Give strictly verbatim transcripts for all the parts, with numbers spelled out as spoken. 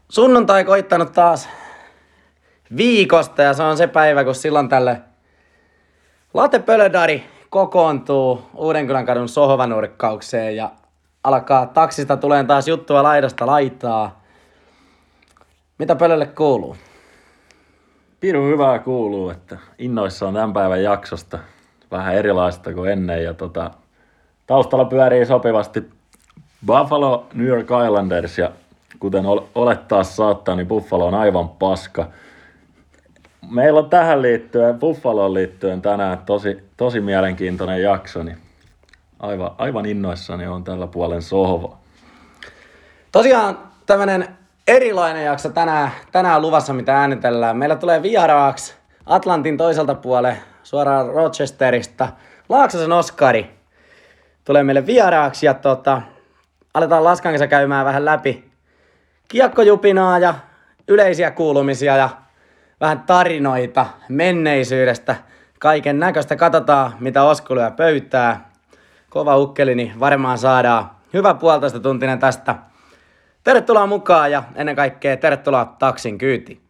Sunnuntai koittanut taas viikosta ja se on se päivä, kun silloin tälle Latte Pölödari kokoontuu Uudenkylän kadun sohvanurkkaukseen ja alkaa taksista tulee taas juttua laidasta laitaa. Mitä Pölölle kuuluu? Pirun hyvää kuuluu, että innoissaan tämän päivän jaksosta. Vähän erilaista kuin ennen ja tota, taustalla pyörii sopivasti Buffalo, New York Islanders ja kuten olettaa saattaa, niin Buffalo on aivan paska. Meillä on tähän liittyen, Buffaloon liittyen tänään tosi, tosi mielenkiintoinen jakso, niin aivan, aivan innoissani on tällä puolen sohva. Tosiaan tämmönen erilainen jakso tänään, tänään luvassa, mitä äänitellään. Meillä tulee vieraaksi Atlantin toiselta puolelle suoraan Rochesterista Laaksosen Oskari tulee meille vieraaksi ja tota, aletaan Laskan kanssa käymään vähän läpi kiekkojupinaa ja yleisiä kuulumisia ja vähän tarinoita menneisyydestä. Kaiken näköistä katsotaan, mitä Osku lyö pöytää. Kova ukkeli, niin varmaan saadaan hyvä puolitoista tuntinen tästä. Tervetuloa mukaan ja ennen kaikkea tervetuloa taksin kyytiin.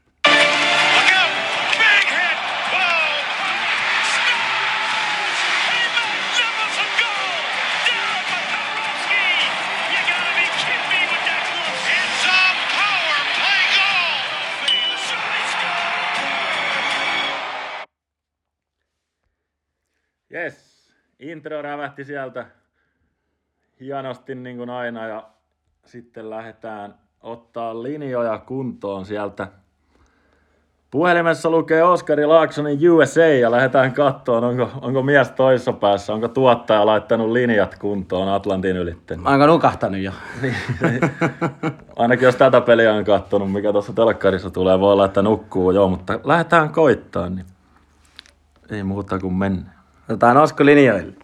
Jes, intro rävähti sieltä hienosti niin kuin aina ja sitten lähdetään ottaa linjoja kuntoon sieltä. Puhelimessa lukee Oskari Laaksonen U S A ja lähdetään katsomaan, onko, onko mies toisessa päässä, onko tuottaja laittanut linjat kuntoon Atlantin ylitten. Onko nukahtanut jo? Niin, ainakin jos tätä peliä on katsonut, mikä tuossa telkkarissa tulee, voi olla, että nukkuu jo, mutta lähdetään koittaa, niin ei muuta kuin mennä. Otetaan Osku linjoille.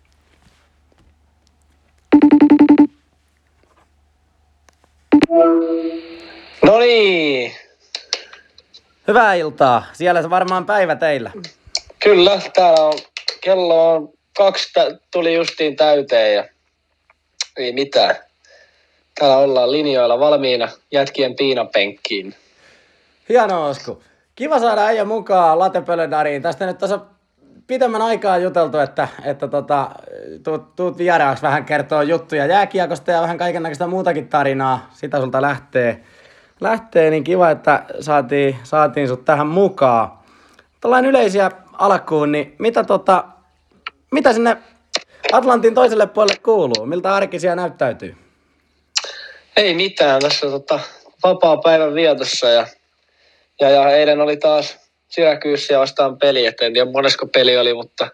No niin. Hyvää iltaa. Siellä se varmaan päivä teillä. Kyllä, täällä on, kello on kaksi, tä- tuli justiin täyteen ja ei mitään. Täällä ollaan linjoilla valmiina jätkien piinapenkkiin. Hienoa, Osku. Kiva saada äijä mukaan Latte Pölödariin. Tästä nyt tässä pitemmän aikaa juteltu, että, että tota, tuut, tuut vieraaksi vähän kertoo juttuja jääkiekosta ja vähän kaikennäköistä muutakin tarinaa. Sitä sulta lähtee. Lähtee, niin kiva, että saatiin, saatiin sut tähän mukaan. Tällainen yleisiä alkuun, niin mitä, tota, mitä sinne Atlantin toiselle puolelle kuuluu? Miltä arki siellä näyttäytyy? Ei mitään, tässä tota, vapaa päivän vietossa ja, ja, ja eilen oli taas Syräkyyssiä vastaan peli, et en tiedä monesko peli oli, mutta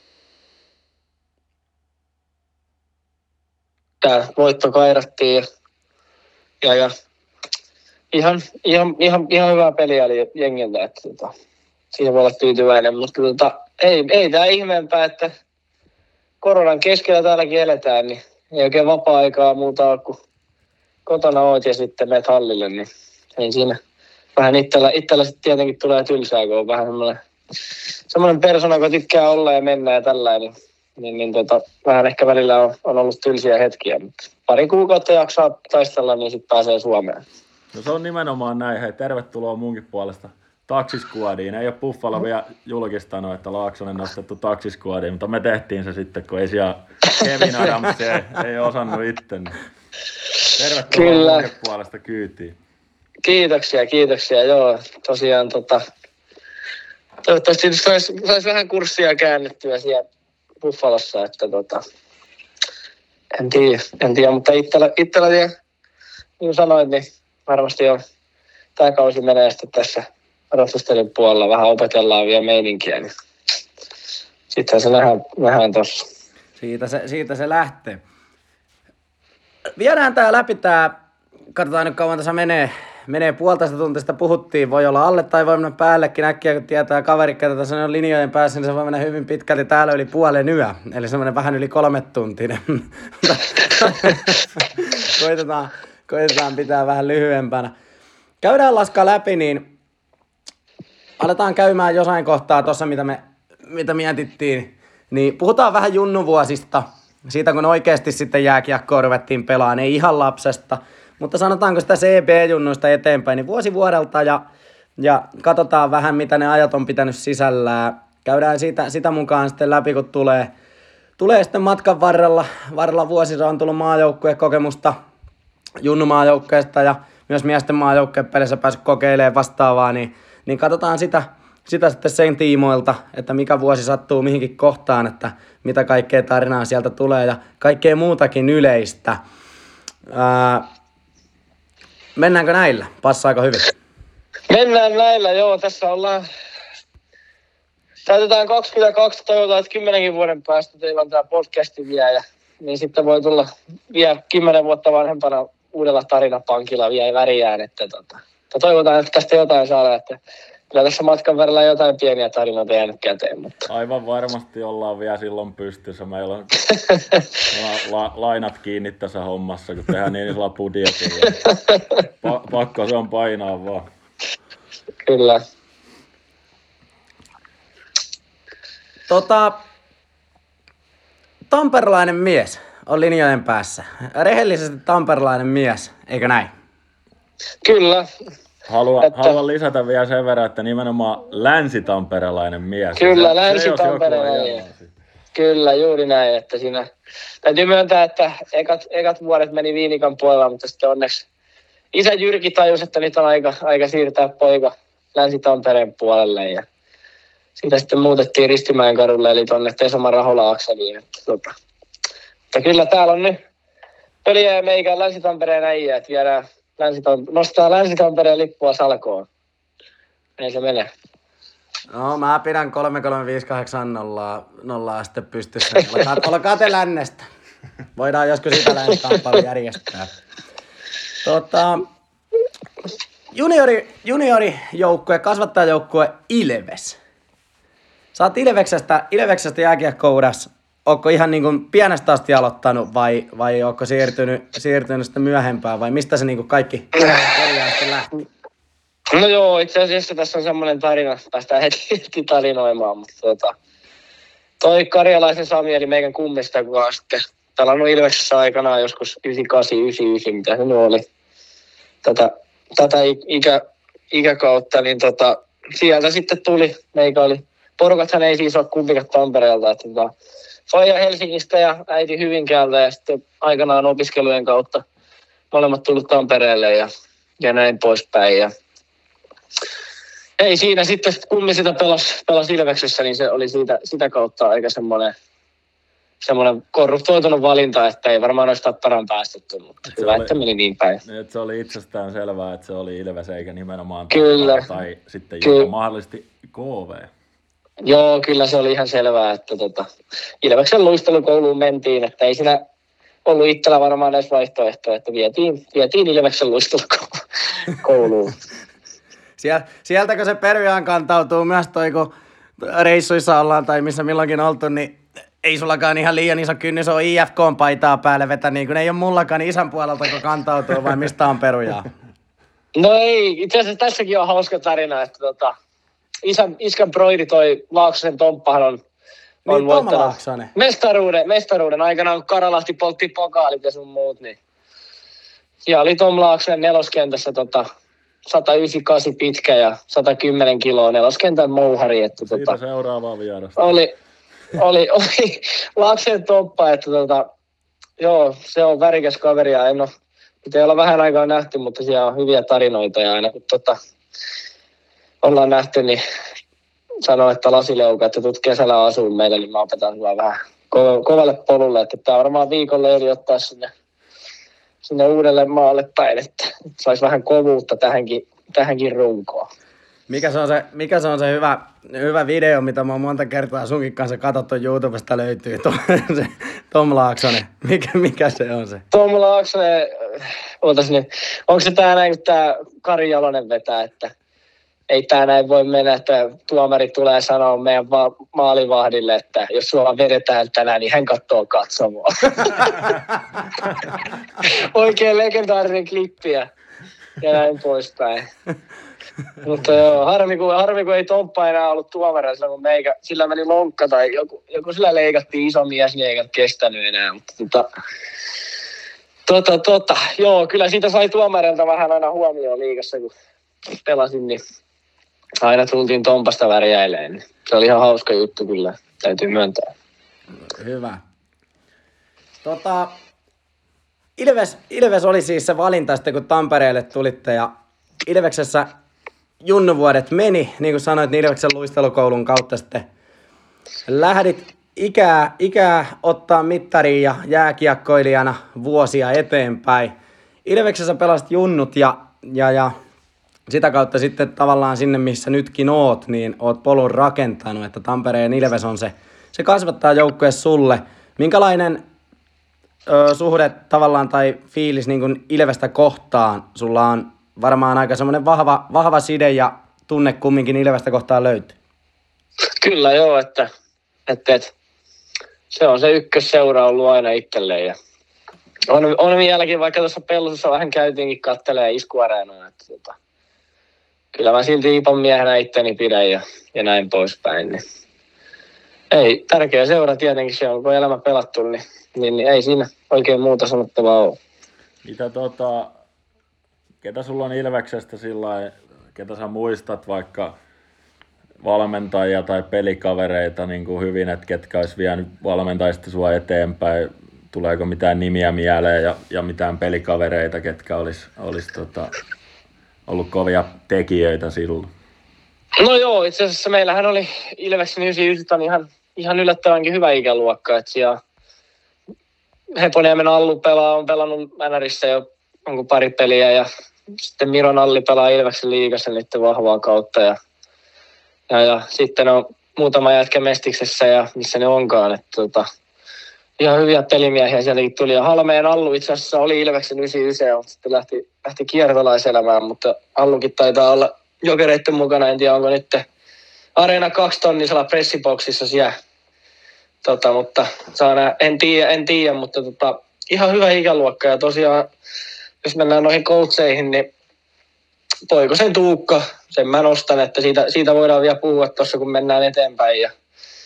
tää voitto kairattiin ja, ja, ja ihan, ihan, ihan, ihan hyvää peliä oli jengiltä, että tota, siihen voi olla tyytyväinen, mutta tota, ei, ei tää ihmeempää, että koronan keskellä täälläkin eletään, niin ei oikein vapaa-aikaa muuta ole, kun kotona oot ja sitten menet hallille, niin ei siinä. Vähän itsellä, itsellä sitten tietenkin tulee tylsää, kun on vähän semmoinen, semmoinen persona, joka tykkää olla ja mennä ja tällainen, niin, niin, niin tota, vähän ehkä välillä on, on ollut tylsiä hetkiä, mutta pari kuukautta jaksaa taistella, niin sitten pääsee Suomeen. No se on nimenomaan näin. Hei, tervetuloa munkin puolesta taksiskuadiin. Ei ole Buffalo vielä julkistanut, että Laaksonen nostettu taksiskuadiin, mutta me tehtiin se sitten, kun ei siellä Kevin Adams ei, ei osannut itse. Niin tervetuloa Kyllä. munkin puolesta kyytiin. Kiitoksia, kiitoksia. Joo, tosiaan tota, toivottavasti saisi sais vähän kurssia käännettyä siellä Buffalossa, että tota, en tiedä, en tiedä, mutta itsellä, itsellä niin kuin sanoit, niin varmasti on, tämä kausi menee sitten tässä Rochesterin puolella, vähän opetellaan vielä meininkiä, niin sitten se nähdään, nähdään tossa. Siitä se, siitä se lähtee. Viedään tää läpi tää, katsotaan nyt kauan tässä menee. Menee puolitoista tuntista puhuttiin, voi olla alle tai voi mennä päällekin äkkiä, kun tietää kaveri, ketä tässä on linjojen päässä, niin se voi mennä hyvin pitkälti täällä yli puolen yö. Eli semmoinen vähän yli kolme tuntinen. koitetaan, koitetaan pitää vähän lyhyempänä. Käydään Laska läpi, niin aletaan käymään jossain kohtaa tuossa, mitä me mitä mietittiin. Niin puhutaan vähän junnuvuosista, siitä kun oikeasti sitten jääkiekkoa ruvettiin pelaamaan, ei ihan lapsesta. mutta sanotaanko sitä C B-junnuista eteenpäin, niin vuosi vuodelta ja, ja katsotaan vähän, mitä ne ajat on pitänyt sisällään. Käydään sitä, sitä mukaan sitten läpi, kun tulee, tulee sitten matkan varrella, varrella vuosissa on tullut maajoukkuekokemusta junnumaajoukkueesta ja myös miesten maajoukkueen pelissä päässyt kokeilemaan vastaavaa, niin, niin katsotaan sitä, sitä sitten sen tiimoilta, että mikä vuosi sattuu mihinkin kohtaan, että mitä kaikkea tarinaa sieltä tulee ja kaikkea muutakin yleistä. Ää, mennäänkö näillä? Passaako hyvin? Mennään näillä, joo. Tässä ollaan... Täytetään kaksikymmentäkaksi, toivotaan, että kymmenenkin vuoden päästä teillä on tämä podcasti vielä. Ja, niin sitten voi tulla vielä kymmenen vuotta vanhempana uudella tarinapankilla vielä väriään. Että, tota, toivotaan, että tästä jotain saadaan. Että kyllä tässä matkan varrella jotain pieniä tarinoita jäänyt käteen. Mutta... Aivan varmasti ollaan vielä silloin pystyssä. Meillä on la, la, lainat kiinni tässä hommassa, kun tehdään niin isolla budjetilla. Pa, pakko se on painaa vaan. Kyllä. Tota, tamperelainen mies on linjojen päässä. Rehellisesti tamperelainen mies, eikö näin? Kyllä. Haluan, että... haluan lisätä vielä sen verran, että nimenomaan länsitamperelainen mies. Kyllä, se, länsitamperelainen. Kyllä, juuri näin. Että siinä... Täytyy myöntää, että ekat, ekat vuodet meni Viinikan puolella, mutta sitten onneksi isä Jyrki tajusi, että nyt on aika, aika siirtää poika Länsi-Tampereen puolelle. Ja siitä sitten muutettiin Ristimäen kadulle, eli tuonne Tesoma Rahola-akseliin. Että, tota, että kyllä täällä on nyt peliä ja meikään Länsi-Tampereen äijä, että viedään Länsi-Tampereen, nostaa Länsi-Tampereen lippua salkoon. Näin se menee. No, mä pidän kolme kolme viisi kahdeksan nollaa, nollaa sitten pystyssä. Olkaa, olkaa te lännestä. Voidaan joskus sitä länsikamppailu järjestää. Tota, juniori, juniorijoukkue, kasvattajajoukkue Ilves. Sä oot Ilveksestä, Ilveksestä jääkiekkoudassa. Ootko ihan niin kuin pienestä asti aloittanut vai, vai ootko siirtynyt, siirtynyt sitten myöhempään vai mistä se niin kuin kaikki korjaasti lähti? No joo, itse asiassa tässä on semmoinen tarina, päästään heti, heti tarinoimaan, mutta tota, toi Karjalaisen Sami eli meidän kummista, kun on sitten pelannut Ilveksessä aikanaan joskus yhdeksänkymmentäkahdeksan yhdeksänkymmentäyhdeksän, mitä se nyt oli, tätä, tätä ikä, ikäkautta, niin tota, sieltä sitten tuli, meikä oli, porukathan ei siis ole kumpikaan Tampereelta, että tota, faija Helsingistä ja äiti Hyvinkäältä ja sitten aikanaan opiskelujen kautta molemmat tullut Tampereelle ja, ja näin poispäin. Ja ei siinä sitten, kummi sitä pelasi, pelasi Ilveksessä, niin se oli siitä, sitä kautta aika semmoinen, semmoinen korruptoitunut valinta, että ei varmaan olisi Tapparaan päästetty, mutta hyvä, oli, että meni niin päin. Että se oli itsestään selvää, että se oli Ilves eikä nimenomaan kyllä, Tappara tai sitten jopa kyllä, mahdollisesti K V. Joo, kyllä se oli ihan selvää, että tota, Ilveksen luistelukouluun mentiin, että ei siinä ollut itsellä varmaan edes vaihtoehtoa, että vietiin, vietiin Ilveksen luistelukouluun. Sieltäkö se perjaan kantautuu myös toi, kun reissuissa ollaan tai missä milloinkin oltu, niin ei sullakaan ihan liian iso kynnys on I F K-paitaa päälle vetä, niin kuin ei ole mullakaan niin isän puolelta, kun kantautuu, vai mistä on perujaa? No ei, itse asiassa tässäkin on hauska tarina, että tota, isän, iskän broidi toi Laaksosen Tomppahan on, on niin, voittanut mestaruuden, mestaruuden aikanaan, kun Karalahti poltti pokaalit ja sun muut, niin ja oli Tom Laaksonen neloskentässä tota, sata yhdeksänkymmentäkahdeksan pitkä ja sata kymmenen kiloa neloskentän mouhari. Että, siitä tota, seuraavaa vierasta. Oli, oli, oli Laaksen Toppa, että tota, joo, se on värikäs kaveri ja en ole, pitää olla vähän aikaa nähty, mutta siellä on hyviä tarinoita ja aina kun tota, ollaan nähty, niin sanoo, että lasileuka, että tulet kesällä asuun meille, niin mä opetan sulla vähän ko- kovalle polulle, että pitää varmaan viikolle eli ottaa sinne, sinne uudelle maalle päin, että saisi vähän kovuutta tähänkin, tähänkin runkoon. Mikä se on se, mikä se, on se hyvä, hyvä video, mitä mä oon monta kertaa sunkin kanssa katsottu YouTubesta löytyy, Tom, se Tom Laaksonen. Mikä, mikä se on se? Tom Laaksonen, ootas nyt, onko se tää näin, kun tää Kari Jalonen vetää, että ei tää näin voi mennä, että tuomari tulee sanoa meidän va- maalivahdille, että jos sua vedetään tänään, niin hän katsoo katsomoa. Oikein legendaarinen klippi ja näin poispäin. Mutta joo, harmi kun, harmi kun ei Tomppa enää ollut tuomarina sillä, kun meikä, sillä meni lonkka tai joku, joku sillä leikattiin iso mies, niin eikä kestänyt enää. Mutta tota, Tota, tota, joo, kyllä siitä sai tuomarilta vähän aina huomioon liigassa, kun pelasin, niin aina tultiin Tompasta värjäilemään. Niin se oli ihan hauska juttu kyllä, täytyy myöntää. Hyvä. Tota, Ilves, Ilves oli siis se valinta sitten, kun Tampereelle tulitte, ja Ilveksessä junnuvuodet meni, niin kuin sanoit, niin Ilveksen luistelukoulun kautta sitten lähdit ikää, ikää ottaa mittariin ja jääkiekkoilijana vuosia eteenpäin. Ilveksessä pelasit junnut ja, ja, ja sitä kautta sitten tavallaan sinne, missä nytkin oot, niin oot polun rakentanut, että Tampereen Ilves on se, se kasvattaa joukkue sulle. Minkälainen ö, suhde tavallaan tai fiilis niin kuin Ilvestä kohtaan sulla on? Varmaan aika semmoinen vahva, vahva side ja tunne kumminkin Ilvestä kohtaan löytyy. Kyllä joo, että, että, että se on se ykkösseura ollut aina itselleen. Ja on, on vieläkin, vaikka tuossa Pellossa vähän käytiinkin katselemaan iskuareenaa. Että, tota, kyllä mä silti Ipon miehenä itteni pidän ja, ja näin poispäin. Niin. Ei, tärkeä seura tietenkin se on, kun elämä pelattu, niin, niin, niin ei siinä oikein muuta sanottavaa ole. Mitä tota, ketä sulla on Ilveksestä sillä ketä sä muistat vaikka valmentajia tai pelikavereita niin kuin hyvin, että ketkä olisi vienyt valmentajista sua eteenpäin? Tuleeko mitään nimiä mieleen ja, ja mitään pelikavereita, ketkä olisi, olisi tota, ollut kovia tekijöitä silloin? No joo, itse asiassa meillähän oli Ilveksen yhdeksänkymmentäyhdeksän ihan, ihan yllättävänkin hyvä ikäluokka. Että siellä Heponiemen Allu pelaa, on pelannut Mänärissä jo onko pari peliä ja sitten Miron Alli pelaa Ilveksen liigassa niiden vahvaa kautta. Ja, ja, ja sitten on muutama jätkä Mestiksessä ja missä ne onkaan. Että tota, ihan hyviä pelimiehiä sieltäkin tuli. Ja Halmeen Allu itse asiassa oli Ilveksen yhdeksänkymmentäyhdeksän, mutta sitten lähti, lähti kiertolaiselämään, mutta Allukin taitaa olla Jokereiden mukana. En tiedä, onko nyt Areena kaksi tonnisella pressiboksissa siellä. Tota, mutta saa nää, en tiedä, en tiedä, mutta tota, ihan hyvä ikäluokka. Ja tosiaan, jos mennään noihin coacheihin, niin Poikosen Tuukka, sen mä nostan, että siitä, siitä voidaan vielä puhua tuossa, kun mennään eteenpäin. Ja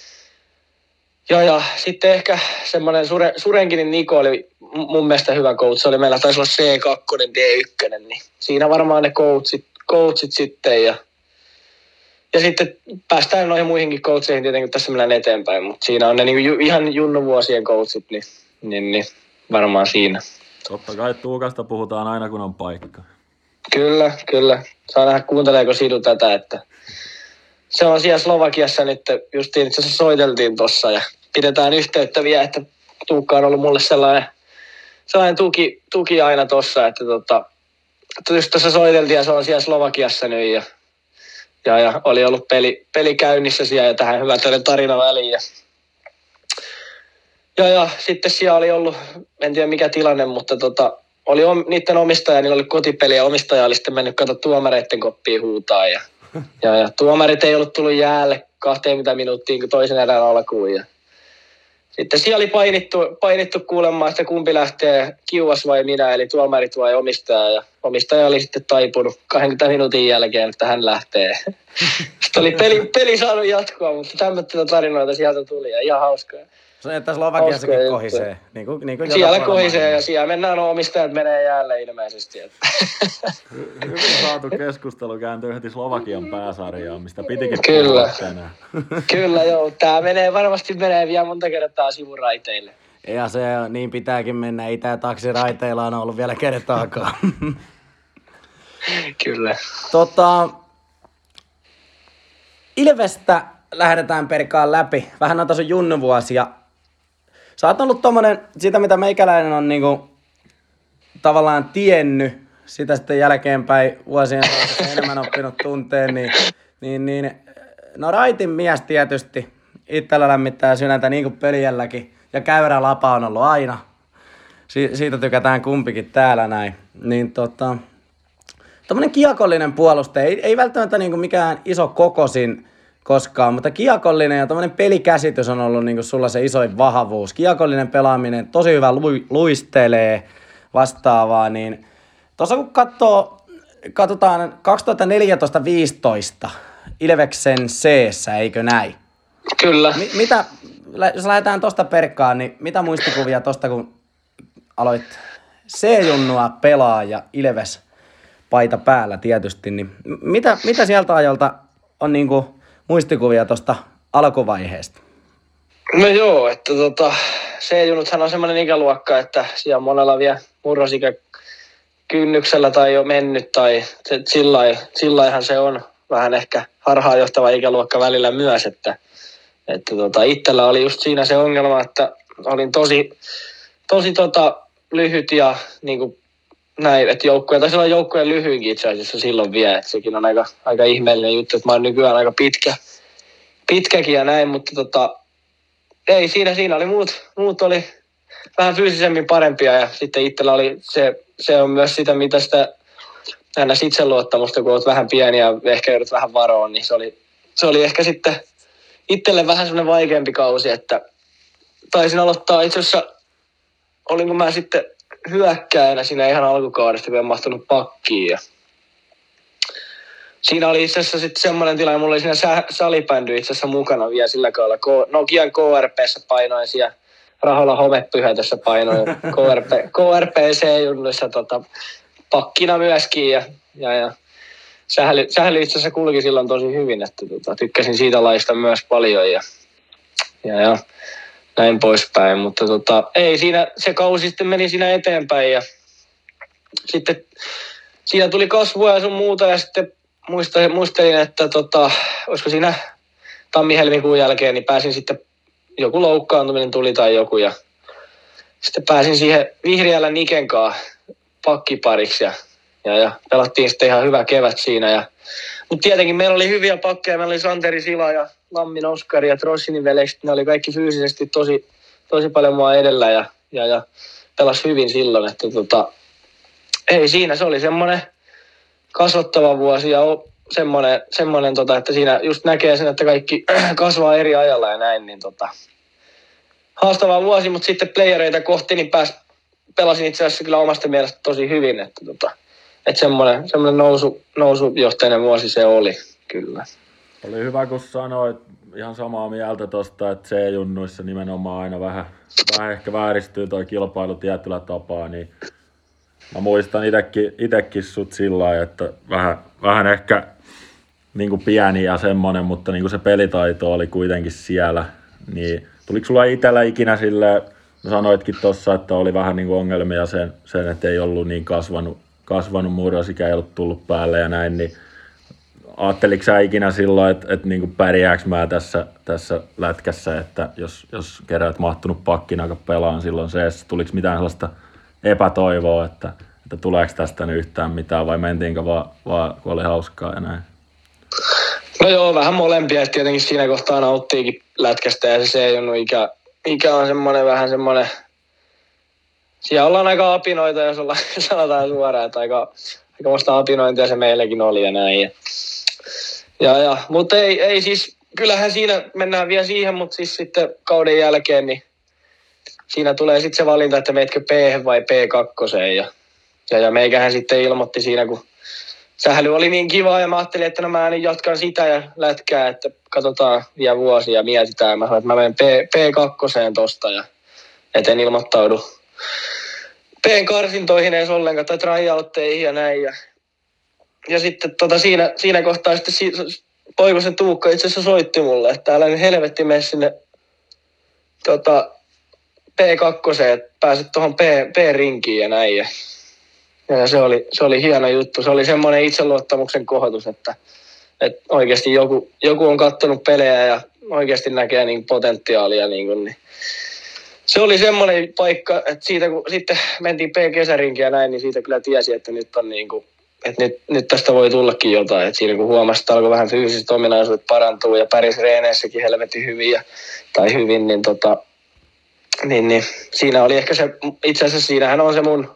Ja, ja sitten ehkä semmoinen Sure, Surenkinin Niko oli mun mielestä hyvä coach. Se oli meillä taisi olla C kaksi, D yksi, niin siinä varmaan ne coachit, coachit sitten. Ja, ja sitten päästään noihin muihinkin coacheihin tietenkin, tässä mennään eteenpäin. Mutta siinä on ne niinku ju, ihan junnuvuosien coachit, niin, niin, niin varmaan siinä. Totta kai Tuukasta puhutaan aina, kun on paikka. Kyllä, kyllä. Saa nähdä, kuunteleeko Sidu tätä, että se on siellä Slovakiassa nyt, justiin itse asiassa soiteltiin tuossa ja pidetään yhteyttä vielä, että Tuukka on ollut mulle sellainen, sellainen tuki, tuki aina tuossa, että tota, just tuossa soiteltiin ja se on siellä Slovakiassa nyt ja, ja, ja oli ollut peli, peli käynnissä siellä ja tähän hyvä tarina väliin. Ja, ja, ja sitten siellä oli ollut, en tiedä mikä tilanne, mutta tota, oli om, niiden omistaja, niillä oli kotipeli ja omistaja oli sitten mennyt kato tuomareiden koppiin huutaa ja Ja, ja tuomarit ei ollut tullut jäälle kaksikymmentä minuuttia kun toisen erään alkuun. Ja sitten siellä oli painittu, painittu kuulemaan, että kumpi lähtee, Kiuas vai minä, eli tuomarit vai omistaja. Ja omistaja oli sitten taipunut kaksikymmentä minuutin jälkeen, että hän lähtee. Sitten oli peli, peli saanut jatkoa, mutta tämmöitä tarinoita sieltä tuli ja ihan hauskaa. Se, että Slovakiassakin kohisee. Niin kuin, niin kuin siellä kohisee ja siellä mennään, no, omistajat menee jäälle ilmeisesti. Hyvin saatu keskustelu kääntyy heti Slovakian pääsarjaan, mistä pitikin Kyllä. tänään. Kyllä joo, tää menee, varmasti menee vielä monta kertaa sivuraiteille. Ja se niin pitääkin mennä, ei tää taksiraiteilla on ollut vielä kertaakaan. Kyllä. Tota, Ilvestä lähdetään perkaan läpi. Vähän noita sun junnuvuosia. Sä oot ollut tommonen, sitä mitä meikäläinen on niinku tavallaan tiennyt, sitä sitten jälkeenpäin vuosien saatossa enemmän oppinut tunteen, niin, niin, niin no raitin mies tietysti itsellä lämmittää sydäntä niin kuin peliälläkin, ja käyrä lapa on ollut aina. Si- siitä tykätään kumpikin täällä näin. Niin tota, tommonen kiekollinen puolustaja, ei, ei välttämättä niinku mikään iso kokosin koskaan, mutta kiekollinen ja tommonen pelikäsitys on ollut niinku sulla se isoin vahvuus. Kiekollinen pelaaminen, tosi hyvä lu- luistelee vastaavaa, niin tuossa kun katsoo, katsotaan kaksituhattaneljätoista viisitoista Ilveksen C-ssä, eikö näin? Kyllä. Mi- mitä, jos lähdetään tosta perkaan, niin mitä muistikuvia tosta kun aloit C-junnua pelaa ja Ilves paita päällä tietysti, niin mitä, mitä sieltä ajalta on niinku muistikuvia tuosta alkuvaiheesta? No joo, että tota, C-junnuthan on semmoinen ikäluokka, että siellä on monella vielä murrosikä kynnyksellä tai jo mennyt tai sillaihan se on vähän ehkä harhaanjohtava ikäluokka välillä myös, että, että tota, itsellä oli just siinä se ongelma, että olin tosi, tosi tota, lyhyt ja niin kuin näin, että joukkueen, taisi olla joukkueen lyhyinkin itse asiassa silloin vielä, että sekin on aika, aika ihmeellinen juttu, että mä oon nykyään aika pitkä, pitkäkin ja näin, mutta tota, ei siinä, siinä oli muut, muut oli vähän fyysisemmin parempia ja sitten itsellä oli se, se on myös sitä, mitä sitä aina itseluottamusta, kun olet vähän pieni ja ehkä joudut vähän varoon, niin se oli, se oli ehkä sitten itselle vähän semmoinen vaikeampi kausi, että taisin aloittaa itse asiassa, olinko mä sitten hyökkäänä siinä ihan alkukaudesta, kun en mahtunut pakkiin. Ja siinä oli itse asiassa sitten semmoinen tilanne, mulla oli siinä salibändy itse asiassa mukana vielä sillä kaudella. Nokian K R P:ssä painoin siellä Rahola Homepyhätössä painoin K R P, K R P C-junnuissa tota, pakkina myöskin. Ja, ja, ja sähly, sähly itse asiassa kulki silloin tosi hyvin, että tota, tykkäsin siitä laista myös paljon ja, ja, ja näin poispäin. Mutta tota, ei siinä, se kausi sitten meni siinä eteenpäin ja sitten siinä tuli kasvua ja sun muuta ja sitten muistelin, että tota, olisiko siinä tammi-helmikuun jälkeen, niin pääsin sitten, joku loukkaantuminen tuli tai joku ja sitten pääsin siihen Vihriälän Niken kanssa pakkipariksi ja, ja, ja pelattiin sitten ihan hyvä kevät siinä. Ja, mutta tietenkin meillä oli hyviä pakkeja, meillä oli Santeri Sila ja Lammin Oskari ja Trossinin velekset, ne oli kaikki fyysisesti tosi, tosi paljon mua edellä ja, ja, ja pelasi hyvin silloin, että tota, ei siinä, se oli semmoinen kasvattava vuosi ja semmoinen, semmoinen tota, että siinä just näkee sen, että kaikki kasvaa eri ajalla ja näin, niin tota, haastava vuosi, mutta sitten playereita kohti, niin pääs, pelasin itse asiassa kyllä omasta mielestä tosi hyvin, että, tota, että semmoinen, semmoinen nousu, nousujohteinen vuosi se oli, kyllä. Oli hyvä, kun sanoit ihan samaa mieltä tuosta, että C-junnuissa nimenomaan aina vähän, vähän ehkä vääristyy toi kilpailu tietyllä tapaa, niin mä muistan itekin, itekin sut sillä lailla, että vähän, vähän ehkä niin kuin pieni ja semmoinen, mutta niin kuin se pelitaito oli kuitenkin siellä. Niin tuliko sulla itsellä ikinä silleen, sanoitkin tuossa, että oli vähän niin kuin ongelmia sen, sen, että ei ollut niin kasvanut, kasvanut murrosikä, ei ollut tullut päälle ja näin, niin ajatteliko sä ikinä silloin, että, että niin kuin pärjääks mä tässä, tässä lätkässä, että jos, jos kerran et mahtunut pakkina pelaan silloin se, tuliko mitään sellaista epätoivoa, että, että tuleeko tästä nyt yhtään mitään vai mentiinkö vaan, vaan kun oli hauskaa ja näin? No joo, vähän molempia, että tietenkin siinä kohtaa nauttiikin lätkästä ja se C-junnu ikä, ikä on semmoinen vähän semmoinen, siellä ollaan aika apinoita, jos ollaan, sanotaan suoraan, että aika, aika musta apinointia se meilläkin oli ja näin. Ja, ja, ja mutta ei, ei siis, kyllähän siinä mennään vielä siihen, mutta siis sitten kauden jälkeen, niin siinä tulee sitten se valinta, että meetkö P vai P kaksi. Ja, ja, ja meikähän sitten ilmoitti siinä, kun sähly oli niin kivaa ja mä ajattelin, että no mä nyt jatkan sitä ja lätkää, että katsotaan vielä vuosia ja mietitään. Mä sanoin, että mä menen P kaksi tosta ja eten ilmoittaudu P-karsintoihin edes ollenkaan tai tryouteihin ja näin. Ja, ja sitten tota siinä, siinä kohtaa sitten si, Poikosen Tuukka itse asiassa soitti mulle, että älä nyt helvetti mene sinne tota, P kaksi, että pääset tuohon P, P-rinkiin ja näin. Ja, ja se, oli, se oli hieno juttu. Se oli semmoinen itseluottamuksen kohotus, että, että oikeasti joku, joku on katsonut pelejä ja oikeasti näkee niin potentiaalia. Niin kuin, niin. Se oli semmoinen paikka, että siitä kun sitten mentiin P-kesärinkiin ja näin, niin siitä kyllä tiesi, että nyt on niin kuin, että nyt, nyt tästä voi tullakin jotain. Että siinä kun huomasi, että alkoi vähän fyysiset ominaisuudet parantua ja pärjäsi reeneissäkin helvetin hyvin ja, tai hyvin, niin, tota, niin, niin siinä oli ehkä se, itse asiassa siinähän on se mun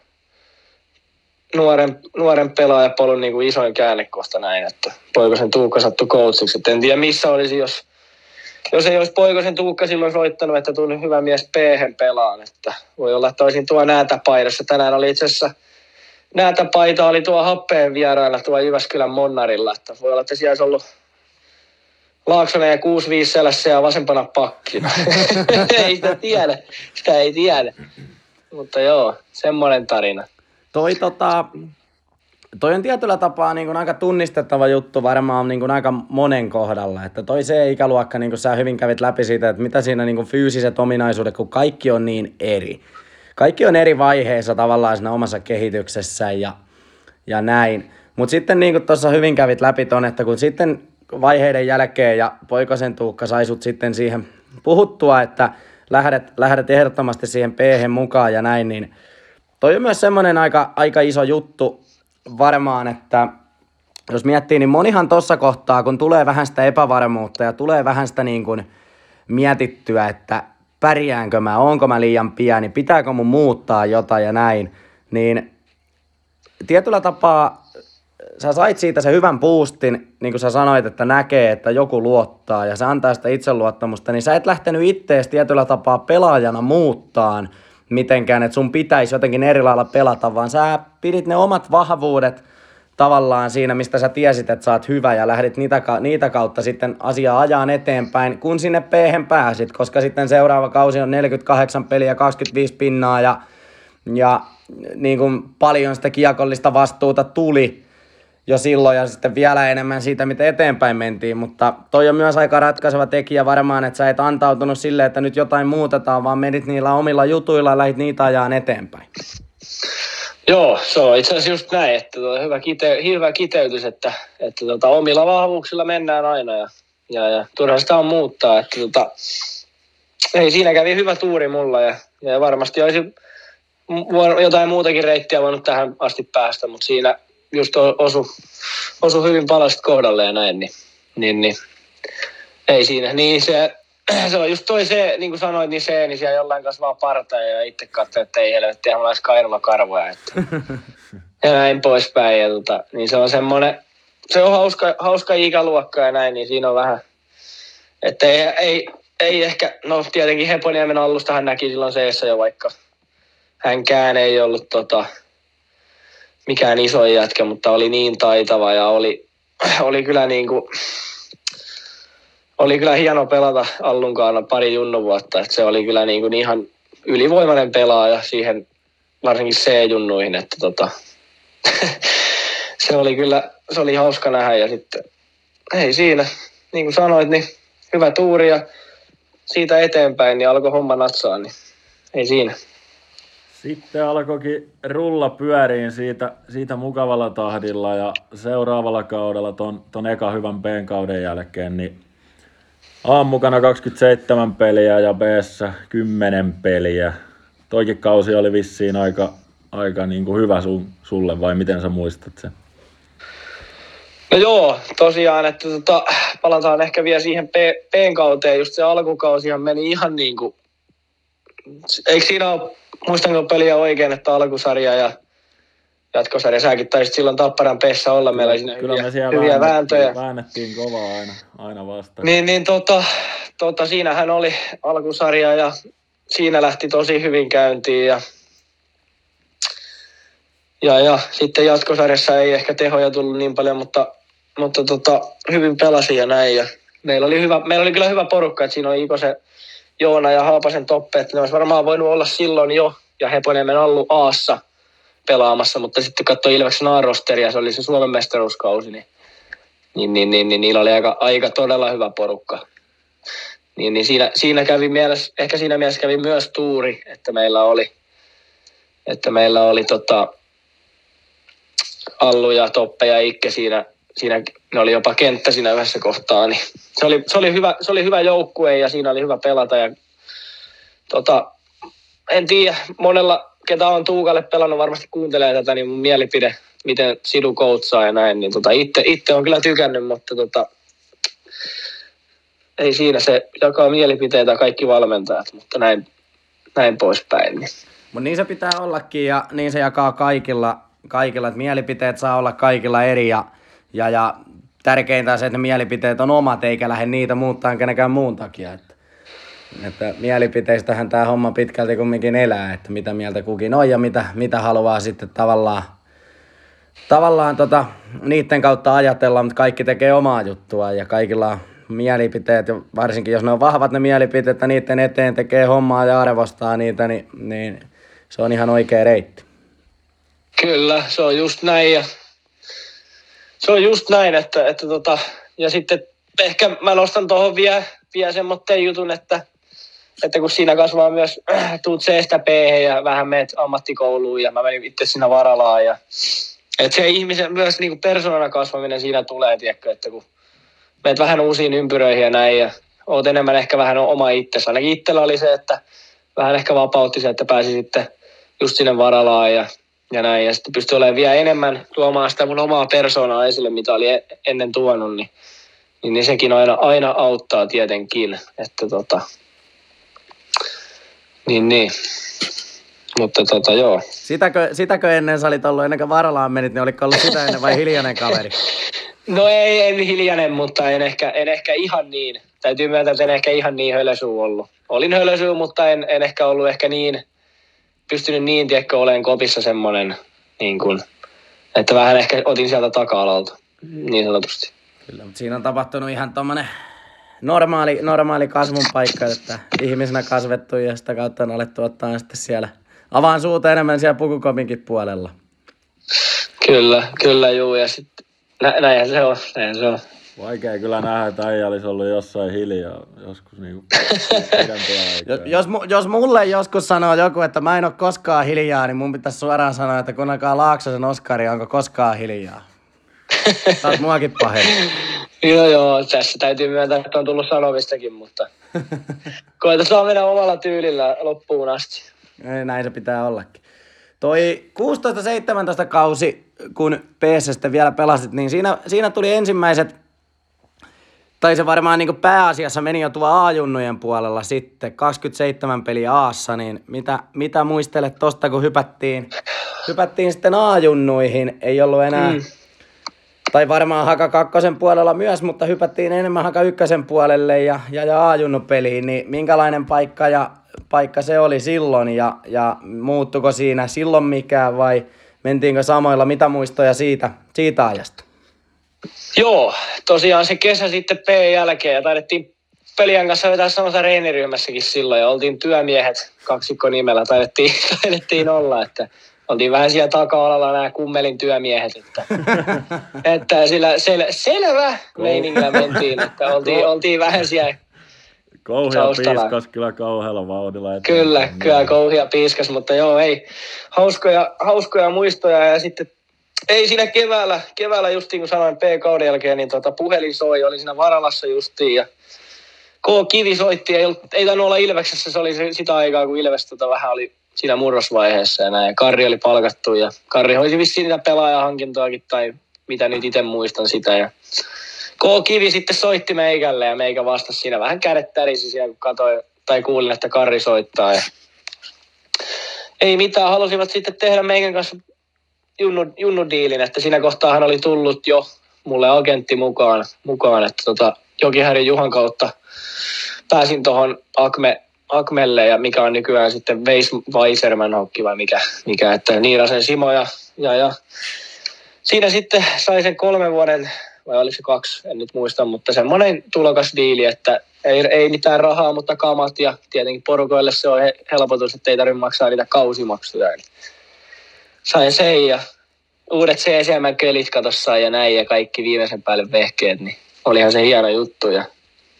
nuoren, nuoren pelaajapolun niin kuin isoin käännekohta näin, että Poikosen Tuukka sattui coachiksi. Et en tiedä missä olisi, jos, jos ei olisi Poikosen Tuukka silloin soittanut, että tuli hyvä mies P-hen pelaan. Että voi olla, että olisin tuo Näätäpaidassa. Tänään oli itse asiassa Näätäpaita oli tuo Happeen vierailla tuo Jyväskylän Monnarilla. Että voi olla, että siellä olisi ollut Laaksonen ja kuusi viisi selässä ja vasempana pakkina. Ei sitä tiedä. Sitä ei tiedä. mutta joo, semmoinen tarina. Toi, tota, toi on tietyllä tapaa niin kuin aika tunnistettava juttu varmaan niin kuin aika monen kohdalla. Että toi se ikäluokka, niin kuin sä hyvin kävit läpi siitä, että mitä siinä niin kuin fyysiset ominaisuudet, kun kaikki on niin eri. Kaikki on eri vaiheissa tavallaan siinä omassa kehityksessä ja, ja näin. Mutta sitten niin kuin tuossa hyvin kävit läpi ton, että kun sitten vaiheiden jälkeen ja Poikosen Tuukka sai sut sitten siihen puhuttua, että lähdet, lähdet ehdottomasti siihen P-hen mukaan ja näin, niin toi on myös semmoinen aika, aika iso juttu varmaan, että jos miettii, niin monihan tuossa kohtaa, kun tulee vähän sitä epävarmuutta ja tulee vähän sitä niin kuin mietittyä, että pärjäänkö mä, onko mä liian pieni, pitääkö mun muuttaa jotain ja näin, niin tietyllä tapaa sä sait siitä se hyvän boostin, niin kuin sä sanoit, että näkee, että joku luottaa ja se antaa sitä itseluottamusta, niin sä et lähtenyt ittees tietyllä tapaa pelaajana muuttaan mitenkään, että sun pitäisi jotenkin eri lailla pelata, vaan sä pidit ne omat vahvuudet tavallaan siinä, mistä sä tiesit, että sä oot hyvä ja lähdit niitä, niitä kautta sitten asiaa ajaan eteenpäin, kun sinne P-hen pääsit, koska sitten seuraava kausi on neljäkymmentäkahdeksan peliä, kaksikymmentäviisi pinnaa ja, ja niin kuin paljon sitä kiekollista vastuuta tuli jo silloin ja sitten vielä enemmän siitä, mitä eteenpäin mentiin, mutta toi on myös aika ratkaiseva tekijä varmaan, että sä et antautunut silleen, että nyt jotain muutetaan, vaan menit niillä omilla jutuilla ja lähdit niitä ajaan eteenpäin. Joo, se on itse asiassa just näin, että tuo hyvä, kite, hyvä kiteytys, että, että tota, omilla vahvuuksilla mennään aina ja, ja, ja turha sitä on muuttaa, että tota, ei, siinä kävi hyvä tuuri mulla ja, ja varmasti olisi jotain muutakin reittiä voinut tähän asti päästä, mutta siinä just osu, osu hyvin palasit kohdalle ja näin, niin, niin, niin ei siinä. Niin se, se on just toi se, niin kuin sanoit, niin se, niin siellä jollain kasvaa parta ja itse katsoin, että ei helvetti, mulla olisi kainalla karvoja. Että, ja näin poispäin. Ja tota, niin se on semmoinen, se on hauska, hauska ikäluokka ja näin, niin siinä on vähän, että ei, ei, ei ehkä, no tietenkin Heponiemen Allustahan näki silloin seessä jo, vaikka hänkään ei ollut tota, mikään iso jätkä, mutta oli niin taitava ja oli, oli kyllä niin kuin, oli kyllä hieno pelata Allunkaan pari junnuvuotta, että se oli kyllä niin kuin ihan ylivoimainen pelaaja siihen varsinkin C-junnuihin, että tota, se oli kyllä, se oli hauska nähdä ja sitten ei siinä, niin kuin sanoit, niin hyvä tuuri ja siitä eteenpäin niin alkoi homma natsaa, niin ei siinä. Sitten alkoikin rulla pyöriin siitä, siitä mukavalla tahdilla ja seuraavalla kaudella ton, ton eka hyvän B-kauden jälkeen, niin A:n mukana kaksikymmentäseitsemän peliä ja B:ssä kymmenen peliä. Toikin kausi oli vissiin aika, aika niin kuin hyvä sun, sulle, vai miten sä muistat sen? No joo, tosiaan, että tota, palataan ehkä vielä siihen P-kauteen. Just se alkukausihan meni ihan niin kuin, eikö siinä ole, muistanko peliä oikein, että alkusarja ja jatkosarja, säkin taisit silloin Tapparan Pessä olla, meillä oli siinä Kyllä hyviä, me siellä hyviä väännettiin, vääntöjä. väännettiin kovaa aina, aina vastaan. Niin, niin tota, tota, siinähän oli alkusarja ja siinä lähti tosi hyvin käyntiin ja, ja, ja sitten jatkosarjassa ei ehkä tehoja tullut niin paljon, mutta, mutta tota, hyvin pelasi ja näin. Ja meillä, oli hyvä, meillä oli kyllä hyvä porukka, että siinä oli Ikosen, Joona ja Haapasen toppe, että ne olisi varmaan voinut olla silloin jo ja Heponiemen Allu Aassa pelaamassa, mutta sitten katsoi Ilveksen A-rosteria, se oli se Suomen mestaruuskausi, niin, niin, niin, niin, niin niillä oli aika, aika todella hyvä porukka. Niin, niin siinä, siinä kävi mielessä, ehkä siinä mielessä kävi myös tuuri, että meillä oli, että meillä oli tota, Allu ja Toppe ja Ikke siinä, siinä, ne oli jopa kenttä siinä yhdessä kohtaa, niin se oli, se oli hyvä, se oli hyvä joukkue ja siinä oli hyvä pelata ja tota, en tiedä, monella, ketä on Tuukalle pelannut, varmasti kuuntelee tätä, niin mun mielipide, miten Sidu coachaa ja näin, niin tota, itse, itse on kyllä tykännyt, mutta tota, ei siinä, se jakaa mielipiteitä kaikki valmentajat, mutta näin, näin poispäin. Niin. Mutta niin se pitää ollakin ja niin se jakaa kaikilla, kaikilla että mielipiteet saa olla kaikilla eri ja, ja, ja tärkeintä on se, että ne mielipiteet on omat eikä lähde niitä muuttaa kenenkään muun takia. Että, että mielipiteistähän tämä homma pitkälti kumminkin elää, että mitä mieltä kukin on ja mitä, mitä haluaa sitten tavallaan, tavallaan tota, niiden kautta ajatella, mutta kaikki tekee omaa juttua ja kaikilla on mielipiteet, ja varsinkin jos ne on vahvat ne mielipiteet, että niiden eteen tekee hommaa ja arvostaa niitä, niin, niin se on ihan oikea reitti. Kyllä, se on just näin ja se on just näin, että, että tota, ja sitten ehkä mä nostan tuohon vielä, vielä semmoinen jutun, että, että kun siinä kasvaa myös, äh, tuut C-stä P ja vähän meet ammattikouluun ja mä menin itse siinä Varalaan ja että se ihmisen myös niin kuin persoonana kasvaminen siinä tulee, tiedätkö, että kun meet vähän uusiin ympyröihin ja näin ja oot enemmän ehkä vähän oma itsesi. Ainakin itsellä oli se, että vähän ehkä vapautti se, että pääsi sitten just sinne Varalaan ja, ja näin. Ja sitten pystyi olemaan vielä enemmän tuomaan sitä mun omaa persoonaa esille, mitä oli ennen tuonut, niin, niin, niin sekin aina, aina auttaa tietenkin. Että tota, niin niin. Mutta tota joo. Sitäkö, sitäkö ennen sä olit ollut, ennen kuin Varalaan menit, niin oliko ollut sitä ennen vai hiljainen kaveri? No ei, en hiljainen, mutta en ehkä, en ehkä ihan niin. Täytyy myöntää, että en ehkä ihan niin hölösuu ollut. Olin hölösuu, mutta en, en ehkä ollut ehkä niin, pystynyt niin, tiedätkö, olemaan kopissa semmoinen, niin kuin, että vähän ehkä otin sieltä taka-alalta, niin sanotusti. Kyllä, mutta siinä on tapahtunut ihan tommonen normaali, normaali kasvun paikka, että ihmisenä kasvettu ja sitä kautta on alettu ottaa sitten siellä avaan suuta enemmän siellä pukukopinkin puolella. Kyllä, kyllä juu, ja sitten nä, näinhän se on, näinhän se on. Vaikea kyllä nähdä, että äijä olisi ollut jossain hiljaa joskus niinku pidempiä aikaa. Jos, jos mulle joskus sanoo joku, että mä en ole koskaan hiljaa, niin mun pitäisi suoraan sanoa, että kun alkaa Laaksosen Oskari, onko koskaan hiljaa? Sä oot muakin pahempi. Joo joo, tässä täytyy myöntää, että on tullut sanomistakin, mutta koitetaan mennä omalla tyylillä loppuun asti. Näin se pitää ollakin. Toi kuusitoista seitsemäntoista kausi, kun P S sitten vielä pelasit, niin siinä, siinä tuli ensimmäiset, tai se varmaan niin kuin pääasiassa meni jo tuo A-junnujen puolella sitten, kaksikymmentäseitsemän peliä Aassa, niin mitä, mitä muistelet tosta, kun hypättiin, hypättiin sitten A-junnuihin, ei ollut enää, mm. tai varmaan Haka kakkosen puolella myös, mutta hypättiin enemmän Haka ykkösen puolelle ja, ja, ja A-junnupeliin, niin minkälainen paikka ja paikka se oli silloin ja, ja muuttuko siinä silloin mikään vai mentiinkö samoilla? Mitä muistoja siitä, siitä ajasta? Joo, tosiaan se kesä sitten P jälkeen ja taidettiin pelien kanssa vetää samassa reeniryhmässäkin silloin ja oltiin työmiehet kaksikko nimellä, taidettiin, taidettiin olla, että oltiin vähän siellä taka-alalla nämä kummelin työmiehet, että, että sillä sel, selvä meiningillä mentiin, että oltiin, oltiin vähän siellä Kauhea piiskas kyllä kauhealla vauhdilla. Kyllä, eteenpäin. kyllä kauhea piiskas, mutta joo, ei, hauskoja, hauskoja muistoja ja sitten ei siinä keväällä, keväällä justiin kun sanoin P-kauden jälkeen, niin tota, puhelin soi, oli siinä Varalassa justiin ja K. Kivi soitti, ei, ollut, ei tainnut olla Ilveksessä, se oli se, sitä aikaa kun Ilves tota, vähän oli siinä murrosvaiheessa ja näin. Karri oli palkattu ja Karri hoiti vissiin niitä pelaajahankintoakin tai mitä nyt itse muistan sitä ja K. Kivi sitten soitti meikälle ja meikä vastasi siinä vähän kädet tärisi siellä, kun katsoin tai kuulin, että Karri soittaa. Ja ei mitään, halusivat sitten tehdä meikän kanssa junnu, junnudiilin, että siinä kohtaa hän oli tullut jo mulle agentti mukaan, mukaan että tota, Jokihärin Juhan kautta pääsin tuohon Akme, Akmelle ja mikä on nykyään sitten Veis Weiserman hokki vai mikä, mikä että Niirasen Simo ja, ja, ja siinä sitten sai sen kolmen vuoden vai oliko se kaksi, en nyt muista, mutta semmoinen tulokasdiili, että ei, ei mitään rahaa, mutta kamat ja tietenkin porukoille se on helpotus, että ei tarvitse maksaa niitä kausimaksuja. Eli sain sen ja uudet C S M-kölit katossa ja näin ja kaikki viimeisen päälle vehkeet, niin olihan se hieno juttu. Ja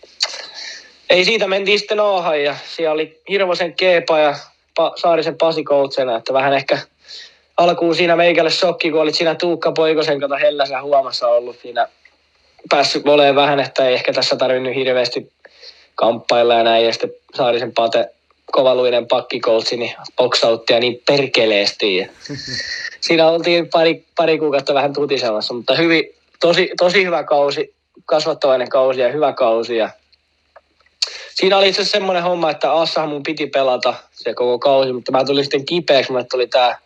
ei siitä mentiin sitten Noohan ja siellä oli Hirvosen Keepa ja pa- Saarisen Pasi coachena, että vähän ehkä alkuun siinä meikälle shokki, kun olit siinä Tuukka Poikosen kato Helläsen huomassa ollut siinä päässyt olemaan vähän, että ei ehkä tässä tarvinnut hirveästi kamppailla ja näin. Ja sitten Saarisen Pate, kovaluinen pakkikoutsi, niin boksauttia niin perkeleesti. Ja siinä oltiin pari, pari kuukautta vähän tutisemassa, mutta hyvin, tosi, tosi hyvä kausi, kasvattavainen kausi ja hyvä kausi. Ja siinä oli itse asiassa semmoinen homma, että Assahan mun piti pelata se koko kausi, mutta mä tulin sitten kipeäksi, mulle tuli tää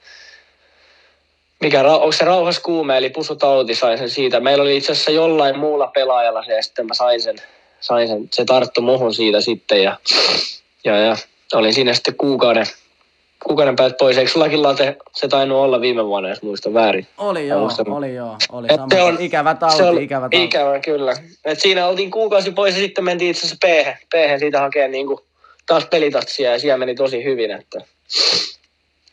mikä, onko se rauhaskuume, eli pusutauti, sain sen siitä. Meillä oli itse asiassa jollain muulla pelaajalla se, ja sitten mä sain sen, sain sen se tarttu muhun siitä sitten, ja, ja, ja olin siinä sitten kuukauden, kuukauden päät pois. Eikö sullakin late, se tainnut olla viime vuonna, jos muistan väärin? Oli joo, oli joo, oli Et sama. se on, ikävä tauti, se on, ikävä tauti. Ikävä, kyllä. Et siinä oltiin kuukausi pois, ja sitten mentiin itse asiassa P-hän, P-hän siitä hakemaan niin taas pelitatsia, ja siellä meni tosi hyvin, että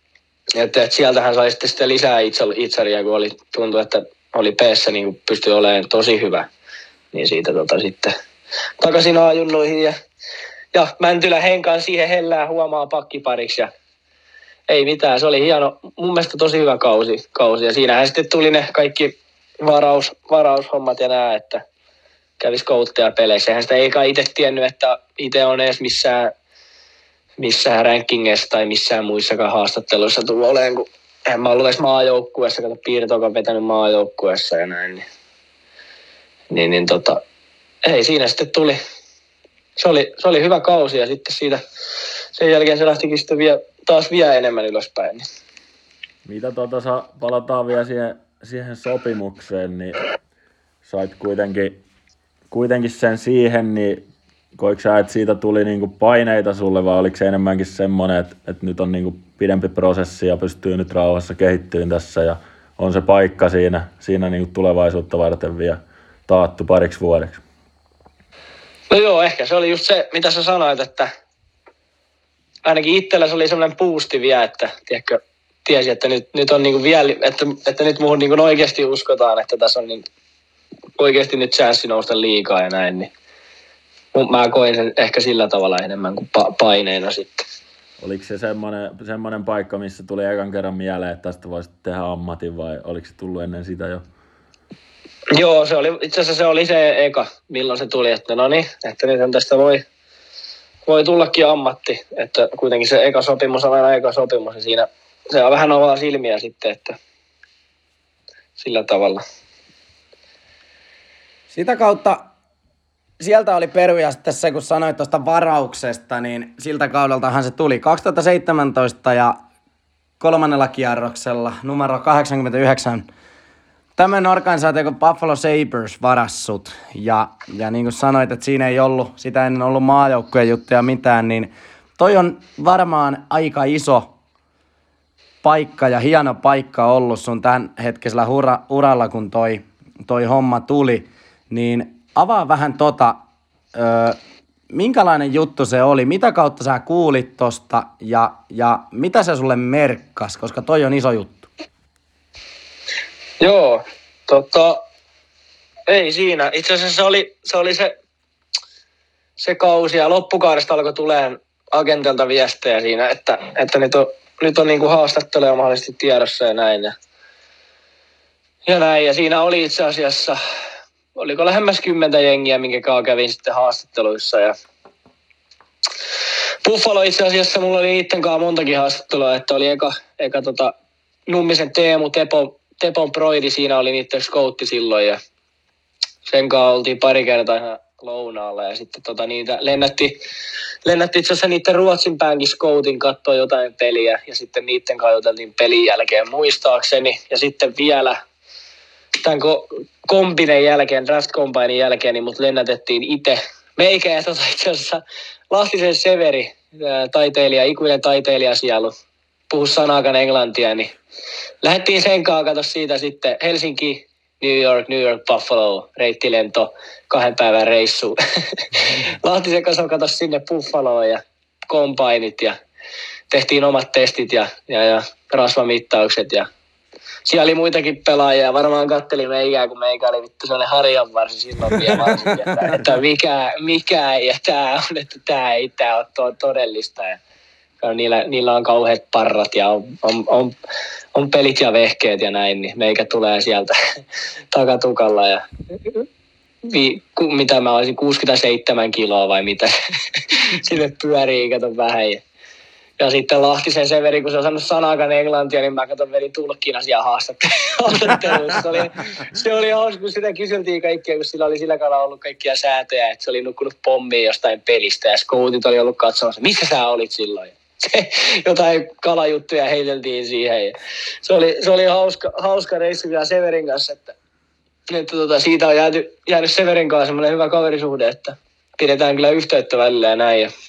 Että et sieltähän sai sitten sitä lisää itsaria, kun oli, tuntui, että oli peessä, niin pystyi olemaan tosi hyvä. Niin siitä tota sitten takaisin A-junnuihin ja, ja Mäntylä Henkan siihen hellää huomaa pakkipariksi. Ja ei mitään, se oli hieno, mun mielestä tosi hyvä kausi. kausi. Ja siinähän sitten tuli ne kaikki varaus, varaushommat ja nää, että kävisi koutteja peleissä. Eihän sitä eikä itse tiennyt, että itse on edes missään, missään rankingeissa tai missään muissakaan haastatteluissa tullut olemaan, kun en mä ollut edes maajoukkueessa, kato Piirtoka on vetänyt maajoukkueessa ja näin. Niin, niin, niin tota, ei siinä sitten tuli, se oli, se oli hyvä kausi ja sitten siitä, sen jälkeen se lähtikin sitten vie, taas vielä enemmän ylöspäin. Niin. Mitä tuota, sa, palataan vielä siihen, siihen sopimukseen, niin sait kuitenkin, kuitenkin sen siihen, niin koiko sä, että siitä tuli niinku paineita sulle vai oliko se enemmänkin semmoinen, että, että nyt on niinku pidempi prosessi ja pystyy nyt rauhassa kehittymään tässä ja on se paikka siinä, siinä niinku tulevaisuutta varten vielä taattu pariksi vuodeksi? No joo, ehkä se oli just se, mitä sä sanoit, että ainakin itsellä se oli semmoinen boosti vielä, että tiedätkö, tiesi, että nyt, nyt on niinku vielä, että, että nyt muuhun niinku oikeasti uskotaan, että tässä on niin oikeasti nyt chanssi nousta liikaa ja näin, niin mä koin sen ehkä sillä tavalla enemmän kuin pa- paineena sitten. Oliko se semmoinen, semmoinen paikka, missä tuli ekan kerran mieleen, että tästä voisi tehdä ammatin vai oliko se tullut ennen sitä jo? Joo, se oli, itse asiassa se oli se eka, milloin se tuli, että no niin, että nyt tästä voi, voi tullakin ammatti. Että kuitenkin se eka sopimus on aina eka sopimus ja siinä se on vähän avaa silmiä sitten, että sillä tavalla. Sitä kautta sieltä oli peruja sitten se, kun sanoit tuosta varauksesta, niin siltä kaudeltahan se tuli kaksituhattaseitsemäntoista ja kolmannella kierroksella numero kahdeksankymmentäyhdeksän. Tämmöinen organisaatio kuin Buffalo Sabres varassut ja, ja niin kuin sanoit, että siinä ei ollut, sitä ennen ollut maajoukkueen juttuja mitään, niin toi on varmaan aika iso paikka ja hieno paikka ollut sun tämän hetkisellä ura, uralla, kun toi, toi homma tuli, niin avaa vähän tota, ö, minkälainen juttu se oli, mitä kautta sä kuulit tosta ja, ja mitä se sulle merkkas, koska toi on iso juttu. Joo, tota, ei siinä. Itse asiassa se oli se, oli se, se kausi ja loppukaudesta alkoi tulemaan agentilta viestejä siinä, että, että nyt on, nyt on niin kuin haastatteluja mahdollisesti tiedossa ja näin. Ja, ja näin. Ja siinä oli itse asiassa, oliko lähemmäs kymmentä jengiä, minkä kanssa kävin sitten haastatteluissa. Ja Buffalo itse asiassa, mulla oli niiden kanssa montakin haastattelua, että oli eka, eka tota, Nummisen Teemu, Tepo, Tepon Broidi, siinä oli niiden scoutti silloin ja sen kanssa oltiin pari kertaa ihan lounaalla ja sitten tota, niitä lennätti, lennätti itse asiassa niiden Ruotsin päänkin scoutin katsoa jotain peliä ja sitten niiden kanssa juteltiin pelin jälkeen muistaakseni ja sitten vielä tämän kombinen jälkeen, draft combinin jälkeen, niin mut lennätettiin itse meikä ja tota, itse asiassa Lahtisen Severi, taiteilija, ikuinen taiteilija sielu, puhu sanaakaan englantia, niin lähdettiin sen kanssa, kato siitä sitten Helsinki, New York, New York, Buffalo, reittilento, kahden päivän reissu. Lahtisen kanssa kato sinne Buffaloon ja kompainit ja tehtiin omat testit ja, ja, ja rasvamittaukset ja siellä oli muitakin pelaajia, varmaan katteli meikää, kun meikä oli vittu sellainen harjanvarsi silloin vielä varsinkin, että, että mikä, mikä ja tää on, että tää ei tää ole to, todellista. Ja niillä, niillä on kauheat parrat ja on, on, on, on pelit ja vehkeet ja näin, niin meikä tulee sieltä takatukalla ja vi, ku, mitä mä olisin, kuusikymmentäseitsemän kiloa vai mitä, sinne pyörii, kato vähän. Ja, ja sitten Lahtisen Severi, kun se on sanonut sanaakaan englantia, niin mä katon vedin tulkkina siellä haastattelussa. Se oli, se oli hauska, kun sitä kyseltiin kaikkea, kun sillä oli sillä kalalla ollut kaikkia säätöjä, että se oli nukkunut pommiin jostain pelistä ja scoutit oli ollut katsomassa, missä sä olit silloin. Se, jotain kalajuttuja heiteltiin siihen. Ja se oli, se oli hauska, hauska reissu vielä Severin kanssa, että, että tota, siitä on jääty, jäänyt Severin kanssa semmoinen hyvä kaverisuhde, että pidetään kyllä yhteyttä välillä ja näin. Ja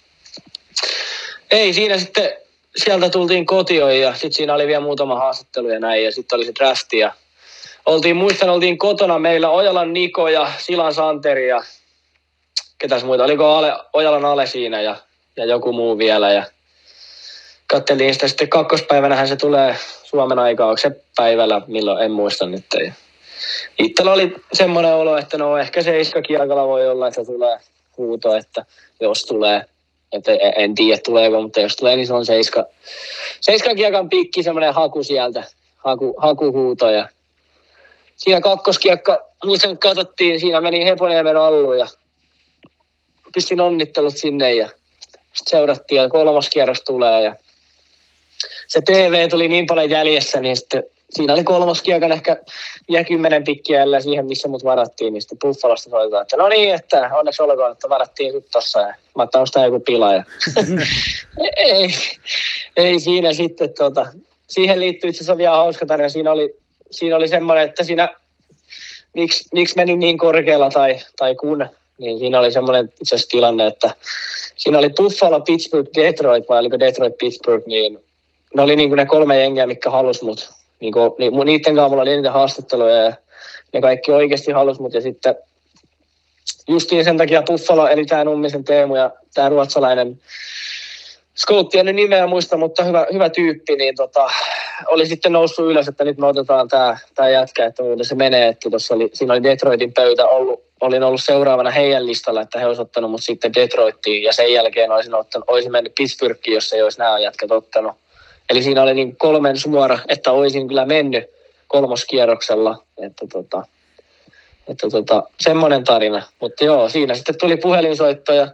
ei, siinä sitten sieltä tultiin kotiin ja sitten siinä oli vielä muutama haastattelu ja näin ja sitten oli se drafti ja oltiin, muistan, oltiin kotona meillä Ojalan Niko ja Silan Santeri ja ketäs muita, oliko Ale, Ojalan Ale siinä ja, ja joku muu vielä ja kattelin sitä sitten kakkospäivänähän se tulee Suomen aikaa, onko se päivällä, milloin, en muista nyt. Itsellä oli semmoinen olo, että no ehkä seiskakiekalla voi olla, että tulee huuto, että jos tulee, että en tiedä tuleeko, mutta jos tulee, niin se on seiska, seiskakiekan pikki, semmoinen haku sieltä, haku, hakuhuuto ja siinä kakkoskiekka, muistan kun katsottiin, siinä meni Heponiemen allu ja pistin onnittelut sinne ja sitten seurattiin ja kolmas kierros tulee ja se T V tuli niin paljon jäljessä, niin sitten siinä oli kolmoskiekan ehkä vielä kymmenen pikkiä jäljellä siihen, missä mut varattiin, niin sitten Buffalosta soitetaan, että no niin, että onneksi olkoon, että varattiin nyt tossa ja mä oon sitä joku pila ja ei, ei siinä sitten tota, siihen liittyy itse asiassa vielä hauska tarina, siinä oli, siinä oli semmoinen, että siinä miksi, miksi meni niin korkealla tai, tai kun, niin siinä oli semmoinen itse asiassa tilanne, että siinä oli Buffalo, Pittsburgh, Detroit vai oliko Detroit, Pittsburgh, niin ne oli niin kuin ne kolme jengiä, mitkä halus mut. Niin kuin, niiden kanssa mulla oli eniten haastatteluja ja ne kaikki oikeasti halus mut. Ja sitten justiin sen takia Buffalo, eli tämä Nummisen Teemu ja tämä ruotsalainen scoutti, en nyt nimeä muista, mutta hyvä, hyvä tyyppi, niin tota, oli sitten noussut ylös, että nyt me otetaan tämä, tämä jätkä, että muuten se menee. Että oli, siinä oli Detroitin pöytä ollut, olin ollut seuraavana heidän listalla, että he olisivat ottanut mut sitten Detroittiin ja sen jälkeen olisin, ottanut, olisin mennyt Pittsburghiin, jos ei olisi nämä jätkät ottanut. Eli siinä oli niin kolmen suora, että olisin kyllä mennyt kolmoskierroksella. Että tota, että tota, semmoinen tarina. Mutta joo, siinä sitten tuli puhelinsoitto. Ja,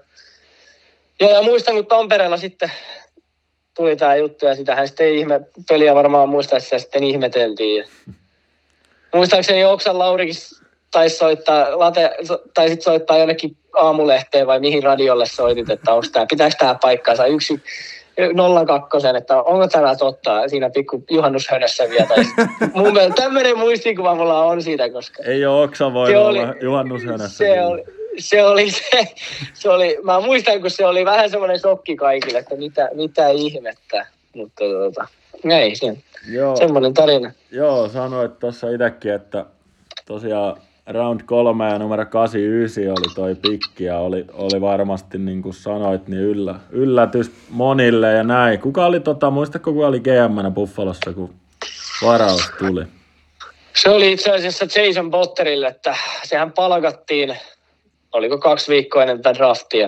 ja, ja muistan, kun Tampereella sitten tuli tämä juttu. Ja sitähän sitten ihme, peliä varmaan muistaa, että sitä sitten ihmeteltiin. Ja muistaakseni Oksan Laurikin taisi soittaa, late, tai sitten soittaa jonnekin Aamulehteen vai mihin radiolle soitit, että onko tämä, pitääkö tämä paikkaansa. Yksi nolla kakkosen, että onko tämä totta, siinä pikku juhannushönössä vielä. Mun mielestä tämmöinen muistikuva mulla on siitä, koska ei ole Oksa voi olla juhannushönössä. Se oli se, oli se, se oli, mä muistan, kun se oli vähän semmoinen shokki kaikille, että mitä, mitä ihmettä, mutta tota, ei se, semmoinen tarina. Joo, sanoit tuossa itsekin, että tosiaan round kolme ja numero kahdeksankymmentäyhdeksän oli toi pikki ja oli, oli varmasti, niin kuin sanoit, niin yllä, yllätys monille ja näin. Kuka oli, tota, muistatko kuka oli G M:nä Buffalossa, kun varaus tuli? Se oli itse asiassa Jason Botterille, että sehän palkattiin, oliko kaksi viikkoa ennen tätä draftia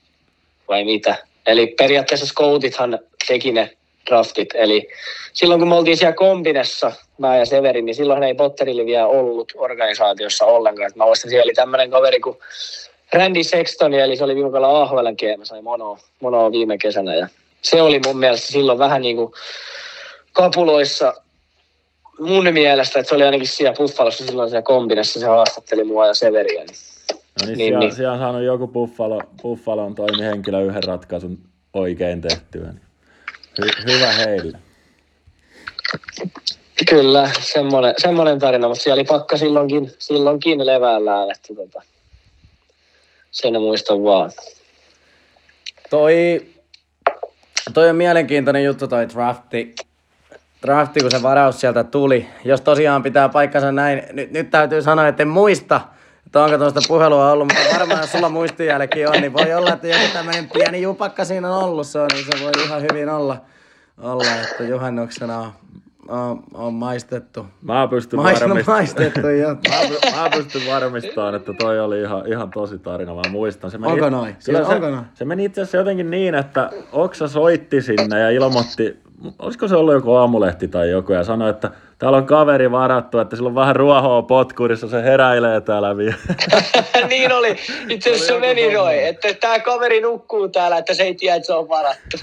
vai mitä. Eli periaatteessa scoutithan teki ne draftit, eli silloin kun me oltiin siellä kombinessa, mä ja Severin, niin silloin ei Potterille vielä ollut organisaatiossa ollenkaan. Et mä muistan, siellä oli tämmöinen kaveri kuin Randy Sexton, eli se oli viime kaudella A H L:n G M, sai monoa, monoa viime kesänä. Ja se oli mun mielestä silloin vähän niin kuin kapuloissa mun mielestä, että se oli ainakin siellä Buffalossa silloin siellä kombinessa, se haastatteli mua ja Severiä. Niin, no niin, niin, siellä, niin. siellä on saanut joku Buffalo, Buffalon toimihenkilö yhden ratkaisun oikein tehtyä. Niin. Hy- hyvä heille. Kyllä, semmoinen, semmoinen tarina, mutta siellä oli pakka silloinkin, silloinkin levällään, että tota, sen muistan vaan. Toi, toi on mielenkiintoinen juttu toi drafti, drafti, kun se varaus sieltä tuli. Jos tosiaan pitää paikkansa näin, nyt, nyt täytyy sanoa, että en muista, että onko tuosta puhelua ollut, mutta varmaan jos sulla muistijälki on, niin voi olla, että joku tämmöinen pieni jupakka siinä on ollut, se, on, niin se voi ihan hyvin olla, olla että juhannuksena on, on, on maistettu. Mä pystyn Maist, varmistamaan. maistettu juttu. Mä, mä pystyn varmistamaan, että toi oli ihan, ihan tosi tarina, mä muistan. Se meni, onko noin? Se, se, onko noin? Se meni itse asiassa jotenkin niin, että Oksa soitti sinne ja ilmoitti, olisiko se ollut joku aamulehti tai joku, ja sanoi, että täällä on kaveri varattu, että sillä on vähän ruohoa potkurissa, se heräilee täällä vielä. Niin oli. Itse asiassa se meni noin, että tämä kaveri nukkuu täällä, että se ei tiedä, että se on varattu.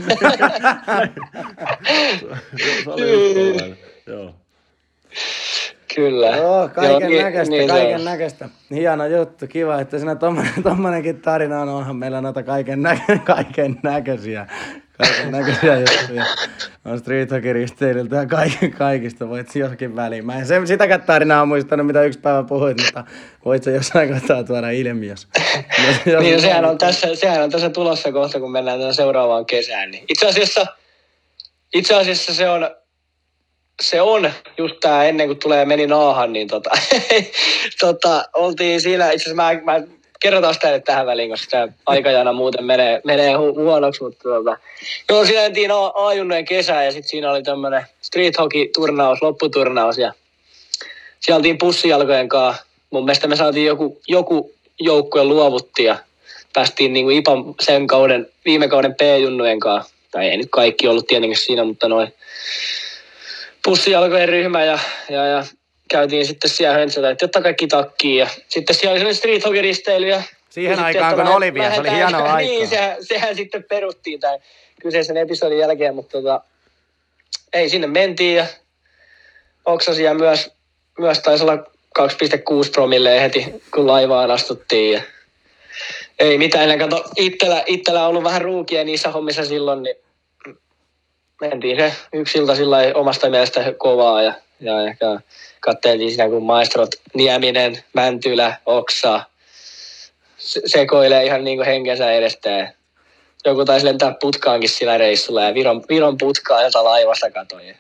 Se oli just joo. Kyllä. Joo, kaiken Joo, näköistä, niin, kaiken niin näköistä. Hieno juttu, kiva, että siinä tommonen, tommonenkin tarina on, onhan meillä noita kaiken, nä- kaiken näköisiä, kaiken näköisiä juttuja. On Street Hockey risteilyltä ja kaiken, kaikista, voit jossakin väliin. Mä en sen, sitäkään tarinaa muistanut, mitä yksi päivä puhuit, mutta voit sä jossain kohtaa tuoda ilmi, jos... jos, jos niin, sehän on, tässä, sehän on tässä tulossa kohta, kun mennään tämän seuraavaan kesään. Niin itse asiassa, itse asiassa se on... Se on just tää ennen kuin tulee meni naahan, niin tota, tota oltiin siinä, itse asiassa mä, mä kerrotaan sitä nyt tähän väliin, koska tämä aikajana muuten menee, menee hu- huonoksi. Mutta tuota. Joo, siinä mentiin A-junnojen kesään ja sitten siinä oli tämmöinen street hockey-turnaus, lopputurnaus. Ja siellä oltiin pussijalkojen kanssa. Mun mielestä me saatiin joku, joku joukkue luovutti ja päästiin niinku I P A sen kauden, viime kauden P-junnujen kanssa. Tai ei nyt kaikki ollut tietenkin siinä, mutta noin pussijalkojen ryhmä ja, ja, ja käytiin sitten siellä höntsätä, että jotta kaikki takkiin. Ja sitten siellä oli sellainen street hockey-risteily. Ja siihen aikaan, kun Olivia, se oli hienoa aikaa. Niin, sehän, sehän sitten peruttiin tämän kyseisen episodin jälkeen, mutta tota, ei, sinne mentiin ja oksasia myös, myös taisi olla kaksi pilkku kuusi promille heti, kun laivaan astuttiin. Ja ei mitään, ennen kato, itsellä, itsellä on ollut vähän ruukia niissä hommissa silloin, niin mentiin se yksi ilta sillä omasta mielestä kovaa ja, ja ehkä katseltiin siinä, kun maestrot Nieminen, Mäntylä, Oksa se- sekoilee ihan niin kuin henkensä edestä. Joku taisi lentää putkaankin sillä reissulla ja Viron, Viron putkaa jota laivasta katoi.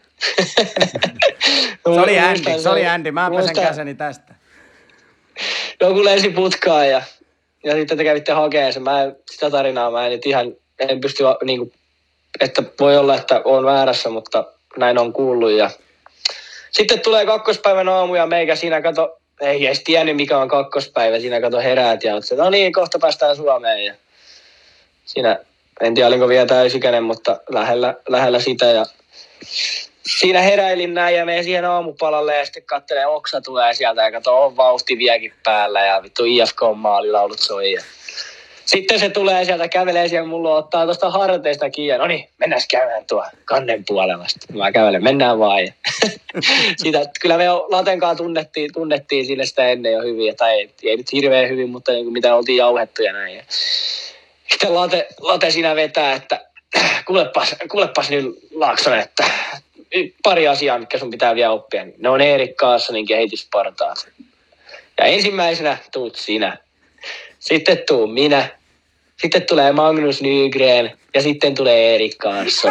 Se oli Andy, se oli Andy. Mä pesen käseni tästä. Joku lensi putkaan ja, ja sitten te kävitte hakemaan sen. Mä en, sitä tarinaa mä en nyt ihan, en pysty, niin kuin, että voi olla, että on väärässä, mutta näin on kuullut. Ja sitten tulee kakkospäivän aamu ja meikä siinä kato, ei edes tiennyt mikä on kakkospäivä, siinä kato heräät ja oot se, no niin, kohta päästään Suomeen. Ja siinä, en tiedä olinko vielä täysikäinen, mutta lähellä, lähellä sitä ja siinä heräilin näin ja menen siihen aamupalalle ja sitten katselen, Oksa tulee sieltä ja kato, on vauhti vieläkin päällä ja vittu I F K-maalilaulut soi. Ja sitten se tulee sieltä, kävelee siellä mulla, ottaa tuosta harteista kiinni. No niin, mennään käymään tuo kannen puolella. Sitten mä kävelen, mennään vaan. Sitä, kyllä me jo Latenkaan tunnettiin, tunnettiin sille sitä ennen jo hyvin. Tai ei, ei nyt hirveän hyvin, mutta niin kuin mitä oltiin jauhettu ja näin. Ja sitten Late, Late siinä vetää, että kuulepas, kuulepas nyt Laaksonen, että pari asiaa, mitkä sun pitää vielä oppia. Ne on Erik Kaassonin kehityspartaat. Ja ensimmäisenä tuut sinä. Sitten tuun minä. Sitten tulee Magnus Nygren. Ja sitten tulee Erik Karlsson.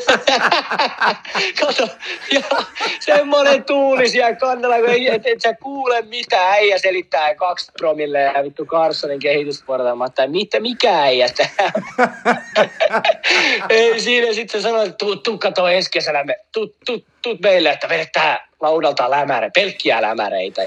Kato, ja semmoinen tuuli siellä kannalla, kun ei, et, et sä kuule mitä äijä selittää kaksi promille ja vittu Karlssonin kehitysportaan. Mä ajattelin, mitä, mikä äijä tää? Ei siinä, sitten se sanoi, että tuu, tuu kato ensi kesänä, me, tuu, tuu, tuu meille, että vedetään laudalta lämäre, pelkkiä lämäreitä.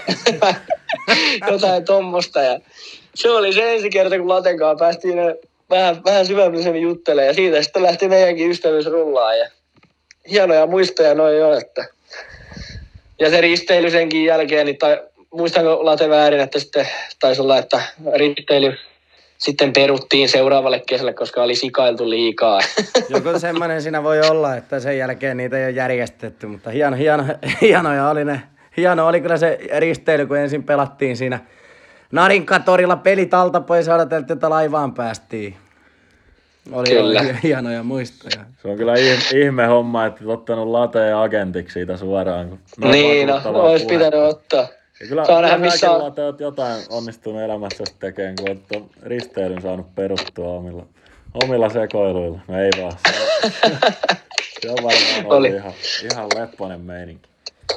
Jotain tommosta ja se oli se ensi kerta, kun Latenkaan päästiin vähän, vähän syvällisemmin juttelemaan ja siitä sitten lähti meidänkin ystävyys rullaan ja hienoja muistoja noin on, että ja se risteily senkin jälkeen, niin tai, muistanko Late väärin, että sitten taisi olla, että risteily sitten peruttiin seuraavalle kesälle, koska oli sikailtu liikaa. Joku semmoinen siinä voi olla, että sen jälkeen niitä ei ole järjestetty, mutta hieno, hieno, hienoja oli ne. Hieno oli kyllä se risteily, kun ensin pelattiin siinä Narinkatorilla pelit alta pois ja odoteltiin, että laivaan päästiin. Oli kyllä hienoja muistoja. Se on kyllä ihme homma, että olet ottanut Lateen agentiksi siitä suoraan. Kun niin, no, olisi pitänyt ottaa. Ja kyllä, Saa kyllä missä on... Late, olet jotain onnistunut elämässä tekemään, kun olet risteilyn saanut peruttua omilla, omilla sekoiluilla. No ei vaan. Se, se on varmaan oli ihan, ihan lepponen meininki.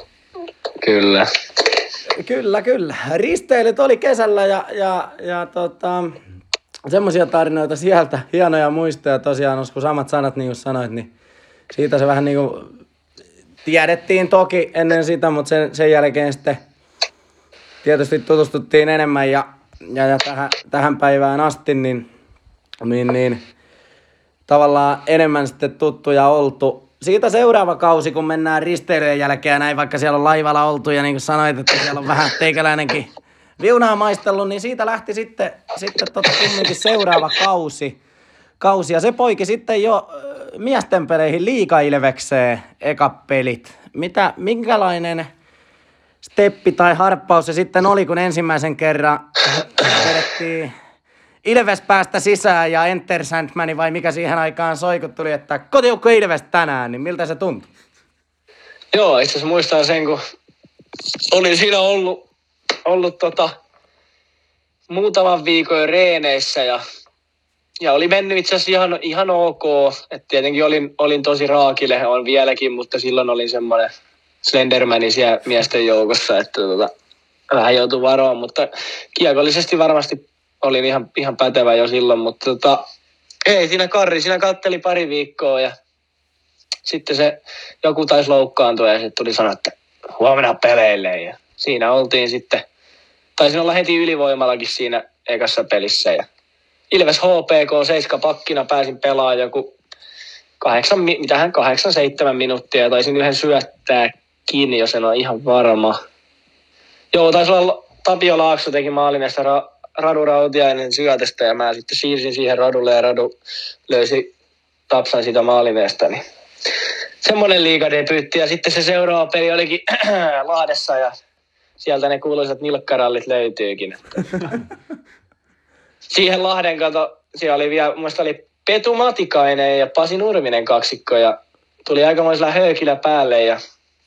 Kyllä. Kyllä, kyllä. Risteilyt oli kesällä ja, ja, ja tota, semmoisia tarinoita sieltä, hienoja muistoja tosiaan, kun samat sanat niin kuin sanoit, niin siitä se vähän niin kuin tiedettiin toki ennen sitä, mutta sen, sen jälkeen sitten tietysti tutustuttiin enemmän ja, ja, ja tähän, tähän päivään asti, niin, niin, niin tavallaan enemmän sitten tuttuja oltu. Siitä seuraava kausi, kun mennään risteilyjen jälkeen ja näin, vaikka siellä on laivalla oltu ja niin kuin sanoit, että siellä on vähän teikäläinenkin viunaa maistellut, niin siitä lähti sitten, sitten tota kumminkin seuraava kausi. kausi. Ja se poiki sitten jo miesten peleihin Liiga-Ilvekseen eka pelit. Mitä, minkälainen steppi tai harppaus se sitten oli, kun ensimmäisen kerran vedettiin Ilves päästä sisään ja Enter Sandman, vai mikä siihen aikaan soi, kun tuli, että kotijoukko Ilves tänään, niin miltä se tuntui? Joo, itse asiassa muistan sen, kun olin siinä ollut, ollut tota, muutaman viikon reeneissä ja, ja oli mennyt itse asiassa ihan, ihan ok. Et tietenkin olin, olin tosi raakile, on vieläkin, mutta silloin olin semmoinen Slendermani siellä miesten joukossa, että tota, vähän joutui varoon, mutta kiekollisesti varmasti olin ihan, ihan pätevä jo silloin, mutta tota, ei siinä Karri, siinä katteli pari viikkoa ja sitten se joku taisi loukkaantua ja sitten tuli sanoa, että huomenna peleille ja siinä oltiin sitten, taisin olla heti ylivoimallakin siinä ekassa pelissä ja Ilves H P K seiska pakkina pääsin pelaamaan joku kahdeksan, mitähän kahdeksan, seitsemän minuuttia ja taisin yhden syöttää kiinni, jos en ole ihan varma. Joo, taisi olla Tapio Laakso teki maalin näistä ra- Radu Rautiainen syötöstä ja mä sitten siirsin siihen Radulle ja Radu löysi Tapsan sitä maalineesta. Niin semmoinen liigadebyytti ja sitten se seuraava peli olikin Lahdessa ja sieltä ne kuuluisat nilkkarallit löytyykin. Siihen Lahden kato, siellä oli vielä, mun mielestä oli Petu Matikainen ja Pasi Nurminen kaksikko ja tuli aikamoisella höykillä päälle ja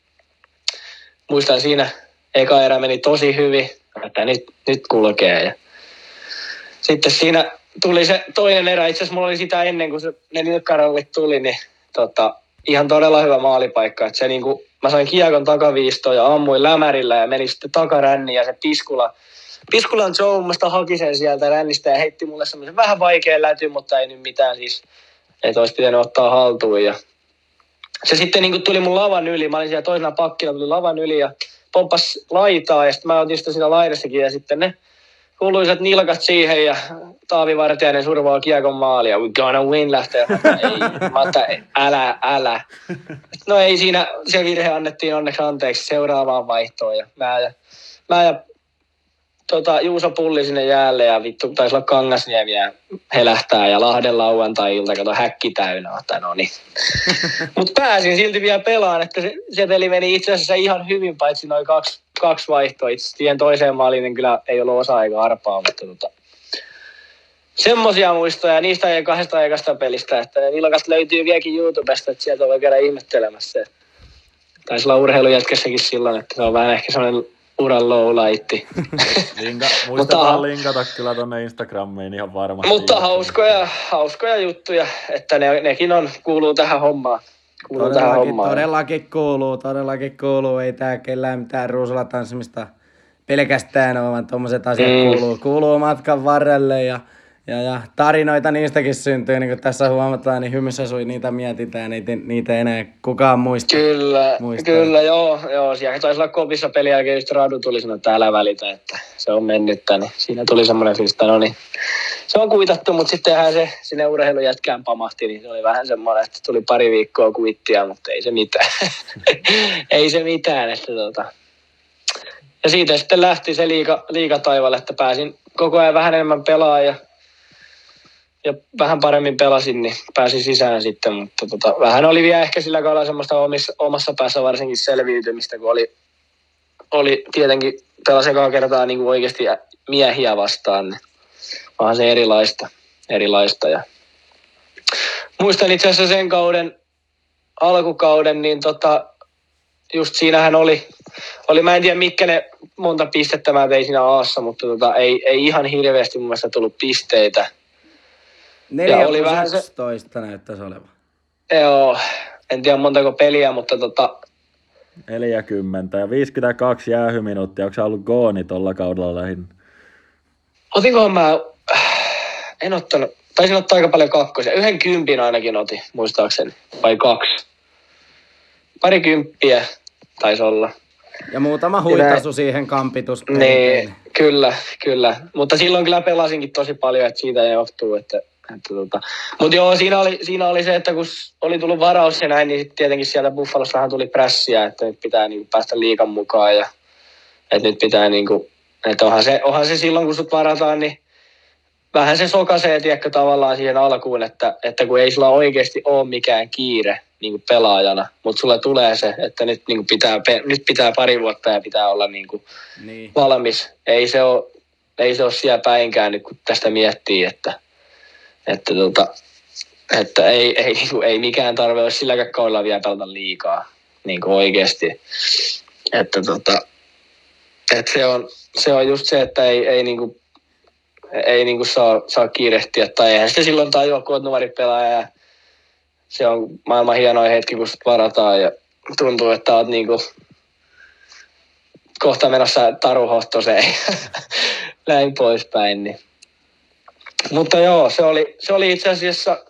muistan siinä eka erä meni tosi hyvin, että nyt, nyt kulkee. Ja sitten siinä tuli se toinen erä, itse asiassa mulla oli sitä ennen kuin se, ne nilkkarallit tuli, niin tota, ihan todella hyvä maalipaikka. Että se niinku, mä sain kiekon takaviistoon ja ammuin lämärillä ja meni sitten takaränni ja se Piskula, Piskulan Joe musta haki sen sieltä rännistä ja heitti mulle semmoisen vähän vaikean lätyn, mutta ei nyt mitään siis, että olisi pitänyt ottaa haltuun. Ja se sitten niinku tuli mun lavan yli, mä olin siellä toisena pakkina, tuli lavan yli ja pomppas laitaa ja sitten mä otin sitä siinä laidassakin ja sitten ne kuuluisat nilkat siihen ja Taavi Vartiainen survaa kiekon maalia. We gonna win lähtee. Mä otan, älä, älä. No ei siinä, se virhe annettiin onneksi anteeksi seuraavaan vaihtoon ja mä ja, mä ja tota, Juuso Pulli sinne jäälle ja vittu taisi olla Kangasniemiä helähtää ja Lahden lauantai-ilta, kato häkki täynnä, että no niin. Mutta pääsin silti vielä pelaan, että se, se peli meni itse asiassa ihan hyvin, paitsi noin kaksi, kaksi vaihtoa. Itse siihen toiseen maaliin niin kyllä ei ollut osa eikä arpaa, mutta tota, semmosia muistoja niistä ei kahdesta ekasta pelistä, että ne nilkat löytyy vieläkin YouTubesta, että sieltä voi käydä ihmettelemässä. Taisi olla urheilujätkässäkin silloin, että se on vähän ehkä semmoinen uran lowlightti. Linka, muistetaan linkata kyllä tonne Instagramiin ihan varmasti. Mutta hauskoja, hauskoja juttuja, että ne, nekin on, kuuluu tähän hommaan. Kuuluu todellakin, tähän hommaan. todellakin kuuluu, todellakin kuuluu. Ei tää kellään mitään ruusulla tanssimista pelkästään ole, vaan tommoset asiat mm. kuuluu, kuuluu matkan varrelle ja Ja, ja tarinoita niistäkin syntyy, niin kuin tässä huomataan, niin hymyssä sui niitä mietitään, niitä, niitä ei enää kukaan muista. Kyllä, muista. kyllä, joo, joo. Siellä taisi olla kopissa pelin jälkeen, just Radu tuli sanoa, että älä välitä, että se on mennyttä, niin siinä tuli semmoinen fiilis, että no niin, se on kuitattu, mutta sittenhän se sinne urheilujätkään pamahti, niin se oli vähän semmoinen, että tuli pari viikkoa kuittia, mutta ei se mitään. ei se mitään, että tota. Ja siitä sitten lähti se liiga, liigataivalle, että pääsin koko ajan vähän enemmän pelaamaan ja Ja vähän paremmin pelasin, niin pääsin sisään sitten, mutta tota, vähän oli vielä ehkä sillä kaudella semmoista omissa, omassa päässä varsinkin selviytymistä, kun oli, oli tietenkin pelasin ekaa kertaa niin kuin oikeasti miehiä vastaan, niin vähän se erilaista, erilaista. Ja muistan itse asiassa sen kauden, alkukauden, niin tota, just siinähän oli, oli, mä en tiedä mitkä ne monta pistettä mä tein siinä Aassa, mutta tota, ei, ei ihan hirveästi mun mielestä tullut pisteitä. neljä plus yksitoista näyttäisi olevan. Joo, en tiedä montako peliä, mutta tota... neljäkymmentä ja viisikymmentäkaksi jäähyminuuttia. Onko se ollut gooni tuolla kaudella lähinnä? Otinkohan mä... En ottanut... Taisin ottaa aika paljon kakkosia. Yhden kympin ainakin otin, muistaakseni. Vai kaksi. Pari kymppiä taisi olla. Ja muutama huitasu ja siihen kampitus. Niin, kyllä, kyllä. Mutta silloin kyllä pelasinkin tosi paljon, että siitä ei johtuu, että... Tota. Mutta joo, siinä oli, siinä oli se, että kun oli tullut varaus ja näin, niin sitten tietenkin sieltä Buffalossahan tuli prässiä, että nyt pitää niinku päästä liigan mukaan ja että nyt pitää niinku, että onhan se, onhan se silloin kun sut varataan, niin vähän se sokaisee, tiedätkö, tavallaan siihen alkuun, että, että kun ei sulla oikeasti ole mikään kiire niinku pelaajana, mutta sulle tulee se, että nyt, niinku pitää, nyt pitää pari vuotta ja pitää olla niinku niin valmis. Ei se ole, ei se ole siellä päinkään nyt, kun tästä miettii, että Että, tota, että ei, ei, ei mikään tarve olisi silläkään kaudella vielä pelata liikaa niin kuin oikeasti. Että, tota, että se, on, se on just se, että ei, ei, niin kuin, ei niin kuin saa, saa kiirehtiä. Tai eihän sitä silloin tajua, kun olet nuori pelaaja. Ja se on maailman hienoin hetki, kun sut varataan ja tuntuu, että olet niin kuin kohta menossa taruhohtoseen näin poispäin. Niin. Mutta joo, se oli, se oli itse asiassa,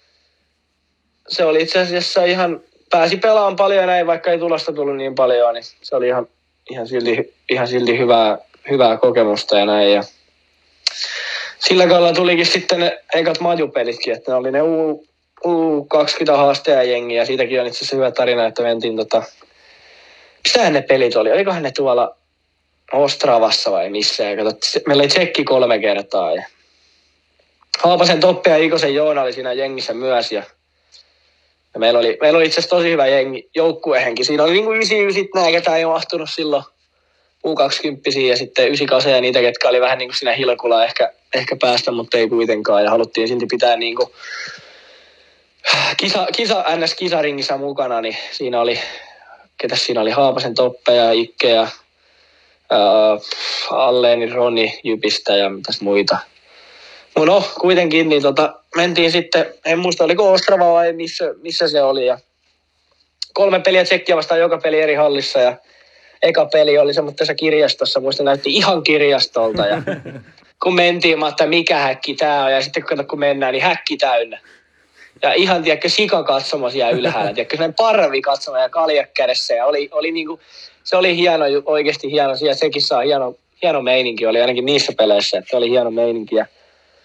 se oli itse asiassa ihan, pääsi pelaamaan paljon näin, vaikka ei tulosta tullut niin paljon, niin se oli ihan, ihan silti, ihan silti hyvää, hyvää kokemusta ja näin. Ja sillä kaudella tulikin sitten ne ekat majupelitkin, että ne oli ne U, U kaksikymmentä haastajajengi ja siitäkin on itse asiassa hyvä tarina, että mentiin tota, mistähän ne pelit oli, olikohan ne tuolla Ostravassa vai missä, ja katsot, meillä oli tsekki kolme kertaa ja Haapasen Toppe ja Ikosen Joona oli siinä jengissä myös ja, ja meillä oli, meillä oli itse asiassa tosi hyvä jengi, joukkuehenki. Siinä oli niinku yhdeksänkymmentä nää, ketä ei mahtunut silloin U kaksikymmentä ja sitten yhdeksänkymmentäkahdeksan ja niitä, ketkä oli vähän niinku siinä hilkulla ehkä, ehkä päästä, mutta ei kuitenkaan. Ja haluttiin silti pitää niinku kisa, kisa, N S-kisaringissä mukana, niin siinä oli, ketäs siinä oli, Haapasen Toppe ja Ikke ja ää, Alleeni Roni Jypistä ja mitäs muita. No kuitenkin, niin tota, mentiin sitten, en muista oliko Ostrava vai missä, missä se oli. Ja kolme peliä tsekkiä vastaan, joka peli eri hallissa ja eka peli oli semmoisessa kirjastossa, muista näytti ihan kirjastolta. Ja kun mentiin, mä että mikä häkki tää on ja sitten kun, kun mennään, niin häkki täynnä. Ja ihan, tiedätkö, sikakatsomo siellä ylhäällä, tiedätkö, sellainen parvi katsomo ja kalja kädessä. Ja oli, oli niinku, se oli hieno, oikeasti hieno, ja sekin saa hieno, hieno meininki, oli ainakin niissä peleissä, että oli hieno meininki. Ja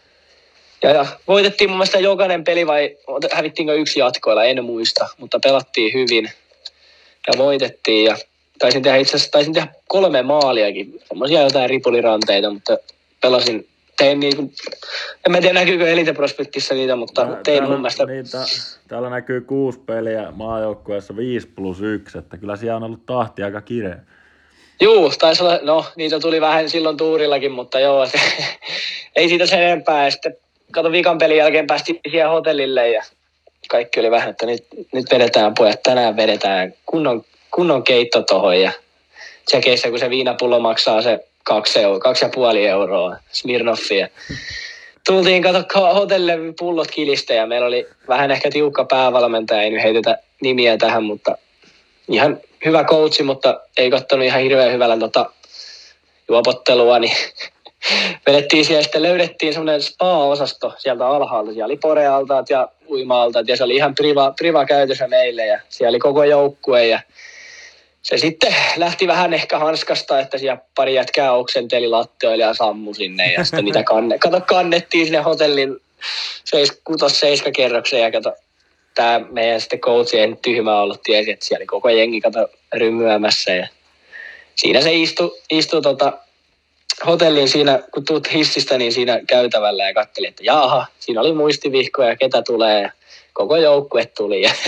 Ja, ja voitettiin mun mielestä jokainen peli vai hävittiinkö yksi jatkoilla, en muista, mutta pelattiin hyvin ja voitettiin ja taisin tehdä itse asiassa taisin tehdä kolme maaliakin, semmoisia jotain ripuliranteita, mutta pelasin, tein niin kuin, en mä tiedä näkyykö Elite Prospectissa niitä, mutta Tää, tein täällä, mun mielestä. niitä, täällä näkyy kuusi peliä maajoukkueessa viisi plus yksi, että kyllä siellä on ollut tahti aika kireä. Juu, taisi olla, no niitä tuli vähän silloin tuurillakin, mutta joo, se, ei siitä sen enempää ja sitten kato, viikan pelin jälkeen päästiin siihen hotellille ja kaikki oli vähän, että nyt, nyt vedetään pojat, tänään vedetään kunnon, kunnon keitto tohon. Ja tsekeissä, kun se viinapullo maksaa se kaksi, euro, kaksi ja puoli euroa, Smirnoffia. Tultiin, kato, hotellille pullot kilistä ja meillä oli vähän ehkä tiukka päävalmentaja, ei nyt heitetä nimiä tähän, mutta ihan hyvä coachi, mutta ei kattonut ihan hirveän hyvällä tota, juopottelua, niin vedettiin siellä, sitten löydettiin semmoinen spa-osasto sieltä alhaalta. Siellä oli porealtaat ja uima-altaat ja se oli ihan priva, priva käytössä meille ja siellä oli koko joukkue ja se sitten lähti vähän ehkä hanskasta, että siellä pari jätkää oksenteli latteille ja sammu sinne ja sitten niitä kanne, kato, kannettiin sinne hotellin seis, kutos seiska kerrokseen ja kato, tää meidän sitten coachi ei nyt tyhmää ollut, tiesi, että siellä oli koko jengi kato rymyämässä ja siinä se istui, istui tota, hotellin siinä, kun tuut hissistä, niin siinä käytävällä ja katselin, että jaha, siinä oli muistivihkoja, ketä tulee ja koko joukkue tuli. Ja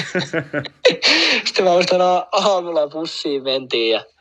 sitten mä muistan, että aamulla bussiin mentiin ja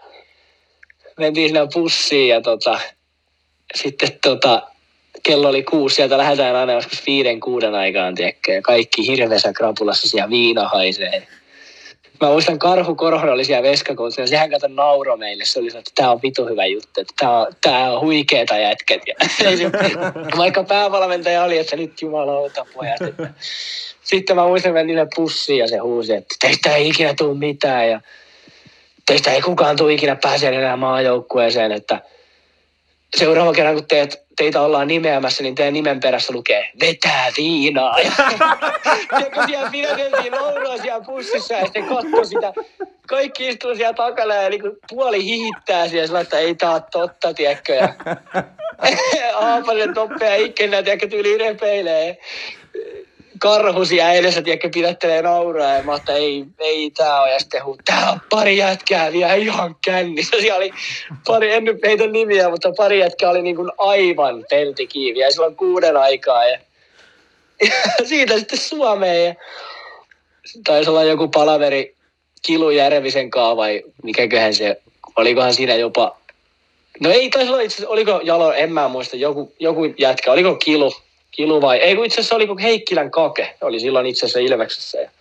mentiin siinä bussiin ja tota, sitten tota, kello oli kuusi, sieltä lähdetään aina joskus viiden, kuuden aikaan, tiedätkö, ja kaikki hirveässä krapulassa siellä viina haisee. Mä muistan, Karhu Korhonen oli siellä veskakoulussa ja sehän kato nauro meille. Se oli sanonut, että tää on vitu hyvä juttu, että tää on, tää on huikeeta jätket. Ja vaikka päävalmentaja oli, että nyt jumalauta pojat. Että. Sitten mä muistan, että niille pussiin ja se huusi, että teistä ei ikinä tule mitään ja teistä ei kukaan tule ikinä pääsee enää maajoukkueeseen, että seuraava kerran kun teet, teitä ollaan nimeämässä, niin teidän nimen perässä lukee vetää viinaa. Ja kun siellä pidäteltiin nauraa siellä bussissa ja sitten katsoi sitä. Kaikki istuu siellä takana ja niin puoli hihittää siellä, että ei tää ole totta, tiedätkö. Ja Aapanen, Toppe ja Ikkenä, tiedätkö, tyyli repeilee. Karhu siellä edessä, tiedätkö, pidättelee nauraa ja mä että ei, ei tää on. Ja sitten huu, tää on pari jätkää vielä ihan kännissä. Siellä oli pari, en nyt heitä nimiä, mutta pari jätkää oli niin kuin aivan peltikiiviä. Ja silloin kuuden aikaa ja, ja siitä sitten Suomeen. Ja taisi olla joku palaveri Kilu Järvisen kaa vai mikäköhän se, olikohan siinä jopa, no ei taisi olla itse asiassa, oliko Jalo, en mä muista, joku, joku jätkä, oliko Kilu. Kilu vai, ei kun itse asiassa oliko Heikkilän Kake, oli silloin itse asiassa Ilveksessä. Ja,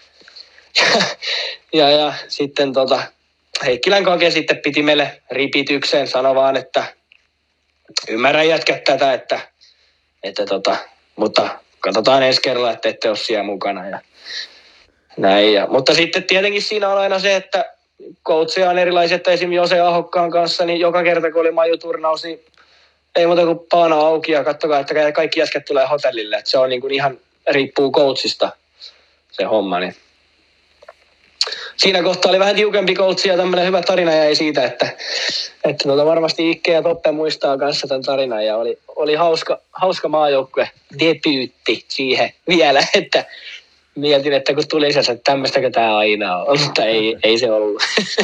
ja, ja sitten tota, Heikkilän Kake sitten piti meille ripitykseen, sanoi vaan, että ymmärrän jätkät tätä, että, että tota, mutta katsotaan ensi kerralla, että ette ole siellä mukana. Ja näin. Ja, mutta sitten tietenkin siinä on aina se, että coachia on erilaisia, että esimerkiksi Jose Ahokkaan kanssa, niin joka kerta kun oli majuturnaus, niin ei muuta kuin paana auki ja katsokaa, että kaikki jätkät tulee hotellille. Että se on niin kuin ihan, riippuu coachista se homma. Niin. Siinä kohtaa oli vähän tiukempi coach ja tämmöinen hyvä tarina jäi siitä, että, että tuota varmasti Ikke ja Toppe muistaa kanssa tämän tarinan. Ja oli, oli hauska, hauska maajoukkue debyytti siihen vielä, että mietin, että kun tuli se, että tämmöistäkö tämä aina on, mutta ei, ei se ollut.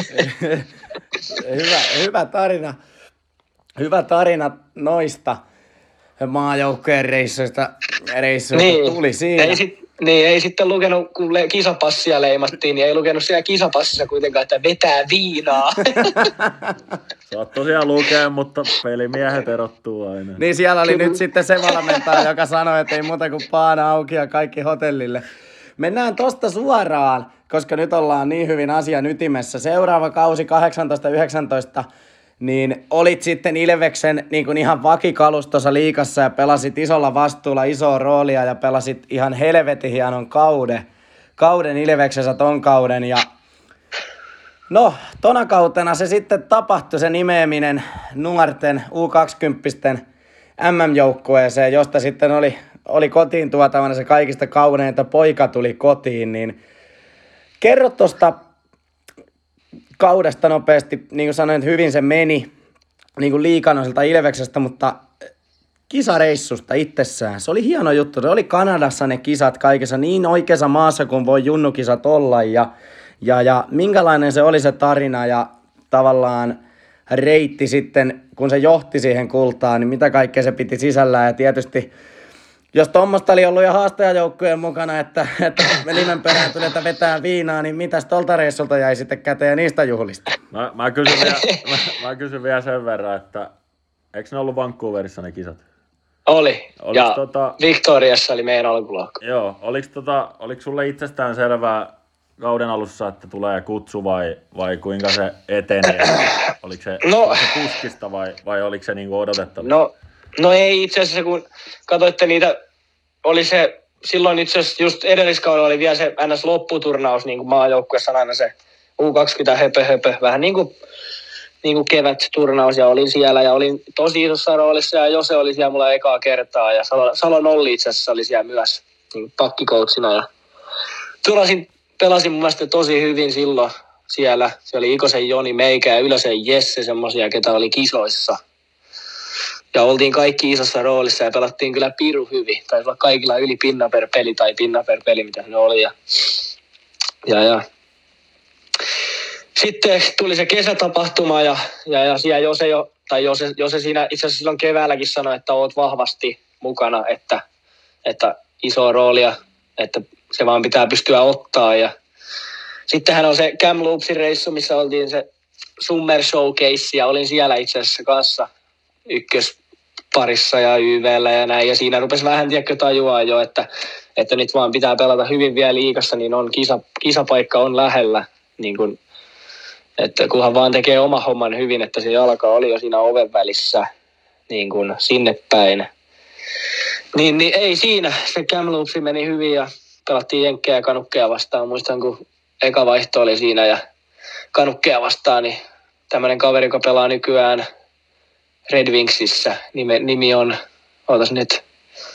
hyvä, hyvä tarina. Hyvä tarina noista maajoukkojen reissuista, reissuista niin, tuli siinä. Ei sit, niin, ei sitten lukenut, kun le- kisapassia leimattiin, niin ei lukenut siellä kisapassissa kuitenkaan, että vetää viinaa. Saat tosiaan lukea, mutta pelimiehet erottuu aina. Niin siellä oli nyt sitten se valmentaja, joka sanoi, että ei muuta kuin paana auki ja kaikki hotellille. Mennään tosta suoraan, koska nyt ollaan niin hyvin asian ytimessä. Seuraava kausi kahdeksantoista yhdeksäntoista, niin olit sitten Ilveksen niin kuin ihan vakikalustossa liigassa ja pelasit isolla vastuulla isoa roolia ja pelasit ihan helvetin hienon kauden. Kauden Ilveksessä ton kauden ja no, tona kautena se sitten tapahtui se nimeäminen nuorten U kaksikymmentä M M-joukkueeseen, josta sitten oli, oli kotiin tuotavana se kaikista kaunein, että poika tuli kotiin, niin kerro tuosta kaudesta nopeasti, niin kuin sanoin, että hyvin se meni niin kuin liikanoiselta Ilveksestä, mutta kisareissusta itsessään, se oli hieno juttu, se oli Kanadassa ne kisat kaikessa niin oikeassa maassa kuin voi junnukisat olla ja Ja, ja minkälainen se oli se tarina ja tavallaan reitti sitten, kun se johti siihen kultaan, niin mitä kaikkea se piti sisällään. Ja tietysti, jos tuommoista oli ollut jo haastajajoukkojen mukana, että, että nimen perään tuli, että vetää viinaa, niin mitäs tolta reissulta jäi sitten käteen niistä juhlista? Mä, mä, kysyn vielä, mä, mä kysyn vielä sen verran, että eikö ne ollut Vancouverissa ne kisat? Oli, Oliks ja tota, Victoriassa oli meidän alkulohko. Joo, oliko, tota, oliko sulle itsestään selvää kauden alussa, että tulee kutsu vai, vai kuinka se eteni? Oliko se, no, se puskista vai, vai oliko se niinku odotettava? No, no ei itse asiassa, kun katsoitte niitä, oli se, silloin itse asiassa just edelliskaudella oli vielä se N S-lopputurnaus, niin kuin maajoukkuessa aina se U kaksikymmentä höpö höpö, vähän niin kuin, niin kuin kevät-turnaus, ja olin siellä ja olin tosi isossa roolissa, ja Jose oli siellä mulla ekaa kertaa, ja Salo, Salon Olli itse asiassa oli siellä myös niin pakkikoutsina, ja tulasin Pelasin mun mielestä tosi hyvin silloin siellä. Se oli Ikosen Joni, meikä ja Ylösen Jesse, semmosia, ketä oli kisoissa. Ja oltiin kaikki isossa roolissa ja pelattiin kyllä piru hyvin. Taisi olla kaikilla yli pinna per peli tai pinna per peli, mitä ne oli. Ja, ja, ja. Sitten tuli se kesätapahtuma ja, ja, ja siellä Jose, jo, tai Jose, Jose siinä itse asiassa silloin keväälläkin sanoi, että oot vahvasti mukana, että, että isoa roolia, että se vaan pitää pystyä ottaa. Ja sittenhän on se Kamloopsin reissu, missä oltiin se Summer Showcase, ja olin siellä itse asiassa kanssa ykkösparissa ja Y V:llä ja näin. Ja siinä rupesi vähän tiedäkö tajua jo, että, että nyt vaan pitää pelata hyvin vielä liigassa, niin on kisa, kisapaikka on lähellä. Niin kun, että kunhan vaan tekee oma homman hyvin, että se jalka oli jo siinä oven välissä niin kun sinne päin. Niin, niin ei siinä. Se Kamloopsi meni hyvin ja pelattiin jenkkejä ja kanukkeja vastaan. Muistan, kun eka vaihto oli siinä ja kanukkeja vastaan, niin tämmöinen kaveri, joka pelaa nykyään Red Wingsissä. Nime, nimi on, ootas nyt,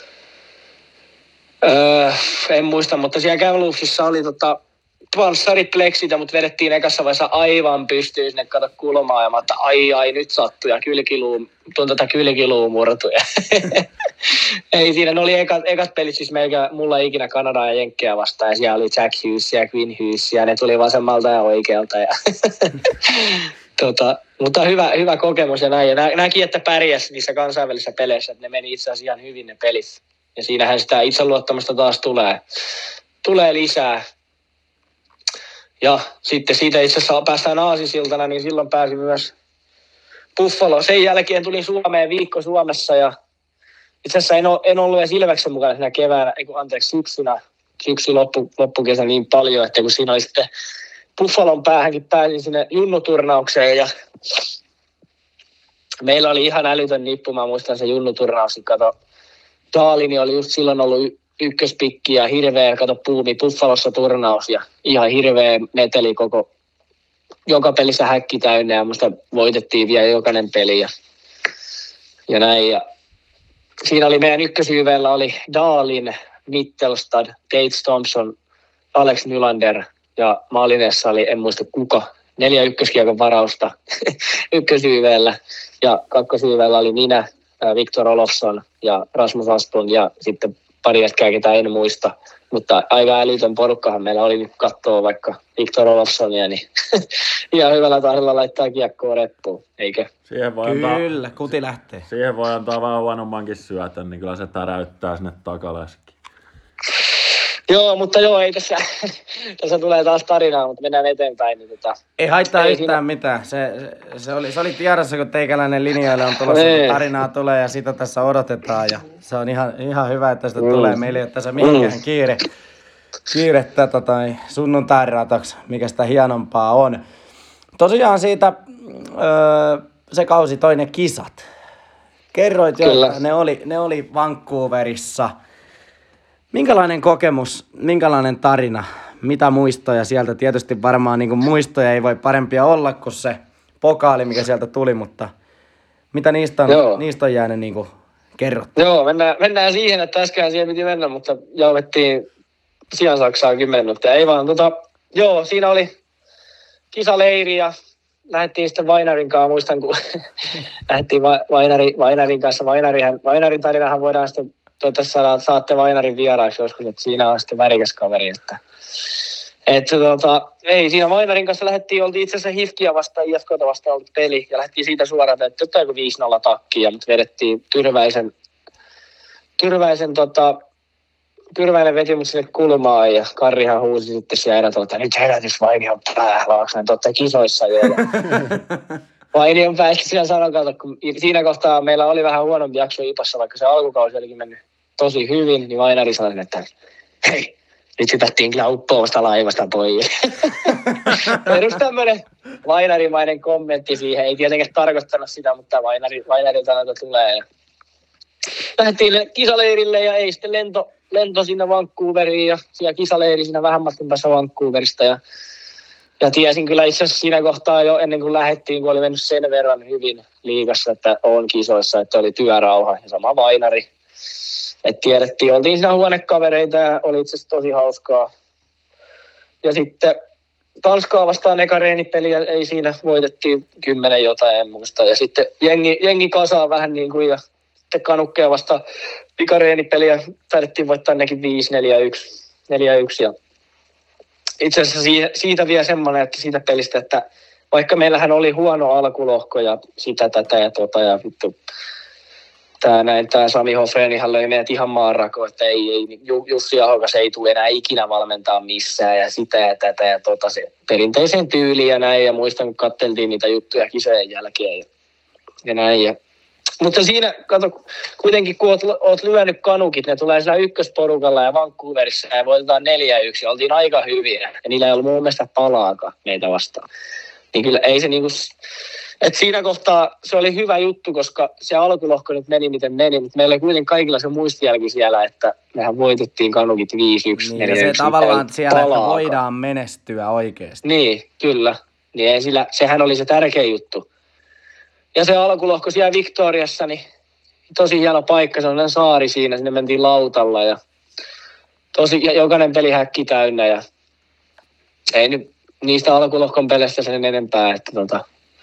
öö, en muista, mutta siellä Kamloopsissa oli tota, panssarit pleksit, mutta vedettiin ekassa vaiheessa aivan pystyyn sinne kato kulmaa. Ja mä että ai ai nyt sattui ja kylkiluu, tuon tätä kylkiluu murtuja. Ei siinä, ne oli ekat, ekat pelit siis meikä, mulla ikinä Kanadaa ja Jenkkejä vastaan. Ja siellä oli Jack Hughes ja Quinn Hughes ja ne tuli vasemmalta ja oikealta. Ja tota, mutta hyvä, hyvä kokemus ja näin. Ja nä, näki, että pärjäs niissä kansainvälisissä peleissä, että ne meni itse asiassa ihan hyvin ne pelit. Ja siinähän sitä itseluottamusta taas tulee, tulee lisää. Ja sitten siitä itse asiassa päästään Aasisiltana, niin silloin pääsi myös Buffalo. Sen jälkeen tulin Suomeen viikko Suomessa ja itse asiassa en, ole, en ollut edes Ilveksen mukana siinä keväänä, ei kun anteeksi syksynä, syksy loppu, loppukesä niin paljon, että kun siinä oli sitten Buffalon päähänkin pääsin sinne junnuturnaukseen ja meillä oli ihan älytön nippu, mä muistan se junnuturnaus, niin kato, Daalini oli just silloin ollut ykköspikki ja hirveä, kato puumi, Buffalossa turnaus ja ihan hirveä meteli koko, joka pelissä häkki täynnä ja musta voitettiin vielä jokainen peli ja ja näin. Ja siinä oli meidän ykkösyyveellä oli Daalin, Mittelstad, Tates Thompson, Alex Nylander ja maalineessa oli, en muista kuka, neljä ykköskiekon varausta ykkösyyveellä ja kakkosyyveellä oli minä, Victor Olofsson ja Rasmus Asplund ja sitten pari jätkää, ketä en muista. Mutta aika älytön porukkahan meillä oli nyt katsoa vaikka Victor Olofssonia, niin ihan hyvällä tahdella laittaa kiekkoa reppuun, eikö? Siihen voi antaa, Kyllä, kuti lähtee. siihen voi antaa vähän huonommankin syötön, niin kyllä se täräyttää sinne takaleskin. Joo, mutta joo, ei tässä, tässä tulee taas tarinaa, mutta mennään eteenpäin. Niin tota, Ei haittaa ei yhtään siinä mitään. Se, se, se, oli, se oli tiedossa, kun teikäläinen linjoille on tulossa, Ei. kun tarinaa tulee ja sitä tässä odotetaan. Ja se on ihan, ihan hyvä, että sitä Mm. tulee. Meillä ei ole tässä mihinkään Mm. kiire, kiire tätä tai sunnuntairatoksi, mikä sitä hienompaa on. Tosiaan siitä öö, se kausi toinen kisat. Kerroit jo, Kyllä. että ne oli, ne oli Vancouverissa. Minkälainen kokemus, minkälainen tarina, mitä muistoja sieltä? Tietysti varmaan niin kuin muistoja ei voi parempia olla kuin se pokaali, mikä sieltä tuli, mutta mitä niistä on, Joo. niistä on jäänyt niin kuin kerrottu? Joo, mennään, mennään siihen, että äsken siihen piti mennä, mutta jauhettiin Sian Saksaa kymmenen minuuttia. Ei vaan, tota, joo, siinä oli kisaleiri ja lähdettiin sitten Vainarin kanssa, muistan kun lähdettiin Va- Vainari, Vainarin kanssa. Vainarihan, Vainarin tarinahan voidaan sitten, toivottavasti saada- saatte Vainarin vieraaksi joskus, että siinä on sitten värikäs kaveri. Että, että tota, ei, siinä Vainarin kanssa lähdettiin, oltiin itse asiassa Hifkiä vastaan, I F K:ta vastaan ollut peli, ja lähdettiin siitä suoraan, että jotain viisi nolla takkia, mutta vedettiin Tyrväisen, Tyrväisen tota, Tyrväinen veti mut sinne kulmaan ja Karrihan huusi sitten siellä erät, että nyt herätys Vaini on päällä, onko näin totta kisoissa jo. Ja Vaini on päässyt siellä sanon kautta, kun siinä kohtaa meillä oli vähän huonompi jakso Ipassa, vaikka se alkukausi olikin mennyt tosi hyvin, niin Vainari sanoi, että hei, nyt hypättiin kyllä uppousta laivasta pois. Perus tämmöinen Vainarimainen kommentti siihen, ei tietenkään tarkoittanut sitä, mutta Vainari, Vainarilta näitä tulee. Ja lähdettiin kisaleirille ja ei sitten lento, lento sinne Vancouveriin ja siellä kisaleiri siinä vähän matkan päässä Vancouverista. Ja, ja tiesin kyllä itse asiassa siinä kohtaa jo ennen kuin lähdettiin, kun oli mennyt sen verran hyvin liigassa, että on kisoissa, että oli työrauha ja sama Vainari. Että tiedettiin, oltiin siinä huonekavereita ja oli itse asiassa tosi hauskaa. Ja sitten Tanskaa vastaan eka reenipeli ja ei siinä voitettiin kymmenen jotain, en muista. Ja sitten jengi, jengi kasaa vähän niin kuin ja sitten Kanukkeja vasta pikareenipeliä taidettiin voittaa nekin viisi neljä yksi. neljä yksi ja itse asiassa siitä, siitä vielä semmoinen, että siitä pelistä, että vaikka meillähän oli huono alkulohko ja sitä tätä ja tota ja vittu, tää näin, tää Sami Hofrenihan löi meidät ihan maanrakoon, että ei, ei, Jussi Ahokas ei tule enää ikinä valmentaa missään ja sitä ja tätä ja tota se perinteiseen tyyliin ja näin ja muistan, kun katteltiin niitä juttuja kisojen jälkeen ja, ja näin ja mutta siinä, kato, kuitenkin kun oot, oot lyönyt kanukit, ne tulee siellä ykkösporukalla ja Vancouverissa ja voitetaan neljä yksi, ja oltiin aika hyviä. Ja niillä ei ollut mun mielestä palaakaan meitä vastaan. Niin kyllä ei se niinku, että siinä kohtaa se oli hyvä juttu, koska se alkulohko nyt meni miten meni, mutta meillä oli kuitenkin kaikilla se muistijälki siellä, että mehän voitettiin kanukit viisi yksi, Niin, neljä ja se yksi. tavallaan siellä, että palaakaan. voidaan menestyä oikeasti. Niin, kyllä. Niin ei sillä, sehän oli se tärkeä juttu. Ja se alkulohko siellä Victoriassa, niin tosi hieno paikka, se on saari siinä, sinne mentiin lautalla ja tosi, ja jokainen peli häkki täynnä ja ei nyt niistä alkulohkon peleistä sen enempää, että tota,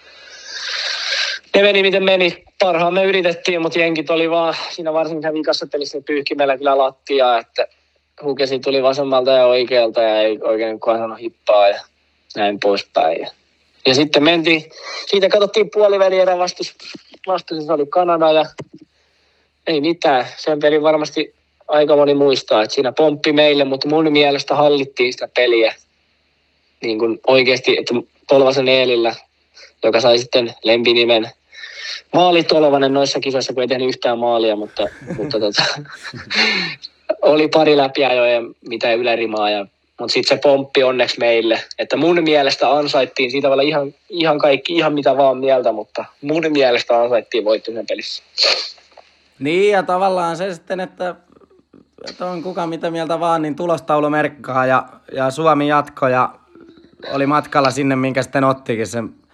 ne meni miten meni, parhaan me yritettiin, mutta jenkit oli vaan siinä varsinkin vikassa pelissä pyyhkimällä kyllä lattiaa, että Hukesi tuli vasemmalta ja oikealta ja ei oikein kukaan sano hippaa ja näin poispäin. Ja Ja sitten mentiin, siitä katsottiin puolivälierä vastus, vastus, se oli Kanada ja ei mitään. Sen pelin varmasti aika moni muistaa, että siinä pomppi meille, mutta mun mielestä hallittiin sitä peliä niin kuin oikeasti, että Tolvasen Eelillä, joka sai sitten lempinimen Maali Tolvanen noissa kisoissa, kun ei tehnyt yhtään maalia, mutta, mutta tota, oli pari läpiajoja, mitä ylärimaa ja mutta sitten se pomppi onneksi meille, että mun mielestä ansaittiin, siitä voi olla ihan, ihan kaikki, ihan mitä vaan mieltä, mutta mun mielestä ansaittiin voitto sen pelissä. Niin, ja tavallaan se sitten, että, että on kuka mitä mieltä vaan, niin tulostaulu merkkaa ja, ja Suomi jatko ja oli matkalla sinne, minkä sitten ottikin sen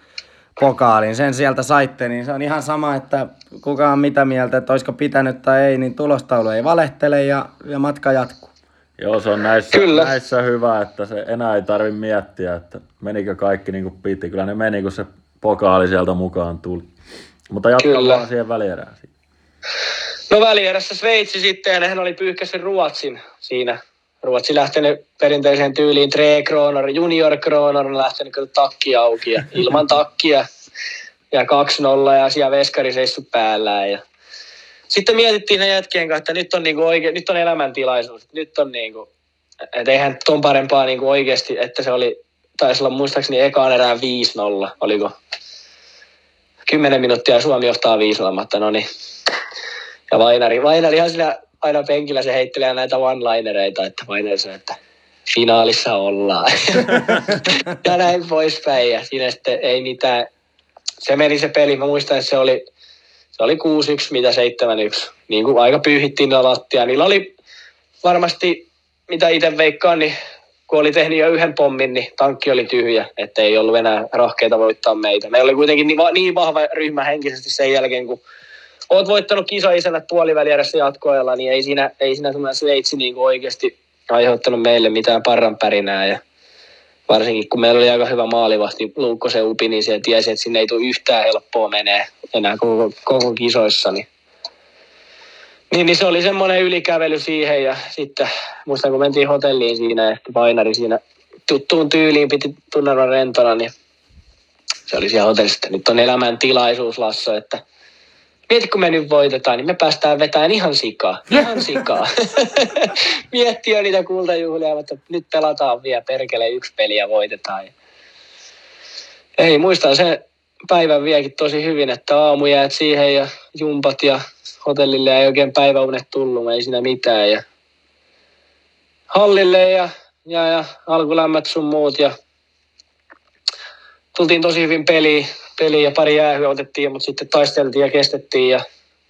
pokaalin. Sen sieltä saitte, niin se on ihan sama, että kuka on mitä mieltä, että olisiko pitänyt tai ei, niin tulostaulu ei valehtele ja, ja matka jatkuu. Joo, se on näissä, Kyllä. näissä hyvä, että se enää ei tarvitse miettiä, että menikö kaikki niin kuin piti. Kyllä ne meni, kun se pokaali sieltä mukaan tuli. Mutta jatkaa vaan siihen välierään. No välierässä Sveitsi sitten, ja nehän oli pyyhkässyt Ruotsin siinä. Ruotsi lähtenyt perinteiseen tyyliin tre kronor, junior kronor, on lähtenyt kyllä takki auki ja ilman takkia. Ja kaksi nolla ja siellä veskari seissu päällään. Ja sitten mietittiin ne jätkien kanssa, että nyt on, niinku oike, nyt on elämäntilaisuus. Nyt on niinku, että eihän ton parempaa niinku oikeasti, että se oli, taisi olla muistaakseni ekaan erään viisi nolla, oliko? Kymmenen minuuttia Suomi johtaa viisi nolla, no niin. Ja Vainari, Vainarihan siinä aina penkillä se heittelee näitä one-linereita, että Vainari sanoo, että finaalissa ollaan. Ja näin poispäin. Ja siinä sitten ei mitään. Se meni se peli. Mä muistan, että se oli, se oli kuusi yksi, mitä seitsemän yksi. Niin kuin aika pyyhittiin niillä lattia. Niillä oli varmasti, mitä itse veikkaan, niin kun oli tehnyt jo yhden pommin, niin tankki oli tyhjä. Että ei ollut enää rahkeita voittaa meitä. Meillä oli kuitenkin niin, niin vahva ryhmä henkisesti sen jälkeen, kun oot voittanut kisoisenät puolivälierässä jatkoajalla, niin ei siinä, ei siinä semmoinen Sveitsi niin kuin oikeasti aiheuttanut meille mitään parranpärinää. Ja varsinkin kun meillä oli aika hyvä maalivahti Luukkosen Upi, niin se tiesi, että sinne ei tule yhtään helppoa menee enää koko, koko kisoissa. Niin. Niin, niin se oli semmoinen ylikävely siihen ja sitten muistan kun mentiin hotelliin siinä ja Vainari siinä tuttuun tyyliin piti tunnelman rentona, niin se oli siellä hotellissa, että nyt on elämän tilaisuus Lasso, että mieti, kun me nyt voitetaan, niin me päästään vetämään ihan sikaa. Ihan sikaa. Mietti jo niitä kultajuhlia, että nyt pelataan vielä perkele yksi peli ja voitetaan. Ei, muistan sen päivän vieläkin tosi hyvin, että aamujäät siihen ja jumpat ja hotellille ei oikein päiväunet tullut, ei siinä mitään. Ja hallille ja, ja, ja alkulämmät sun muut ja tultiin tosi hyvin peliin. Peli ja pari jäähyä otettiin, mutta sitten taisteltiin ja kestettiin. Ja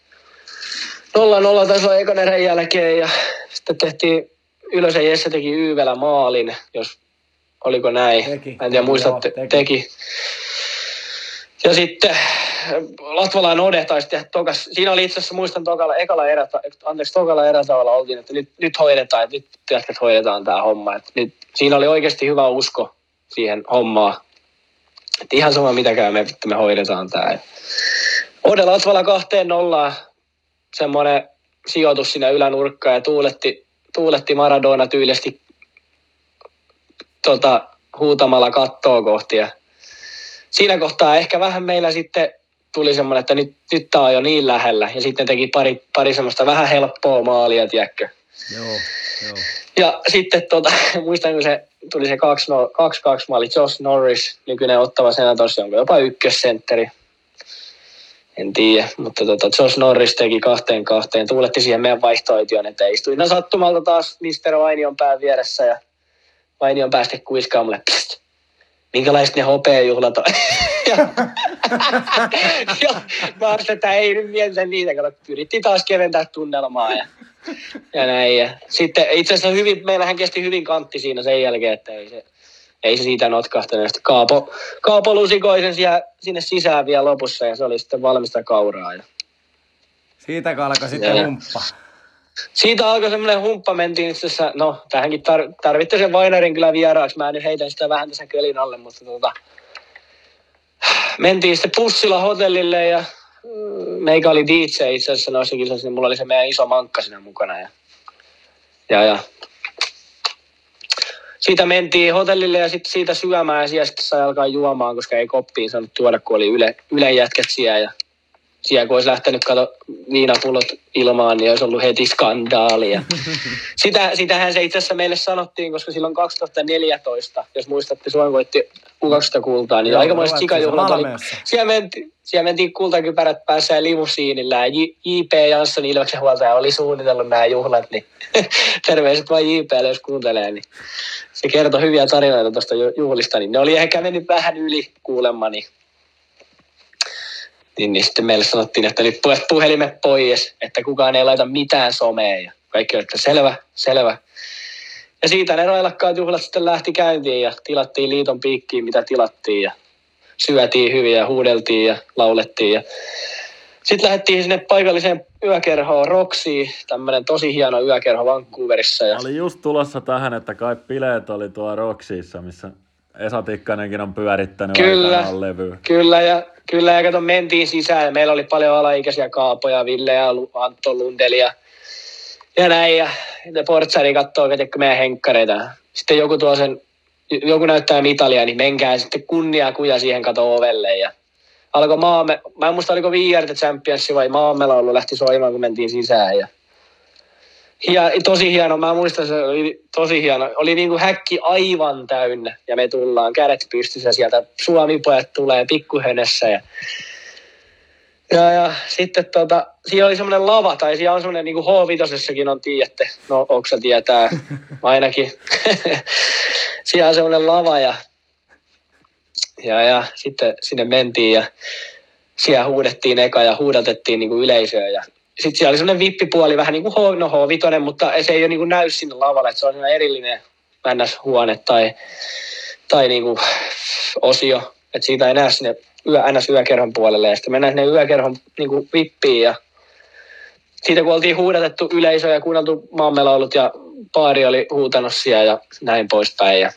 nolla nolla taisi olla ekan erän jälkeen ja sitten tehtiin, Ylösen Jesse teki Yyvelä maalin, jos oliko näin. Teki. En tiedä, muistatte, Joo, teki. teki. Ja sitten Latvalan Ode taisi tehdä tokas. Siinä oli itse asiassa, muistan tokalla, ekalla erä, anteeksi, tokalla erätavalla oltiin, että nyt, nyt hoidetaan, että nyt tiedätkö, että hoidetaan tämä homma. Että nyt, siinä oli oikeasti hyvä usko siihen hommaan. Että ihan sama mitä käy, me, me hoidetaan tämä. Ode Latvala kahteen nollaan, semmoinen sijoitus sinne ylänurkkaan ja tuuletti, tuuletti Maradona tyylisesti tota, huutamalla kattoa kohti. Ja siinä kohtaa ehkä vähän meillä sitten tuli semmoinen, että nyt, nyt tämä on jo niin lähellä. Ja sitten teki pari, pari semmoista vähän helppoa maalia, tiedätkö. Joo, joo. Ja sitten tota, muistan, kun se tuli se kaksi kaksi maali, Josh Norris, nykyinen Ottava Senators, jonka jopa ykkössentteri. En tiedä, mutta tota, Josh Norris teki kahteen kahteen, tuuletti siihen meidän vaihtoehtoon, että istui. No sattumalta taas mister Vainion pään vieressä ja Vainion päästä kuiskaa mulle, pst, minkälaiset ne hopeajuhlat on. ja, ja mä ajattelin, että ei nyt mietitä niitä, kato, pyrittiin taas keventää tunnelmaa ja, ja näin. Ja sitten itse asiassa hyvin, meillähän kesti hyvin kantti siinä sen jälkeen, että ei se, ei se siitä notkahtanut. Kaapo, Kaapo lusikoi sen siellä, sinne sisään vielä lopussa ja se oli sitten valmista kauraa. Ja Siitä alkoi sitten ja, humppa. Siitä alkoi semmoinen humppa, mentiin itse asiassa, no tähänkin tar- tarvitte sen Vainarin kyllä vieraaksi, mä nyt heitän sitä vähän tässä kölin alle, mutta tota, mentiin sitten bussilla hotellille ja meikä oli D J itse asiassa noissa kisoissa, niin mulla oli se meidän iso mankka siinä mukana ja, ja, ja. Siitä mentiin hotellille ja sitten siitä syömään ja siellä sitten sai alkaa juomaan, koska ei koppiin saanut tuoda, kun oli yle, ylejätkät siellä ja siellä kun olisi lähtenyt kato viinapullot ilmaan, niin olisi ollut heti skandaalia. Sitä, sitähän se itse asiassa meille sanottiin, koska silloin kaksituhattaneljätoista, jos muistatte, Suomi voitti U kaksikymmentä kultaa, niin aikamoiset sikajuhlat oli. Siellä mentiin, siellä mentiin kultakypärät päässä ja limusiinillä ja J P Jansson Ilveksen huoltaja oli suunnitellut nämä juhlat, niin terveiset vain J P:lle, jos kuuntelee, niin se kertoi hyviä tarinoita tuosta juhlista, niin ne oli ehkä mennyt vähän yli kuulemani. Niin, niin sitten meille sanottiin, että nyt puhelimet pois, että kukaan ei laita mitään someen. Ja kaikki oli, että selvä, selvä. Ja siitä ne railakkaat juhlat sitten lähti käyntiin ja tilattiin liiton piikkiin, mitä tilattiin. Ja syötiin hyvin ja huudeltiin ja laulettiin. Ja sitten lähdettiin sinne paikalliseen yökerhoon Roxy, tämmöinen tosi hieno yökerho Vancouverissa. Ja... Oli just tulossa tähän, että kai bileet oli tuo Roxyssa, missä Esa Tikkanenkin on pyörittänyt aikanaan levyä. Kyllä, ja, kyllä, ja kato, mentiin sisään, ja meillä oli paljon alaikäisiä kaapoja, Ville ja Antto Lundeli ja, ja näin, ja portsari katsoo meidän henkkareita. Sitten joku tuo sen, joku näyttää mitalia, niin menkää sitten kunnia kuja siihen kato ovelle, ja alkoi maamme, mä en muista oliko We Are the Champions vai maamme laulu lähti soimaan, kun mentiin sisään, ja Ja tosi hieno, mä muistan, se oli tosi hieno. Oli niinku häkki aivan täynnä ja me tullaan kädet pystyssä sieltä. Suomi-pojat tulee pikkuhönessä ja, ja, ja sitten tota, siinä oli semmoinen lava, tai siellä on semmoinen niinku H viisi on, tiedätte, no Oksa tietää ainakin. Siellä on semmoinen lava ja, ja, ja sitten sinne mentiin ja siellä huudettiin eka ja huudatettiin niinku yleisöä ja sitten siellä oli semmoinen vippipuoli, vähän niin kuin H, no H viisi, mutta se ei ole niin kuin näy sinne lavalle, että se on erillinen ns-huone tai, tai niin kuin osio, että siitä ei näe sinne yö, ns-yökerhon puolelle. Ja sitten mennään sinne yökerhon niin kuin vippiin ja siitä kun oltiin huudatettu yleisö ja kuunneltu maamme-laulut ja baari oli huutanut siellä ja näin poispäin. Ja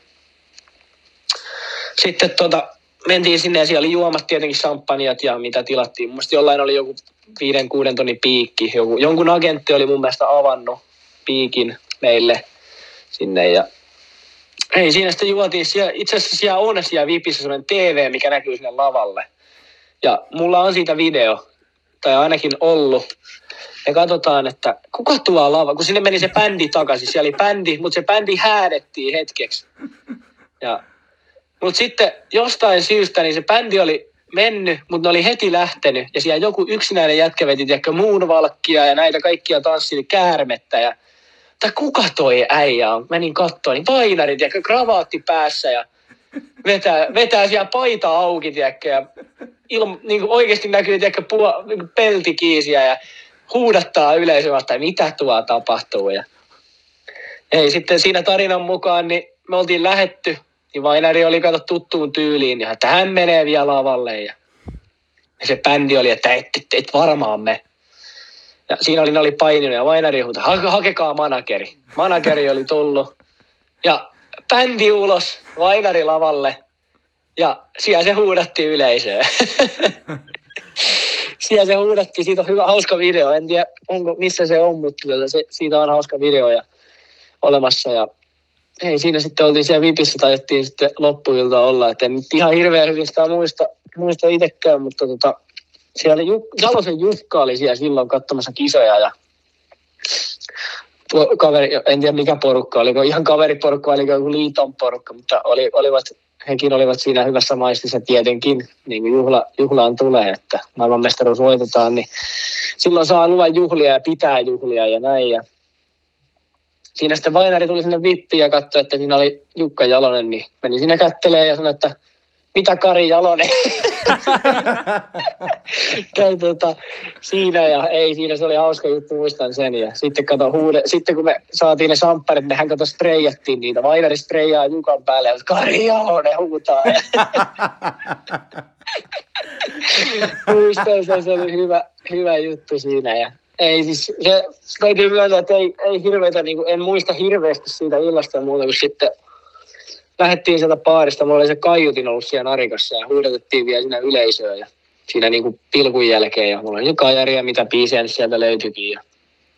sitten tota, mentiin sinne ja siellä oli juomat tietenkin champagnat ja mitä tilattiin. Mun mielestä jollain oli joku viiden, kuuden tonnin piikki. Joku, jonkun agentti oli mun mielestä avannut piikin meille sinne. Ja ei, siinä sitten juotiin. Siellä, itse asiassa siellä on siellä Vipissä sellainen T V, mikä näkyy sinne lavalle. Ja mulla on siitä video, tai ainakin ollut. Me katsotaan, että kuka tuo lava, kun sinne meni se bändi takaisin. Siellä oli bändi, mutta se bändi häädettiin hetkeksi. Ja mutta sitten jostain syystä niin se bändi oli mennyt, mutta ne oli heti lähtenyt. Ja siellä joku yksinäinen jätkä veti tiedäkö, muunvalkkia ja näitä kaikkia tanssili käärmettä. Ja, tai kuka toi äijä on? Menin katsomaan, niin painari, tiedäkö, kravaatti päässä ja vetää, vetää siellä paita auki, tiedäkö, ja ilma, niin kuin oikeasti näkyy tiedäkö, puo, niin peltikiisiä ja huudattaa yleisöä, että mitä tuo tapahtuu. Ja ei, sitten siinä tarinan mukaan niin me oltiin lähetty. Niin Vainari oli kato tuttuun tyyliin, ja että hän menee vielä lavalle. Ja, ja se bändi oli, että et, et, et varmaan me. Ja siinä oli, ne oli paininut ja Vainari huuta, ha- hakekaa manageri. Manageri oli tullut. Ja bändi ulos, Vainari lavalle. Ja siellä se huudatti yleisöä. Siellä se huudatti, siitä on hyvä, hauska video. En tiedä, onko, missä se on, mutta se, siitä on hauska video ja olemassa. Ja ei, siinä sitten oltiin siellä Vipissä, taidettiin sitten loppuilta olla, että en nyt ihan hirveän hyvin sitä muista, muista itsekään, mutta tota, siellä oli Juk- Salosen Jukka oli siellä silloin katsomassa kisoja ja tuo kaveri, en tiedä mikä porukka, oliko ihan kaveriporukka, oliko joku liiton porukka, mutta oli, olivat, hekin olivat siinä hyvässä maistissa tietenkin, niin kuin juhla, juhlaan tulee, että maailmanmestaruus voitetaan, niin silloin saa luvan juhlia ja pitää juhlia ja näin ja siinä sitten Vainari tuli sinne vippiin ja katsoi, että siinä oli Jukka Jalonen, niin meni sinne kättelemään ja sanoi, että mitä Kari Jalonen? Käy tuota, siinä ja ei, siinä se oli hauska juttu, muistan sen. Ja sitten, kato, huude, sitten kun me saatiin ne sampparit, nehän kato streijattiin niitä. Vainari streijaa Jukan päälle ja Kari Jalonen huutaa. Muistan sen, se oli hyvä, hyvä juttu siinä ja ei siis, se täytyy myöntää, että ei, ei hirveätä, niin kuin, en muista hirveästi siitä illasta muuta, kun sitten lähdettiin sieltä baarista, mulla oli se kaiutin ollut siellä narikassa ja huudatettiin vielä siinä yleisöön ja siinä niin kuin pilkun jälkeen ja mulla oli joka järjä, mitä biisejä sieltä löytyikin ja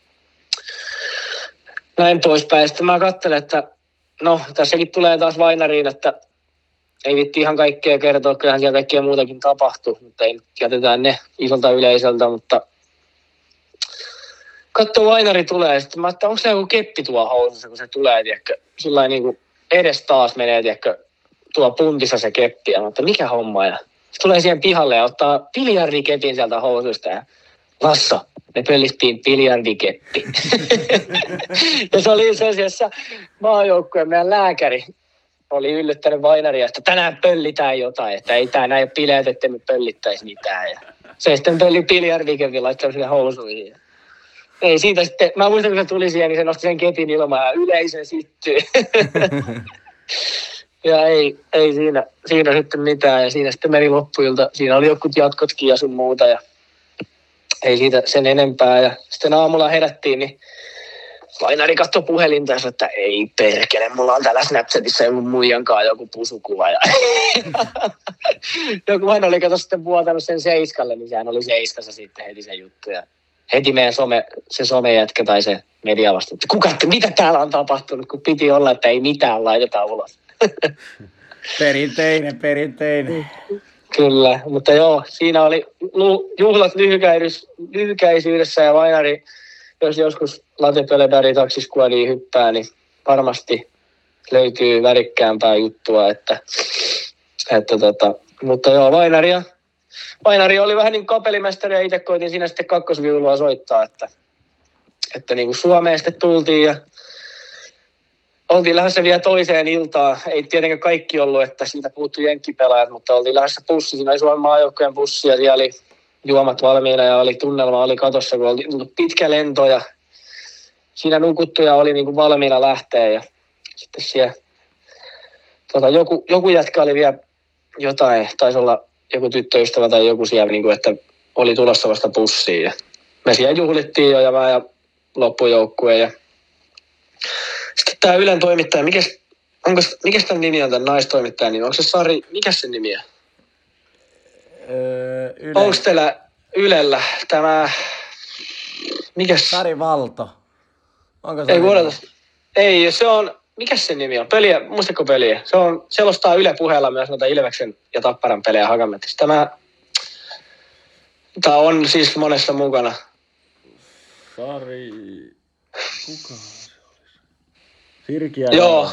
näin poispäin. Sitten mä katselen, että no tässäkin tulee taas Vainariin, että ei vitti ihan kaikkea kertoa, kyllähän siellä kaikkea muutakin tapahtuu, mutta ei jätetään ne isolta yleisöltä, mutta katso, Vainari tulee ja sitten mä ajattelin, onko se joku keppi tuo housussa, kun se tulee, tiedätkö, sillä niin kuin edes taas menee, tiedätkö, tuo puntissa se keppi ja mä ajattelin, mikä homma ja se tulee siihen pihalle ja ottaa biljardikepin sieltä housusta ja Lasso, me pöllittiin biljardikeppi. Ja se oli itse asiassa maajoukkueen meidän lääkäri oli yllättänyt Vainaria, että tänään pöllitään jotain, että ei tää näin bileet, ettei me pöllittäisi mitään. Ja se sitten pölli biljardikepin laittaa sinne housuihin. Ei siitä sitten, mä muistan kun se tuli siihen, niin se nosti sen kepin ilmaan ja yleisö syttyi. ja ei, ei siinä, siinä sitten mitään. Ja siinä sitten meni loppuilta. Siinä oli jokut jatkotkin ja sun muuta. Ja ei siitä sen enempää. Ja sitten aamulla herättiin, niin Vainari katsoi puhelinta ja sanoi, että ei perkele, mulla on täällä Snapchatissa joku muijankaan joku pusukuva. Ja joku hän oli kato sitten vuotanut sen Seiskalle, niin sehän oli Seiskassa sitten heti se juttu. Ja heti meidän some, se somejätkä tai se media vasta, että kuka, mitä täällä on tapahtunut, kun piti olla, että ei mitään laiteta ulos. Perinteinen, perinteinen. Kyllä, mutta joo, siinä oli juhlat lyhykäisyydessä ja Vainari, jos joskus Latepöleberg taksiskuodiin hyppää, niin varmasti löytyy värikkäämpää juttua, että, että tota, mutta joo, Vainari, ja, Vainari oli vähän niin kuin kapellimestari ja itse koitin siinä sitten kakkosviulua soittaa, että, että niin kuin Suomeen sitten tultiin ja oltiin lähdössä vielä toiseen iltaan. Ei tietenkään kaikki ollut, että siitä puuttui jenkkipelaajat, mutta oltiin lähdössä bussi. Siinä oli Suomen maajoukkojen bussi ja siellä oli juomat valmiina ja oli tunnelma oli katossa, kun oltiin tullut pitkä lento ja siinä nukuttuja oli niin kuin valmiina lähteä. Ja sitten siellä tota, joku, joku jätkä oli vielä jotain, taisi olla joku tyttöystävä tai joku siellä, niin kuin, että oli tulossa vasta bussiin. Ja me siellä juhlittiin jo ja mä ja loppujoukkue ja sitten tämä Ylen toimittaja, mikäs, onko, mikäs tämän nimi on tämän naistoimittajan nimi? Onko se Sari, mikäs sen nimi on? Öö, Yle. Onko teillä Ylellä tämä, mikäs? Sari Valto. Onko se? Ei vuodeta. Ei, se on, mikäs sen nimi on? Peliä, muistatko peliä? Se on, selostaa Yle Puheella myös noita Ilveksen ja Tapparan pelejä Hakametissa. Tämä, tämä on siis monessa mukana. Sari, kuka? Sirkiä Joo.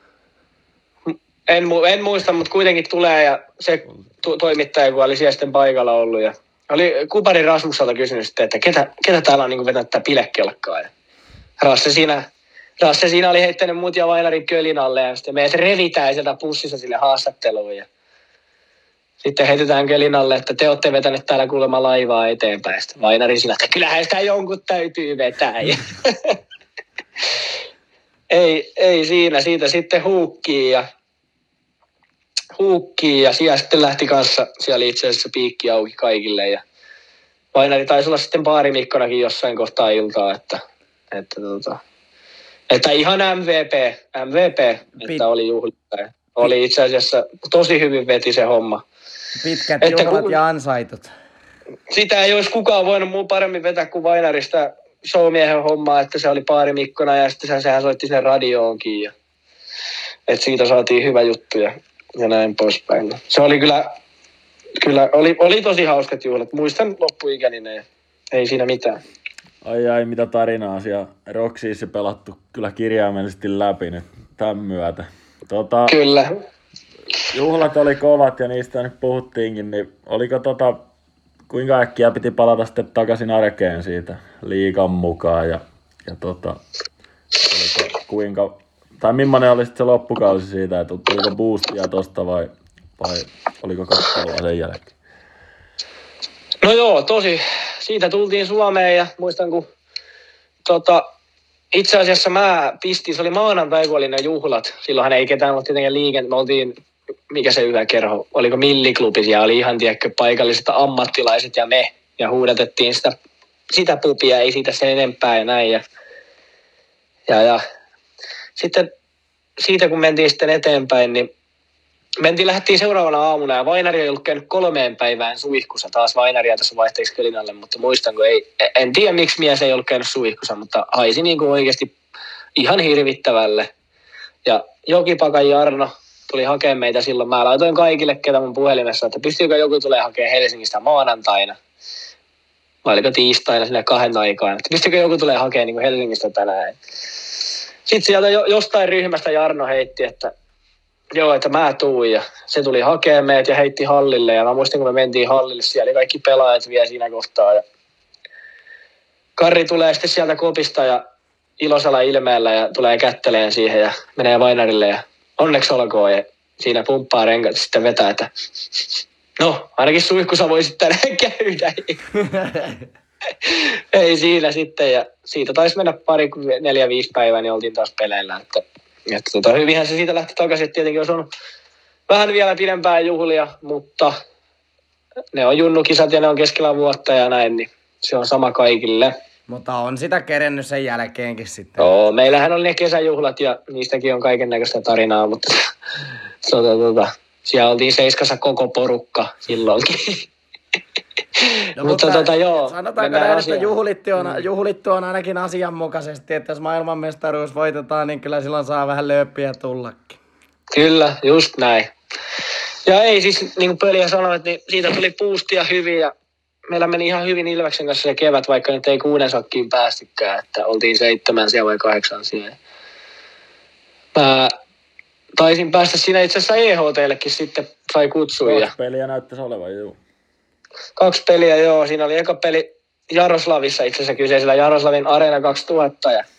En, en muista, mutta kuitenkin tulee ja se to- toimittaja, kun oli siellä sitten paikalla ollut. Ja oli Kupari Rasmukselta kysynyt sitten, että ketä, ketä täällä on niin vetänyt tätä pilekelkkaa. Ja Rasse siinä, Rasse siinä oli heittänyt mut ja Vainarin kölin alle ja sitten meidät revitään sieltä pussissa sille haastatteluun. Ja sitten heitetään kölin alle, että te olette vetäneet täällä kuulemma laivaa eteenpäin. Sitten Vainari siinä, että kyllähän sitä jonkun täytyy vetää. Ja Ei, ei siinä, siitä sitten huukkii ja, huukkii ja siellä sitten lähti kanssa, siellä itse asiassa piikki auki kaikille ja Vainari taisi olla sitten baarimikkonakin jossain kohtaa iltaa, että, että, tota, että ihan M V P, M V P, että oli juhlittain. Oli itse asiassa tosi hyvin veti se homma. Pitkät että juhlat kun, ja ansaitut. Sitä ei olisi kukaan voinut muu paremmin vetää kuin Vainarista showmiehen hommaa, että se oli baarimikkona ja sitten sehän soitti sen radioonkin. Ja, että siitä saatiin hyvä juttu ja, ja näin poispäin. Se oli kyllä, kyllä oli, oli tosi hauskat juhlat. Muistan loppuikäni ja ei siinä mitään. Ai ai, mitä tarinaa siellä Roksiissa pelattu kyllä kirjaimellisesti läpi nyt tämän myötä. Tota, kyllä. Juhlat oli kovat ja niistä nyt puhuttiinkin, niin oliko tota, kuinka äkkiä piti palata sitten takaisin arkeen siitä liigan mukaan ja, ja tota, oliko kuinka, tai millainen oli sitten se loppukausi siitä, että tuliko boostia tosta vai, vai oliko kattelua sen jälkeen? No joo, tosi. Siitä tultiin Suomeen ja muistan kun tota, itse asiassa mä pistin, se oli maanantai, kun oli ne juhlat. Silloinhan ei ketään ollut tietenkään liikentä. Me oltiin, mikä se yökerho, oliko milliklubi, siellä oli ihan tiedätkö paikalliset ammattilaiset ja me. Ja huudatettiin sitä, sitä pupia, ei siitä sen enempää ja näin. Ja, ja, ja. Sitten siitä kun mentiin sitten eteenpäin, niin mentiin, lähdettiin seuraavana aamuna ja Vainari ei ollut käynyt kolmeen päivään suihkussa. Taas Vainaria tässä vaihteeksi Kelinalle, mutta muistan, kun ei, en tiedä miksi mies ei ollut käynyt suihkussa, mutta haisi niin kuin oikeasti ihan hirvittävälle. Ja Jokipakan Jarno tuli hakemaan meitä silloin. Mä laitoin kaikille, ketä mun puhelimessa, että pystyykö joku tulee hakemaan Helsingistä maanantaina. Vai oliko tiistaina sinne kahden aikaan, että pystyykö joku tulee hakemaan niin kuin Helsingistä tänään. Sitten sieltä jostain ryhmästä Jarno heitti, että joo, että mä tuun ja se tuli hakemaan meidät ja heitti hallille ja mä muistin, kun me mentiin hallille, siellä oli kaikki pelaajat vielä siinä kohtaa ja Karri tulee sitten sieltä kopista ja iloisella ilmeellä ja tulee kätteleen siihen ja menee Vainarille ja onneksi olkoon ja siinä pumppaa renkat ja sitten vetää, että no, ainakin suihkussa voisit tänään käydä. Ei siinä sitten ja siitä taisi mennä pari, neljä, viisi päivää, niin oltiin taas peleillä, että Että tota, hyvinhän se siitä lähti takaisin, että tietenkin olisi ollut vähän vielä pidempään juhlia, mutta ne on junnukisat ja ne on keskellä vuotta ja näin, niin se on sama kaikille. Mutta on sitä kerennyt sen jälkeenkin sitten. Joo, meillähän oli ne kesäjuhlat ja niistäkin on kaiken näköistä tarinaa, mutta tota, tota, siellä oltiin Seiskassa koko porukka silloinkin. No, mutta, mutta tota, joo, sanotaanko näin, että juhlittu on, juhlittu on ainakin asianmukaisesti, että jos maailmanmestaruus voitetaan, niin kyllä silloin saa vähän lööppiä tullakin. Kyllä, just näin. Ja ei siis, niin kuin Pöliä sanoi, että niin siitä tuli boostia hyvin ja meillä meni ihan hyvin Ilveksen kanssa se kevät, vaikka nyt ei kuuden sakkiin päästykään, että oltiin seitsemän siellä vai kahdeksan siellä. Mä taisin päästä siinä itse asiassa E H T:llekin sitten, sai kutsuja. Kaksi peliä näyttäisi olevan, joo. Kaksi peliä, joo. Siinä oli eka peli Jaroslavissa itse asiassa kyseisellä Jaroslavin Areena kaksituhatta. Ja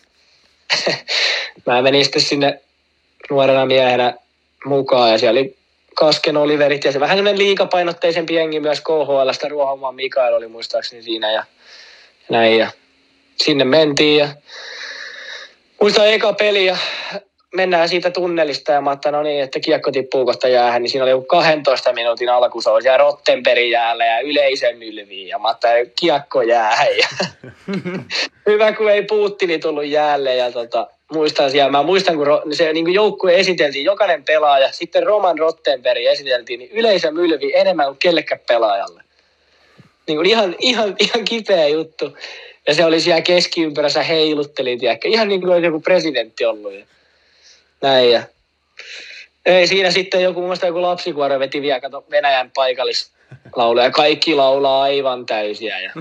mä menin sitten sinne nuorena miehenä mukaan ja siellä oli Kasken Oliverit ja se vähän semmoinen liikapainotteisempi jengi myös K H L:stä. Ruohomaan Mikael oli muistaakseni siinä ja näin. Ja sinne mentiin ja muistan eka peli ja mennään siitä tunnelista ja mä ajattelin, no niin, että kiekko tippuu kohta jäähän, niin siinä oli joku kahdentoista minuutin alkusousi ja Rottenbergin jäällä ja yleisen mylviin ja mä ajattelin, kiekko jäähän. Ja hyvä, kun ei Putini tullut jäälle ja tota, muistan siellä, mä muistan, kun se niin kuin joukkue esiteltiin, jokainen pelaaja, sitten Roman Rottenberg esiteltiin, niin yleisö mylvi enemmän kuin kellekään pelaajalle. Niin kuin ihan, ihan, ihan kipeä juttu. Ja se oli siellä keskiympyrässä heilutteli, tiedäkö, ihan niin kuin olisi joku presidentti ollut. Näin ja ei siinä sitten joku, muista joku lapsikuoro veti vielä, kato Venäjän paikallislauluja. Kaikki laulaa aivan täysiä. Ja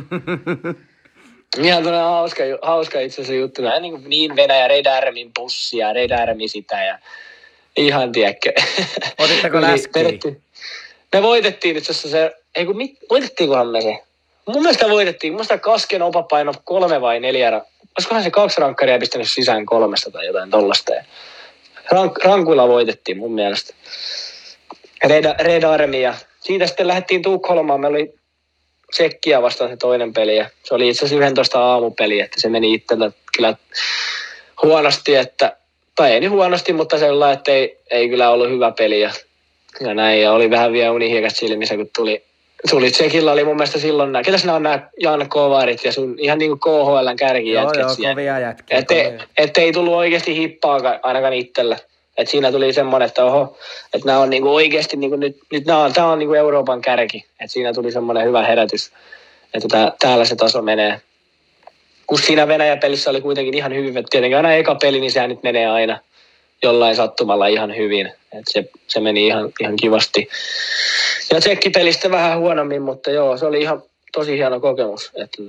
ihan todella hauska, hauska itse asiassa juttu. Niin, niin Venäjä, Redarmin pussia, Redarmi sitä ja ihan tiedätkö. Otitteko läskiä? Me voitettiin itse asiassa se, ei kun mit, voitettiinkohan me se? Mun mielestä voitettiin, mun mielestä Kasken opa paino kolme vai neljä, olisikohan se kaksi rankkaria pistänyt sisään kolmesta tai jotain tollasta. Rank, rankuilla voitettiin mun mielestä. Red, Red Army ja siitä sitten lähdettiin Tukholmaan. Meillä oli Tsekkiä vastaan se toinen peli ja se oli itse asiassa yksitoista aamupeli, että se meni itsellä kyllä huonosti, että, tai ei niin huonosti, mutta sellainen, että ei, ei kyllä ollut hyvä peli ja, ja näin. Ja oli vähän vielä unihiekat silmissä, kun tuli, tuli Tsekillä oli mun mielestä silloin nämä, ketäs nämä on nämä Jan Kovarit ja sun ihan niin kuin K H L:n kärkijätkät. Joo, joo, kovia jätkiä. Että et ei tullut oikeasti hippaa ainakaan itsellä. Että siinä tuli semmoinen, että oho, että nämä on niinku oikeasti, niinku nyt, nyt nämä on, tämä on niinku Euroopan kärki. Että siinä tuli semmoinen hyvä herätys, että tää, täällä se taso menee. Kun siinä Venäjä-pelissä oli kuitenkin ihan hyvin, että tietenkin aina eka peli, niin sehän nyt menee aina jollain sattumalla ihan hyvin. Että se, se meni ihan, ihan kivasti. Ja Tsekkipelistä vähän huonommin, mutta joo, se oli ihan tosi hieno kokemus. Että,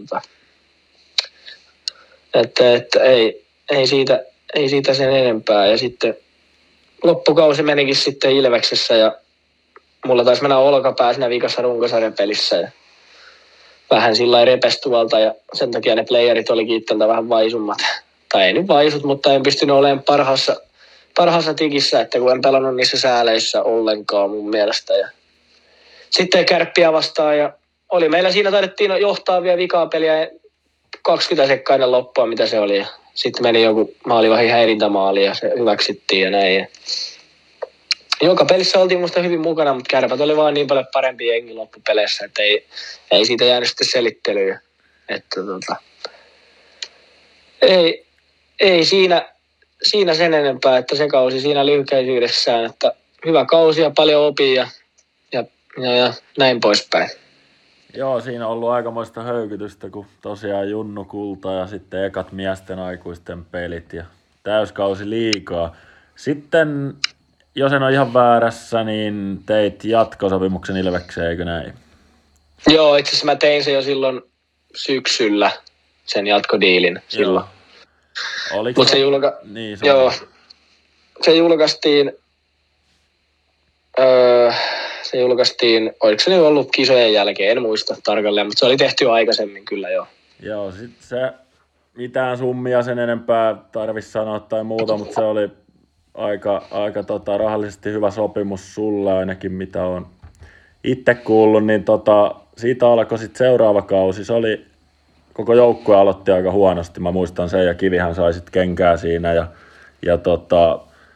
että, että ei, ei, siitä, ei siitä sen enempää. Ja sitten loppukausi menikin sitten Ilveksessä ja mulla taisi mennä olkapää siinä viikossa runkosarjan pelissä. Ja vähän sillä lailla repestuvalta ja sen takia ne playerit olikin itseltä vähän vaisummat. Tai ei nyt vaisut, mutta en pystynyt olemaan parhaassa, parhaassa tikissä, että kun en pelannut niissä sääleissä ollenkaan mun mielestä. Ja sitten Kärppiä vastaan ja oli meillä siinä taidettiin johtaa vielä vikaa peliä kaksikymmentä sekkainen loppua, mitä se oli. Ja sitten meni joku maalivahin häirintämaali ja se hyväksyttiin ja näin. Ja joka pelissä oltiin musta hyvin mukana, mutta Kärpät oli vaan niin paljon parempi jengi loppupeleissä, että ei, ei siitä jäänyt sitten selittelyä. Että tota, ei, ei siinä, siinä sen enempää, että se kausi siinä lyhykäisyydessään, että hyvä kausi ja paljon opii ja, ja, ja, ja näin poispäin. Joo, siinä on ollut aikamoista höykytystä, kun tosiaan Junnu Kulta ja sitten ekat miesten aikuisten pelit ja täyskausi liikaa. Sitten, jos en ole ihan väärässä, niin teit jatkosopimuksen Ilvekseen, eikö näin? Joo, itse asiassa mä tein sen jo silloin syksyllä, sen jatkodiilin silloin. Mutta se, julka... niin, se, Joo, se julkaistiin... Öö... Se julkaistiin, oliko se nyt ollut kisojen jälkeen, en muista tarkalleen, mutta se oli tehty jo aikaisemmin kyllä jo. Joo, sit se mitään summia sen enempää tarvitsi sanoa tai muuta, mutta se oli aika, aika tota, rahallisesti hyvä sopimus sulle ainakin, mitä on itse kuullut, niin tota, siitä alkoi sitten seuraava kausi. Se oli, koko joukkue aloitti aika huonosti, mä muistan sen, ja Kivihän sai sitten kenkää siinä, ja, ja tota,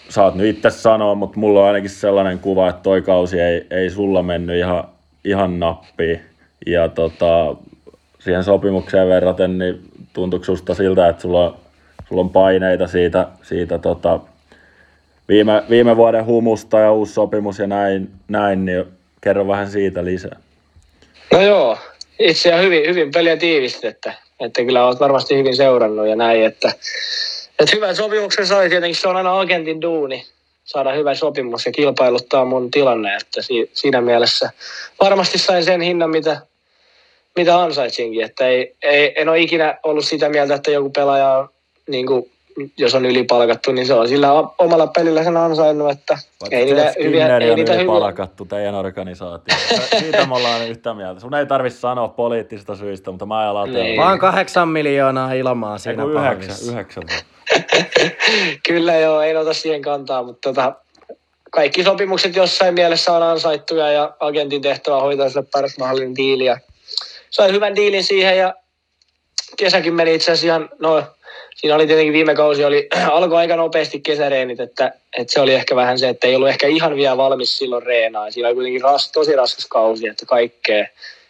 saat nyt itse sanoa, mutta mulla on ainakin sellainen kuva, että toi kausi ei, ei sulla mennyt ihan, ihan nappiin. Ja tota, siihen sopimukseen verraten, niin tuntuuko susta siltä, että sulla on, sulla on paineita siitä, siitä tota, viime, viime vuoden humusta ja uusi sopimus ja näin, näin, niin kerro vähän siitä lisää. No joo, itse asiassa hyvin, hyvin peliä tiivistit, että, että kyllä olet varmasti hyvin seurannut ja näin, että, että hyvän sopimuksen sai tietenkin, se on aina agentin duuni saada hyvä sopimus ja kilpailuttaa mun tilanne, että si, siinä mielessä varmasti sain sen hinnan, mitä, mitä ansaitsinkin, että ei, ei, en ole ikinä ollut sitä mieltä, että joku pelaaja on, niin kuin, jos on ylipalkattu, niin se on sillä omalla pelillä sen ansainnut, että Vaikka ei niitä hyviä, ei niitä hyviä. Palkattu teidän organisaatio. Siitä me ollaan yhtä mieltä. Sun ei tarvitse sanoa poliittisista syistä, mutta mä ajan Niin. Vaan kahdeksan miljoonaa ilmaa siinä Eiku pahvissa. yhdeksän, yhdeksän. Kyllä joo, ei ota siihen kantaa, mutta tota, kaikki sopimukset jossain mielessä on ansaittuja ja agentin tehtävä hoitaa sille paras mahdollinen diili. Ja sai hyvän diilin siihen ja kesäkin meni itse asiassa ihan, no siinä oli tietenkin viime kausi, oli, alkoi aika nopeasti kesäreenit, että, että se oli ehkä vähän se, että ei ollut ehkä ihan vielä valmis silloin reenaan. Siinä oli kuitenkin ras, tosi raskas kausi, että kaikkea,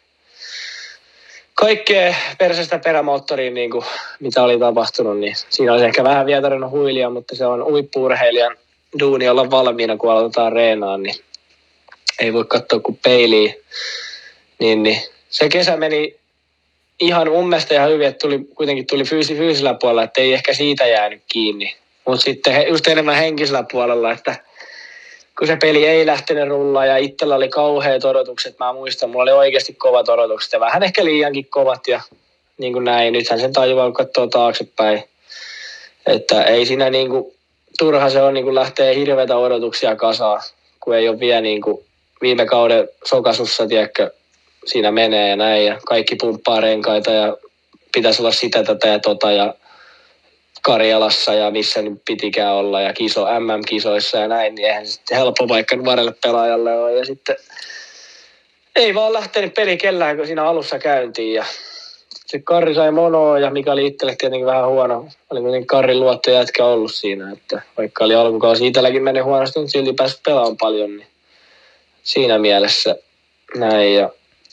kaikkea persestä perämoottoriin, niin kuin, mitä oli tapahtunut, niin siinä olisi ehkä vähän vielä tarvinnut huilia, mutta se on huippu-urheilijan duuni olla valmiina, kun aloitetaan reenaan, niin ei voi katsoa kuin peiliin. Niin, niin. Se kesä meni ihan mun mielestä ihan hyvin, että tuli, kuitenkin tuli fyysi, fyysisellä puolella, että ei ehkä siitä jäänyt kiinni. Mutta sitten he, just enemmän henkisellä puolella, että kun se peli ei lähtenyt rullaan ja itsellä oli kauheat odotukset, mä muistan, mulla oli oikeasti kovat odotukset ja vähän ehkä liiankin kovat ja niin kuin näin. Nythän sen tajuaa, kun katsoo taaksepäin, että ei siinä niin kuin, turha se on niin kuin lähtee hirveitä odotuksia kasaan, kun ei ole vielä niin kuin viime kauden sokasussa, tiedätkö, siinä menee ja näin ja kaikki pumppaa renkaita ja pitäisi olla sitä, tätä ja tota ja Karjalassa ja missä nyt pitikään olla ja kiso, M M-kisoissa ja näin, niin eihän se sitten helppo vaikka nuorelle pelaajalle ole. Ja sitten ei vaan lähtenyt peli kellään, kun siinä alussa käyntiin ja se Karri sai monoa ja mikä oli itselle tietenkin vähän huono. Oli kuitenkin Karrin luottojätkä ollut siinä, että vaikka oli alkukausi itselläkin mennyt huonosti, mutta silti pääsi pelaamaan paljon, niin siinä mielessä näin ja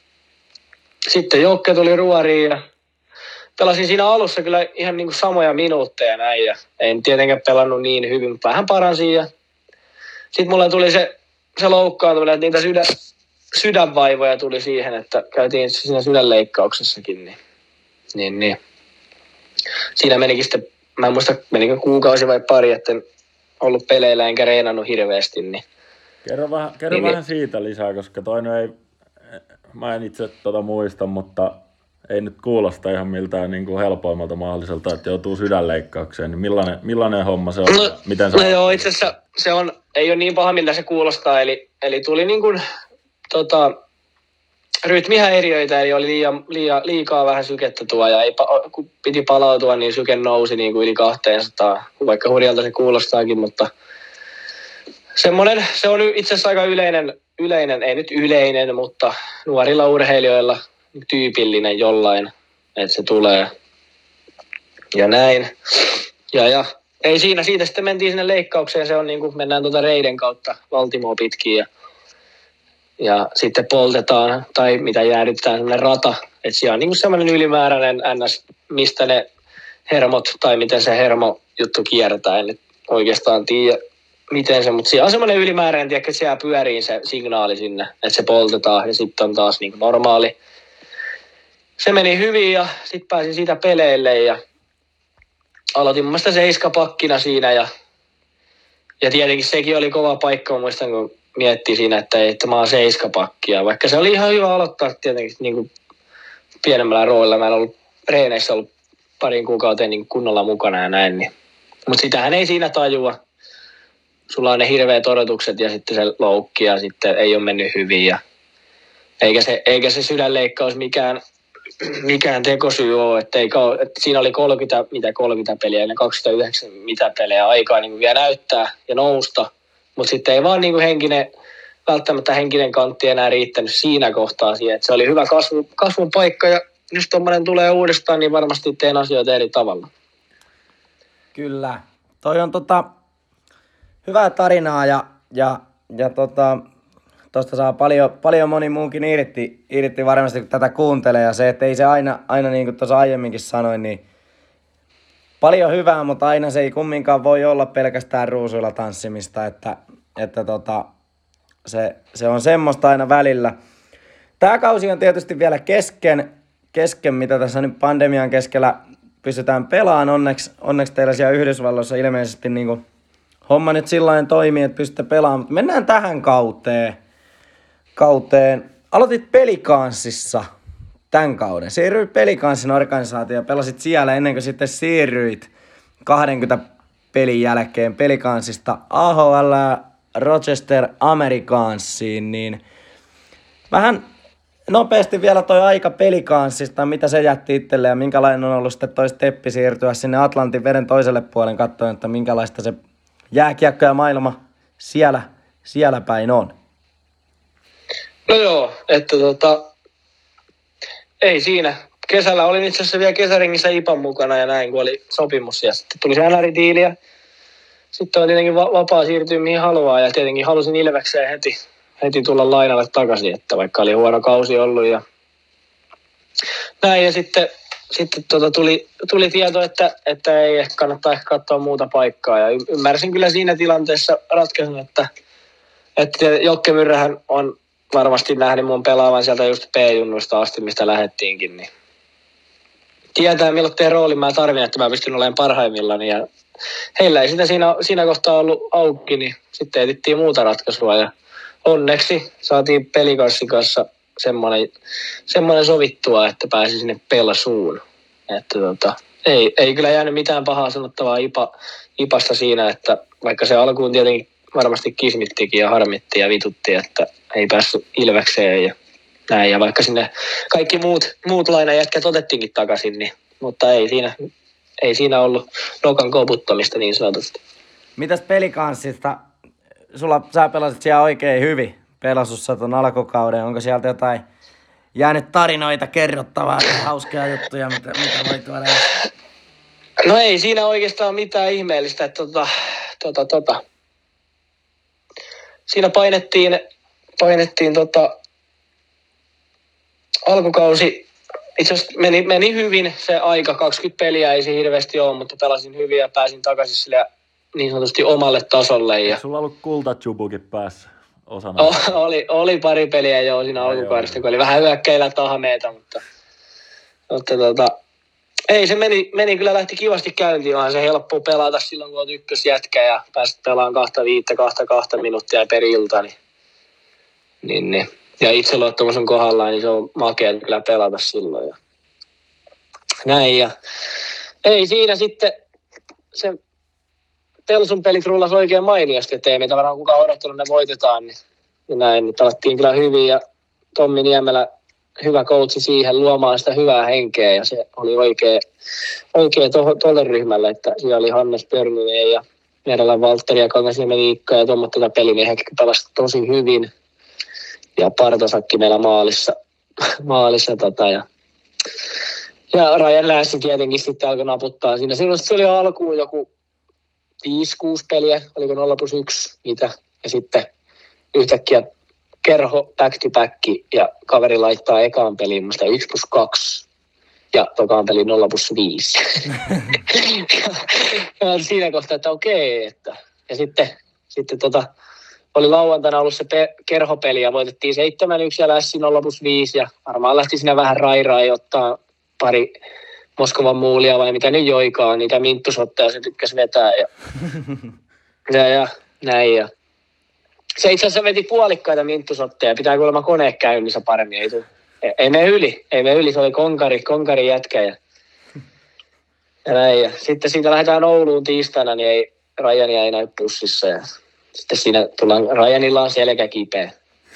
sitten Jokke tuli ruoriin ja pelasin siinä alussa kyllä ihan niin kuin samoja minuutteja näin ja en tietenkään pelannut niin hyvin, mutta vähän paransin ja sitten mulle tuli se, se loukkaantuminen, että niitä sydän, sydänvaivoja tuli siihen, että käytiin siinä sydänleikkauksessakin, niin, niin, niin. Siinä menikin sitten, mä en muista menikö kuukausi vai pari, että en ollut peleillä enkä reenannut hirveästi. Niin. Kerro vähän, kerro niin, vähän niin. siitä lisää, koska toinen ei, mä en itse tuota muista, mutta ei nyt kuulosta ihan miltään niin kuin helpoimmalta mahdolliselta, että joutuu sydänleikkaukseen. Niin millainen, millainen homma se on? No, miten se no on? joo, itse asiassa se on, ei ole niin paha, miltä se kuulostaa. Eli, eli tuli niin kuin, tota, rytmihäiriöitä, eli oli liian, liian, liikaa vähän sykettä tuo. Ja ei, kun piti palautua, niin syke nousi niin kuin yli kaksisataa, vaikka hurjalta se kuulostaakin. Mutta semmoinen, se on itse asiassa aika yleinen, yleinen, ei nyt yleinen, mutta nuorilla urheilijoilla tyypillinen jollain, että se tulee ja näin. Ja, ja ei siinä, siitä sitten mentiin sinne leikkaukseen, se on niin kuin mennään tuota reiden kautta Valtimoa pitkin ja, ja sitten poltetaan tai mitä jäädytetään semmoinen rata, että siellä on niin kuin semmoinen ylimääräinen ns, mistä ne hermot tai miten se hermojuttu kiertää, en nyt oikeastaan tiedä miten se, mutta siellä on semmoinen ylimääräinen, tiedätkö, että siellä pyörii se signaali sinne, että se poltetaan ja sitten on taas niin kuin normaali. Se meni hyvin ja sitten pääsin siitä peleille ja aloitin mun mielestä seiskapakkina siinä ja, ja tietenkin sekin oli kova paikka, muistan kun miettii siinä, että, ei, että mä oon seiskapakkia, vaikka se oli ihan hyvä aloittaa tietenkin niin kuin pienemmällä roolilla. Mä en ollut reeneissä ollut parin kuukauteen niin kunnolla mukana ja näin, niin. Mutta sitähän ei siinä tajua. Sulla on ne hirveät odotukset ja sitten se loukki ja sitten ei ole mennyt hyvin ja eikä se, eikä se sydänleikkaus mikään mikään tekosyy ole, että, ei, että siinä oli kolmekymmentä, mitä kolmekymmentä peliä ja kaksikymmentäyhdeksän mitä pelejä aikaa niin vielä näyttää ja nousta, mutta sitten ei vaan niin kuin henkinen, välttämättä henkinen kantti enää riittänyt siinä kohtaa siihen, että se oli hyvä kasvu, kasvun paikka ja jos tommoinen tulee uudestaan, niin varmasti teen asioita eri tavalla. Kyllä. Toi on tota, hyvää tarinaa ja, ja, ja tota, tosta saa paljon, paljon moni muukin irti, irti varmasti, kun tätä kuuntelee. Ja se, että ei se aina, aina niin kuin tuossa aiemminkin sanoin, niin paljon hyvää, mutta aina se ei kumminkaan voi olla pelkästään ruusuilla tanssimista, että, että tota, se, se on semmoista aina välillä. Tämä kausi on tietysti vielä kesken, kesken mitä tässä nyt pandemian keskellä pystytään pelaamaan. Onneksi, onneksi teillä siellä Yhdysvalloissa ilmeisesti niin kuin homma nyt sillain toimii, että pystytte pelaamaan. Mutta mennään tähän kauteen. kauteen. Aloitit Pelicansissa tämän kauden. Siirryit Pelicansin organisaatioon ja pelasit siellä ennen kuin sitten siirryit kaksikymmentä pelin jälkeen Pelicansista A H L Rochester Americansiin. Niin vähän nopeasti vielä toi aika Pelicansista, mitä se jätti itselleen ja minkälainen on ollut sitten toi steppi siirtyä sinne Atlantin veden toiselle puolen katsoen, että minkälaista se jääkiekko ja maailma siellä, siellä päin on. No joo, että tota, ei siinä. Kesällä olin itse asiassa vielä kesäringissä I P A mukana ja näin, kun oli sopimus. Ja sitten tuli se N R-diili ja sitten on tietenkin va- vapaa siirtyä mihin haluaa. Ja tietenkin halusin Ilvekseen heti, heti tulla lainalle takaisin, että vaikka oli huono kausi ollut ja näin. Ja sitten, sitten tota tuli, tuli tieto, että, että ei ehkä kannattaa ehkä katsoa muuta paikkaa. Ja ymmärsin kyllä siinä tilanteessa ratkaisun, että, että Jokke Myrrähän on varmasti nähnyt mun pelaavan sieltä just P-junnuista asti, mistä lähettiinkin, niin tietää millainen rooli mä tarvin, että mä pystyn olemaan parhaimmillani. Ja heillä ei sitä siinä, siinä kohtaa ollut auki, niin sitten etittiin muuta ratkaisua. Ja onneksi saatiin Pelicansin kanssa semmoinen, semmoinen sovittua, että pääsi sinne pelasuun. Että tota, ei, ei kyllä jäänyt mitään pahaa sanottavaa Ipa, Ipasta siinä, että vaikka se alkuun tietenkin varmasti kismittikin ja harmitti ja vitutti, että ei päässyt Ilvekseen ja näin. Ja vaikka sinne kaikki muut, muut lainajätkät otettiinkin takaisin, niin, mutta ei siinä, ei siinä ollut nokan koputtamista niin sanotusti. Mitäs Pelicansista? Sulla, sä pelasit siellä oikein hyvin pelasussa ton alkukauden. Onko sieltä jotain jäänyt tarinoita kerrottavaa tai hauskia juttuja, mitä, mitä voi tuoda? No ei siinä oikeastaan mitään ihmeellistä. Että tota, tota, tota. Siinä painettiin, painettiin tota, alkukausi, itse asiassa meni, meni hyvin se aika, kaksikymmentä peliä ei se hirveästi ole, mutta pelasin hyvin ja pääsin takaisin sille niin sanotusti omalle tasolle. Ja sulla ollut kultachubukin päässä osana? O, oli, oli pari peliä jo siinä alkukaudesta, kun oli vähän hyökkäillä tahameita, mutta, mutta tota, ei se meni, meni, kyllä lähti kivasti käyntiin, onhan se helppo pelata silloin, kun olet ykkösjätkä ja pääsit pelaamaan kahta viittä, kahta kahta minuuttia per ilta. Niin, niin, niin. Ja itseluottamus on kohdallaan, niin se on makea kyllä pelata silloin. Ja näin, ja ei siinä sitten se Pelsun pelit rullasi oikein mainiosti, ettei meitä varmaan kukaan odottanut, ne voitetaan. Niin, niin näin, niin pelattiin kyllä hyvin ja Tommi Niemelä hyvä coachi siihen luomaan sitä hyvää henkeä ja se oli oikein, oikein tuolle ryhmälle, että siellä oli Hannes Pörninen ja Merellä Valtteri ja Kangasniemen Iikka ja tuommoista tätä pelimiehet pelasi tosi hyvin ja Partosakki meillä maalissa, maalissa tota, ja, ja Rajan Läässi tietenkin sitten alkoi naputtaa siinä. Silloin se oli alkuun joku viisi kuusi peliä, oliko nolla plus yksi mitä ja sitten yhtäkkiä kerho back to back ja kaveri laittaa ekaan peliin musta yksi plus kaksi ja tokaan peliin nolla plus viisi. ja siinä kohtaa, että okei. Että. Ja sitten, sitten tota, oli lauantaina ollut se pe- kerhopeli ja voitettiin seitsemän yksi ja lässi nolla plus viisi ja varmaan lähti siinä vähän rairaa ja ottaa pari Moskovan muulia vai mitä nyt joikaan, niitä minttusotteja se tykkäsi vetää ja, ja, ja näin ja se itse asiassa veti puolikkaita minttusotteja. Pitää kuulemma kone käynnissä paremmin. Ei, tule. ei, ei mene yli. Ei mene yli. Se oli konkari, konkari jätkä. Ja, ja näin. Ja sitten siitä lähdetään Ouluun tiistaina, niin ei, Rajania ei näy pussissa. Ja sitten siinä tullaan, Rajanilla on selkä kipeä.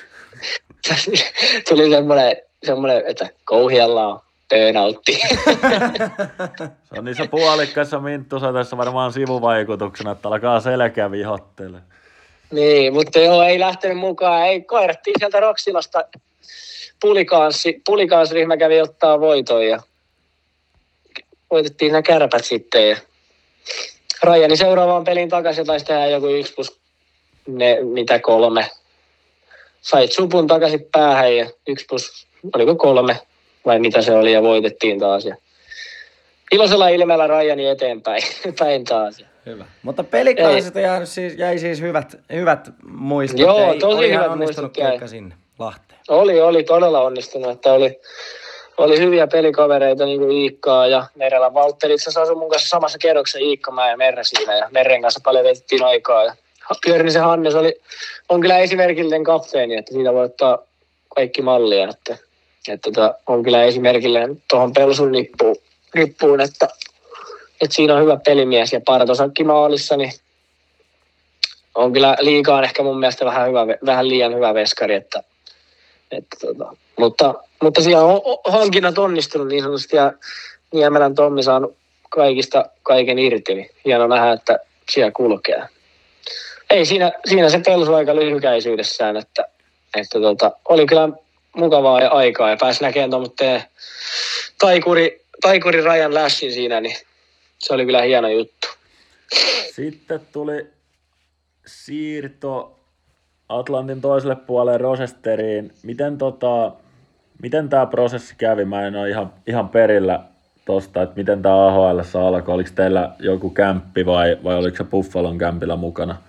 Tuli semmoinen, semmoinen että Kouhialla on burnoutti. Se on niissä puolikkaissa minttusoteissa varmaan sivuvaikutuksena, että alkaa selkä vihottele. Niin, mutta joo, ei lähtenyt mukaan. Ei, koirattiin sieltä Roksilasta. Pulikanssi, Pulikansryhmä kävi ottaa voiton ja voitettiin nämä Kärpät sitten. Ja Rajani seuraavaan peliin takaisin taisi tehdä joku yksi plus ne, mitä kolme. Sait supun takaisin päähän ja yksi plus, oliko kolme vai mitä se oli ja voitettiin taas. Ja iloisella ilmeellä Rajani eteenpäin päin taas. Hyvä. Mutta pelikansista jäi siis, jäi siis hyvät, hyvät muistot. Joo, Ei, tosi oli hyvät ihan onnistunut muistot keikka sinne Lahteen. Oli, oli todella onnistunut, että oli, oli hyviä pelikavereita niin kuin Iikkaa ja Merellä Valtteri. Itse asiassa asui mun kanssa samassa kerroksessa Iikka, mä ja Merre siinä ja Merren kanssa paljon vietettiin aikaa. Ja Pyörnisen Hannes oli, on kyllä esimerkillinen kapteeni, että siitä voi ottaa kaikki mallia, että, että tota, on kyllä esimerkillinen tuohon Pelsun nippuun, nippuun että, että siinä on hyvä pelimies ja Partosakki maalissa, niin on kyllä liikaan ehkä mun mielestä vähän, hyvä, vähän liian hyvä veskari, että, että tota, mutta, mutta siellä on hankinnat onnistunut niin sanotusti ja Niemelän Tommi saanut kaikista kaiken irti, niin hieno nähdä, että siellä kulkee. Ei siinä, siinä se Pelsu aika lyhykäisyydessään, että, että tota, oli kyllä mukavaa ja aikaa ja pääsi näkemään tuommoitteen taikuri, taikuri Rajan lässin siinä, niin se oli kyllä hieno juttu. Sitten tuli siirto Atlantin toiselle puolelle Rosesteriin. Miten, tota, miten tämä prosessi kävi? Mä en ole ihan, ihan perillä tosta, että miten tämä A H L alkoi. Oliko teillä joku kämppi vai, vai oliko se Buffalon kämpillä mukana?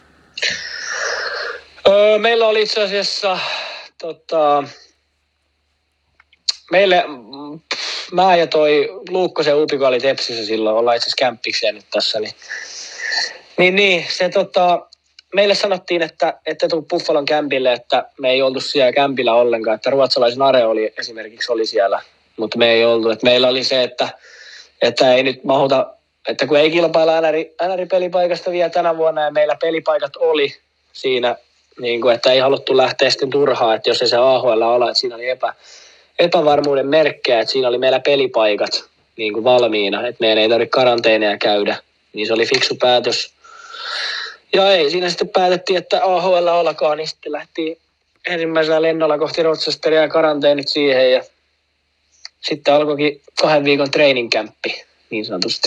Öö, meillä oli itse asiassa tota, meille, mä ja toi Luukkosen Upiko oli Tepsissä silloin, ollaan itse asiassa kämppikseen nyt tässä, niin, niin, niin se tota, meille sanottiin, että ette tuu Buffalon kämpille, että me ei oltu siellä kämpillä ollenkaan, että ruotsalaisen Are oli esimerkiksi oli siellä, mutta me ei oltu, että meillä oli se, että, että ei nyt mahuta, että kun ei kilpailla N R-pelipaikasta vielä tänä vuonna ja meillä pelipaikat oli siinä, niin kuin, että ei haluttu lähteä sitten turhaan, että jos ei se A H L ala, että siinä oli epä, epävarmuuden merkkejä, että siinä oli meillä pelipaikat niin kuin valmiina, että meidän ei tarvitse karanteeneja käydä, niin se oli fiksu päätös. Ja ei, siinä sitten päätettiin, että A H L alkaa, niin sitten lähti ensimmäisellä lennolla kohti Rochesteria ja karanteenit siihen ja sitten alkoikin kahden viikon training-kämppi, niin sanotusti.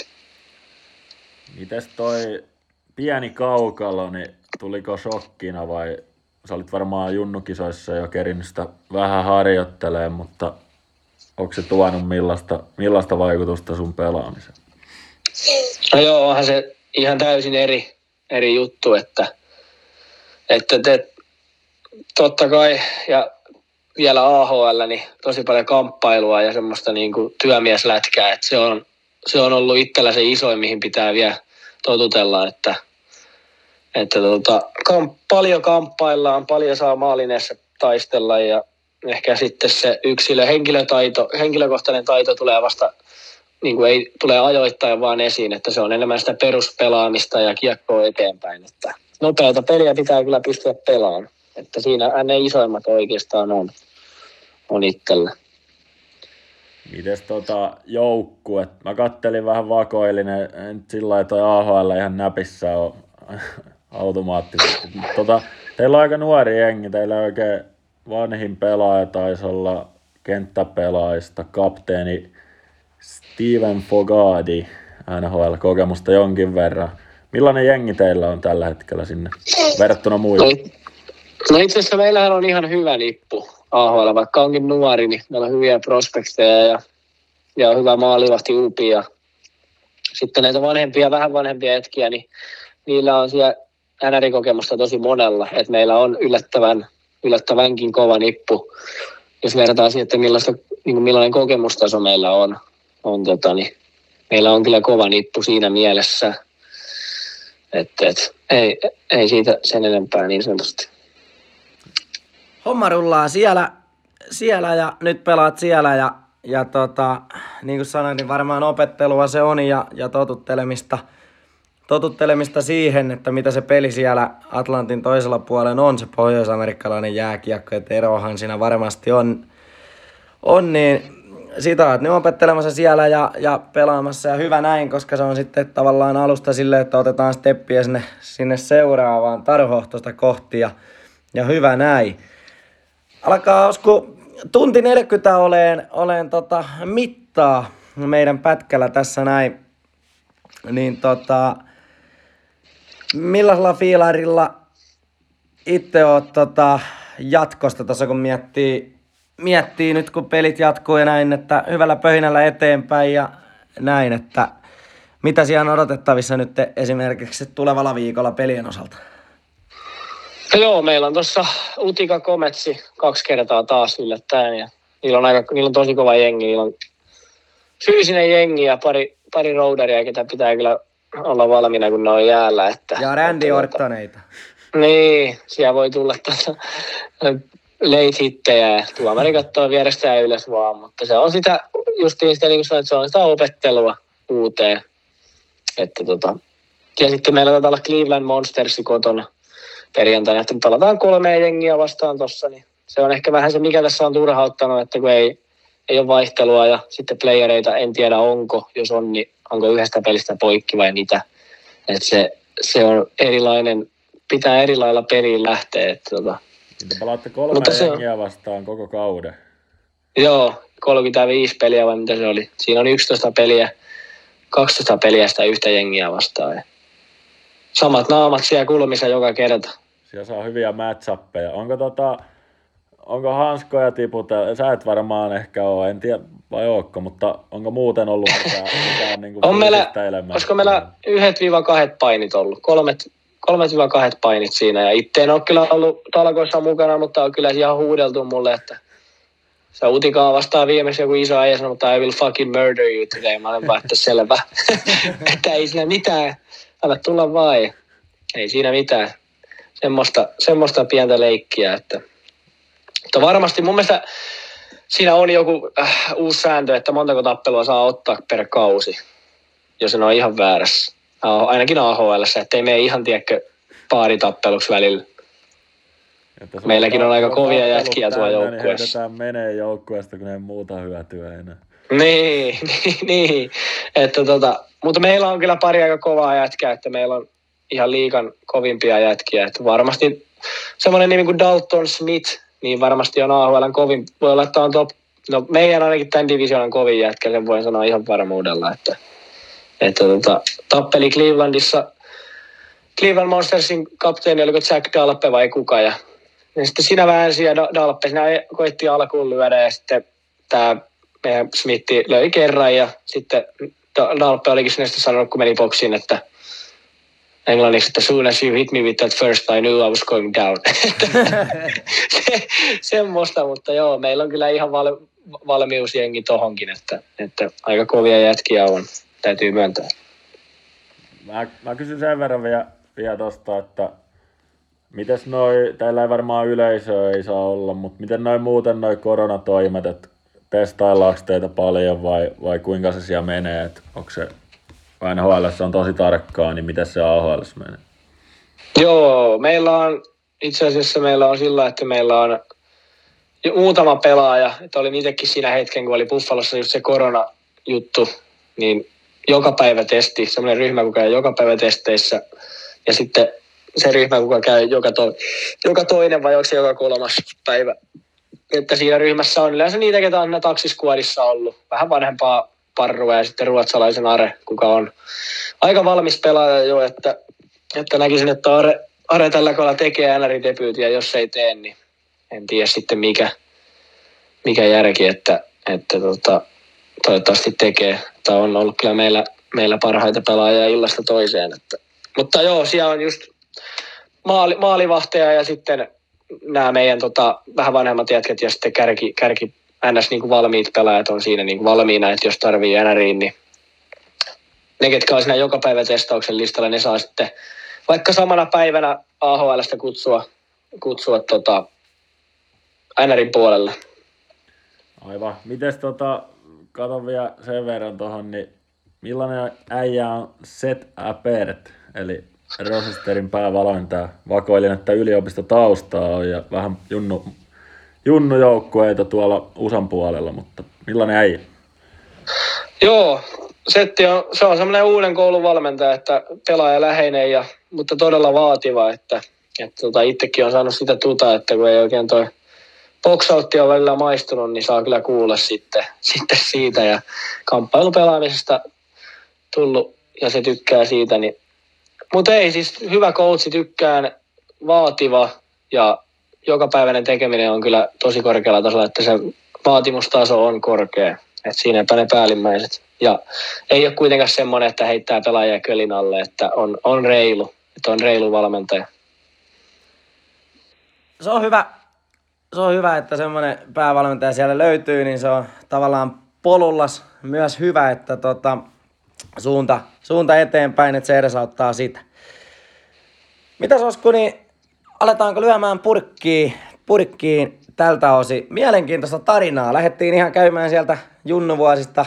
Mites toi pieni kaukalo, niin tuliko shokkina vai sä olit varmaan junnukisoissa jo kerinyt sitä vähän harjoittelemaan, mutta onko se tuonut millaista, millaista vaikutusta sun pelaamiseen? No joo, onhan se ihan täysin eri, eri juttu, että, että te, totta kai, ja vielä A H L, niin tosi paljon kamppailua ja semmoista niin kuin työmieslätkää, että se on, se on ollut itsellä se isoin, mihin pitää vielä totutella, että Että tota, kamp- paljon kamppaillaan, paljon saa maalineessa taistella ja ehkä sitten se yksilö, henkilötaito, henkilökohtainen taito tulee vasta, niin kuin ei tule ajoittain vaan esiin, että se on enemmän sitä peruspelaamista ja kiekkoa eteenpäin. Että nopeata peliä pitää kyllä pystyä pelaamaan, että siinä ne isoimmat oikeastaan on, on itsellä. Mites tota joukkue? Mä kattelin vähän vakoilinen, en sillä lailla toi A H L ihan näpissä on automaattisesti. Tota, teillä on aika nuori jengi, teillä on oikein vanhin pelaaja, taisi olla kenttäpelaajista, kapteeni Steven Fogadi, N H L-kokemusta jonkin verran. Millainen jengi teillä on tällä hetkellä sinne verrattuna muihin? No itse asiassa meillähän on ihan hyvä nippu A H L, vaikka onkin nuori, niin meillä on hyviä prospekteja ja, ja hyvä maalivahti Upi ja sitten näitä vanhempia, vähän vanhempia hetkiä, niin niillä on siellä N R-kokemusta tosi monella, että meillä on yllättävän, yllättävänkin kova nippu, jos verrataan siihen, että millaista, niin millainen kokemustaso meillä on, on tota, niin meillä on kyllä kova nippu siinä mielessä, että et, ei, ei siitä sen enempää niin sanotusti. Homma rullaa siellä, siellä ja nyt pelaat siellä ja, ja tota, niin kuin sanoin, niin varmaan opettelua se on ja, ja totuttelemista, totuttelemista siihen, että mitä se peli siellä Atlantin toisella puolella on, se pohjois-amerikkalainen jääkiekko, että erohan siinä varmasti on, on niin sitä oot nyt opettelemassa siellä ja, ja pelaamassa ja hyvä näin, koska se on sitten tavallaan alusta silleen, että otetaan steppiä sinne, sinne seuraavaan Tarhohtosta kohti ja, ja hyvä näin. Alkaa osku tunti neljäkymmentä oleen, oleen tota, mittaa meidän pätkällä tässä näin, niin tota, Millaisella fiilarilla itse oot tota, jatkosta tuossa, kun miettii, miettii nyt, kun pelit jatkuu ja näin, että hyvällä pöhinällä eteenpäin ja näin, että mitä siellä on odotettavissa nyt esimerkiksi tulevalla viikolla pelien osalta? No joo, meillä on tuossa Utica Kometsi kaksi kertaa taas yllättäen ja niillä on, aika, niillä on tosi kova jengi, niillä on fyysinen jengi ja pari, pari rouderia, ketä pitää kyllä olla valmiina, kun ne on jäällä. Että, ja Randy että, Ortoneita. Niin, siellä voi tulla tuota, late hittejä ja tuomari katsoo vierestä ja ylös vaan, mutta se on sitä, justiin sitä, niin kuin sanoin, että se on sitä opettelua uuteen. Että, tota, ja sitten meillä taitaa olla Cleveland Monstersi kotona perjantaina, että palataan kolmea jengiä vastaan tossa, niin se on ehkä vähän se, mikä tässä on turhauttanut, että kun ei, ei ole vaihtelua ja sitten playereita en tiedä onko, jos on, niin onko yhdestä pelistä poikki vai mitä. Että se, se on erilainen, pitää eri lailla peliin lähteä. Että tota. Sitten palaatte kolme jengiä on vastaan koko kauden. Joo, kolmekymmentäviisi peliä vai mitä se oli. Siinä on yksitoista peliä, kaksitoista peliä sitä yhtä jengiä vastaan. Ja samat naamat siellä kulmissa joka kerta. Siellä saa hyviä match-appeja. Onko tota, onko hanskoja tiputella? Sä et varmaan ehkä ole, en tiedä vai ootko, mutta onko muuten ollut mitään, mitään niin kuin on meillä, elämää? olisiko meillä yhdet viiva kahdet painit ollut? Kolmet, kolmet viiva kahdet painit siinä. Ja itse en ole kyllä ollut talkoissa mukana, mutta on kyllä ihan huudeltu mulle, että se Utikaa vastaan viimeksi joku iso äijä sanoi, mutta I will fucking murder you today. Mä olen vaan, että selvä. Että ei siinä mitään. Anna tulla vaan. Ei siinä mitään. Semmoista, semmoista pientä leikkiä. Että. Mutta varmasti mun mielestä siinä on joku äh, uusi sääntö, että montako tappelua saa ottaa per kausi, jos en ole ihan väärässä. Ainakin A H L:ssä, ettei mene ihan, tiedäkö, paaritappeluksi välillä. Meilläkin on aika kovia jätkiä tuolla joukkueessa. Niin menee joukkueesta, kun ei muuta hyötyä enää. Niin, niin, niin. Että tota, mutta meillä on kyllä pari aika kovaa jätkää, että meillä on ihan liigan kovimpia jätkiä. Että varmasti semmoinen nimi kuin Dalton Smith, niin varmasti on A H L:n kovin. Voi olla, että on top, no meidän ainakin tämän divisionan kovin jätkä, sen voin sanoa ihan varmuudella, että, että tota, tappeli Clevelandissa, Cleveland Monstersin kapteeni, oliko Jack Dalpe vai kuka, ja, ja sitten siinä väänsi ja Dalpe, siinä koitti alkuun lyödä, ja sitten tämä meidän Smithi löi kerran, ja sitten Dalpe olikin sinne sitten sanonut, kun meni boksiin, että englanniksi, että soon as you hit me with that first, I knew I was going down. Se, semmoista, mutta joo, meillä on kyllä ihan val, valmiusjengi tohonkin, että, että aika kovia jätkiä on, täytyy myöntää. Mä, mä kysyn sen verran vielä, vielä tosta, että mites noi, teillä ei varmaan yleisöä ei saa olla, mutta miten noi muuten noi koronatoimet, että testaillaanko teitä paljon vai, vai kuinka se siellä menee, että onko se N H L:ssä on tosi tarkkaa, niin miten se A H L:ssä menee? Joo, meillä on, itse asiassa meillä on sillä, että meillä on muutama pelaaja, että olin itsekin siinä hetken, kun oli Buffalossa just se koronajuttu, niin joka päivä testi, semmoinen ryhmä, kun käy joka päivä testeissä, ja sitten se ryhmä, kuka käy joka, to, joka toinen vai onko se joka kolmas päivä. Että siinä ryhmässä on yleensä niitä, ketä on taksiskuodissa ollut, vähän vanhempaa parrua ja sitten ruotsalaisen Are, kuka on aika valmis pelaaja jo, että, että näkisin, että Are, Are tällä kohdalla tekee N R-debyytin ja jos ei tee, niin en tiedä sitten mikä, mikä järki, että, että tota, toivottavasti tekee. Tämä on ollut kyllä meillä, meillä parhaita pelaajia illasta toiseen. Että, mutta joo, siellä on just maali, maalivahteja ja sitten nämä meidän tota, vähän vanhemmat jätket ja sitten kärki, kärki ns. Niin kuin valmiit pelaajat on siinä niin kuin valmiina, että jos tarvii N Riin, niin ne, ketkä on siinä joka päivä testauksen listalla, ne saa sitten vaikka samana päivänä A H L:stä kutsua, kutsua tota N Rin puolelle. Aivan. Mites tota, katon vielä sen verran tuohon, niin millainen äijä on Seth Appert, eli Rochesterin päävalmentaja? Vakoilin, että yliopistotaustaa on ja vähän junnu, junnujoukkueita tuolla U S A:n puolella, mutta millainen äijä? Joo, Setti on, se on semmoinen uuden koulun valmentaja, että pelaaja läheinen, ja, mutta todella vaativa, että, että tota, itsekin on saanut sitä tuta, että kun ei oikein toi boxoutti on välillä maistunut, niin saa kyllä kuulla sitten, sitten siitä, ja kamppailupelaamisesta tullut, ja se tykkää siitä, niin Mutta ei, siis hyvä coachi, tykkään, vaativa ja jokapäiväinen tekeminen on kyllä tosi korkealla tasolla, että se vaatimustaso on korkea. Että siinäpä ne päällimmäiset. Ja ei ole kuitenkaan semmoinen, että heittää pelaajia kölin alle, että on, on reilu, että on reilu valmentaja. Se on hyvä, se on hyvä, että semmoinen päävalmentaja siellä löytyy, niin se on tavallaan polullas myös hyvä, että tota, suunta, suunta eteenpäin, että se edesauttaa sitä. Mitäs Osku, niin aletaanko lyömään purkkiin, purkkiin tältä osin? Mielenkiintoista tarinaa. Lähdettiin ihan käymään sieltä junnuvuosista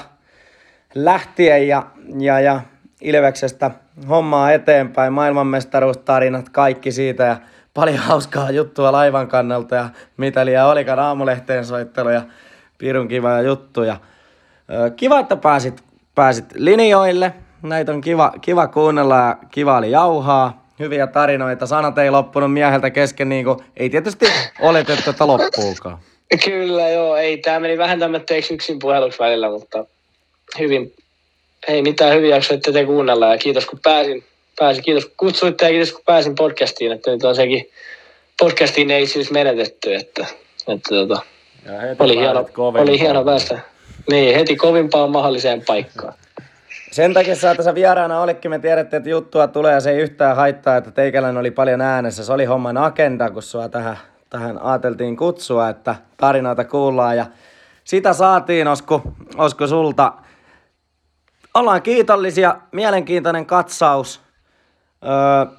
lähtien ja, ja, ja Ilveksestä hommaa eteenpäin. Maailmanmestaruustarinat, kaikki siitä ja paljon hauskaa juttua laivan kannalta ja mitä liian olikaan aamulehteen soittelu ja pirun kiva juttuja. Kiva, että pääsit, pääsit linjoille. Näitä on kiva, kiva kuunnella ja kiva oli jauhaa. Hyviä tarinoita. Sanat ei loppunut mieheltä kesken, niin kuin ei tietysti oletettu, että loppuukaan. Kyllä joo, ei. Tämä meni vähän tämmöitteeksi yksin puheluksi välillä, mutta hyvin, ei mitään, hyvin jaksoitte te kuunnella ja kiitos kun pääsin. pääsin. Kiitos kun kutsuitte ja kiitos kun pääsin podcastiin, että nyt on sekin podcastiin ei siis menetetty, että, että tota, oli, hieno, oli hieno päästä. Niin, heti kovimpaan mahdolliseen paikkaan. Sen takia sä tässä vieraana olikin, me tiedettiin, että juttua tulee ja se ei yhtään haittaa, että teikäläinen oli paljon äänessä. Se oli homman agenda, kun sua tähän, tähän ajateltiin kutsua, että tarinoita kuullaan ja sitä saatiin, Osku, Osku sulta. Ollaan kiitollisia, mielenkiintoinen katsaus. Öö,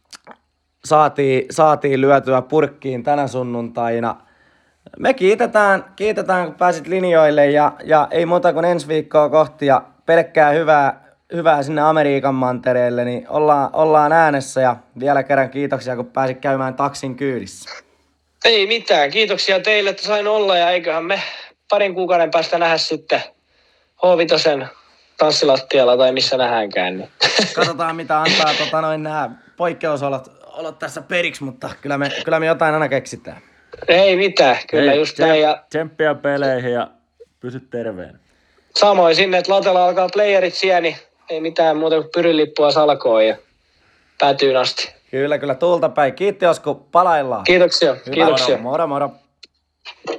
saatiin, saatiin lyötyä purkkiin tänä sunnuntaina. Me kiitetään, kiitetään kun pääsit linjoille ja, ja ei muuta kuin ensi viikkoa kohti ja pelkkää hyvää, hyvää sinne Amerikan mantereelle, niin ollaan, ollaan äänessä ja vielä kerran kiitoksia, kun pääsit käymään taksin kyydissä. Ei mitään, kiitoksia teille, että sain olla ja eiköhän me parin kuukauden päästä nähdä sitten H viisi tanssilattialla tai missä nähdäänkään. Niin. Katsotaan mitä antaa tota, noin nämä poikkeusolot olot tässä periksi, mutta kyllä me, kyllä me jotain aina keksitään. Ei mitään, kyllä Hei, just näin. Ja tsemppiä peleihin ja pysy terveenä. samoin sinne, että latella alkaa playerit siellä, niin ei mitään muuta kuin pyrylippua salkoon ja päätyyn asti. Kyllä, kyllä tuulta päin. Kiitti Osku, palaillaan. Kiitoksia, Hyvä, kiitoksia. Moro, moro.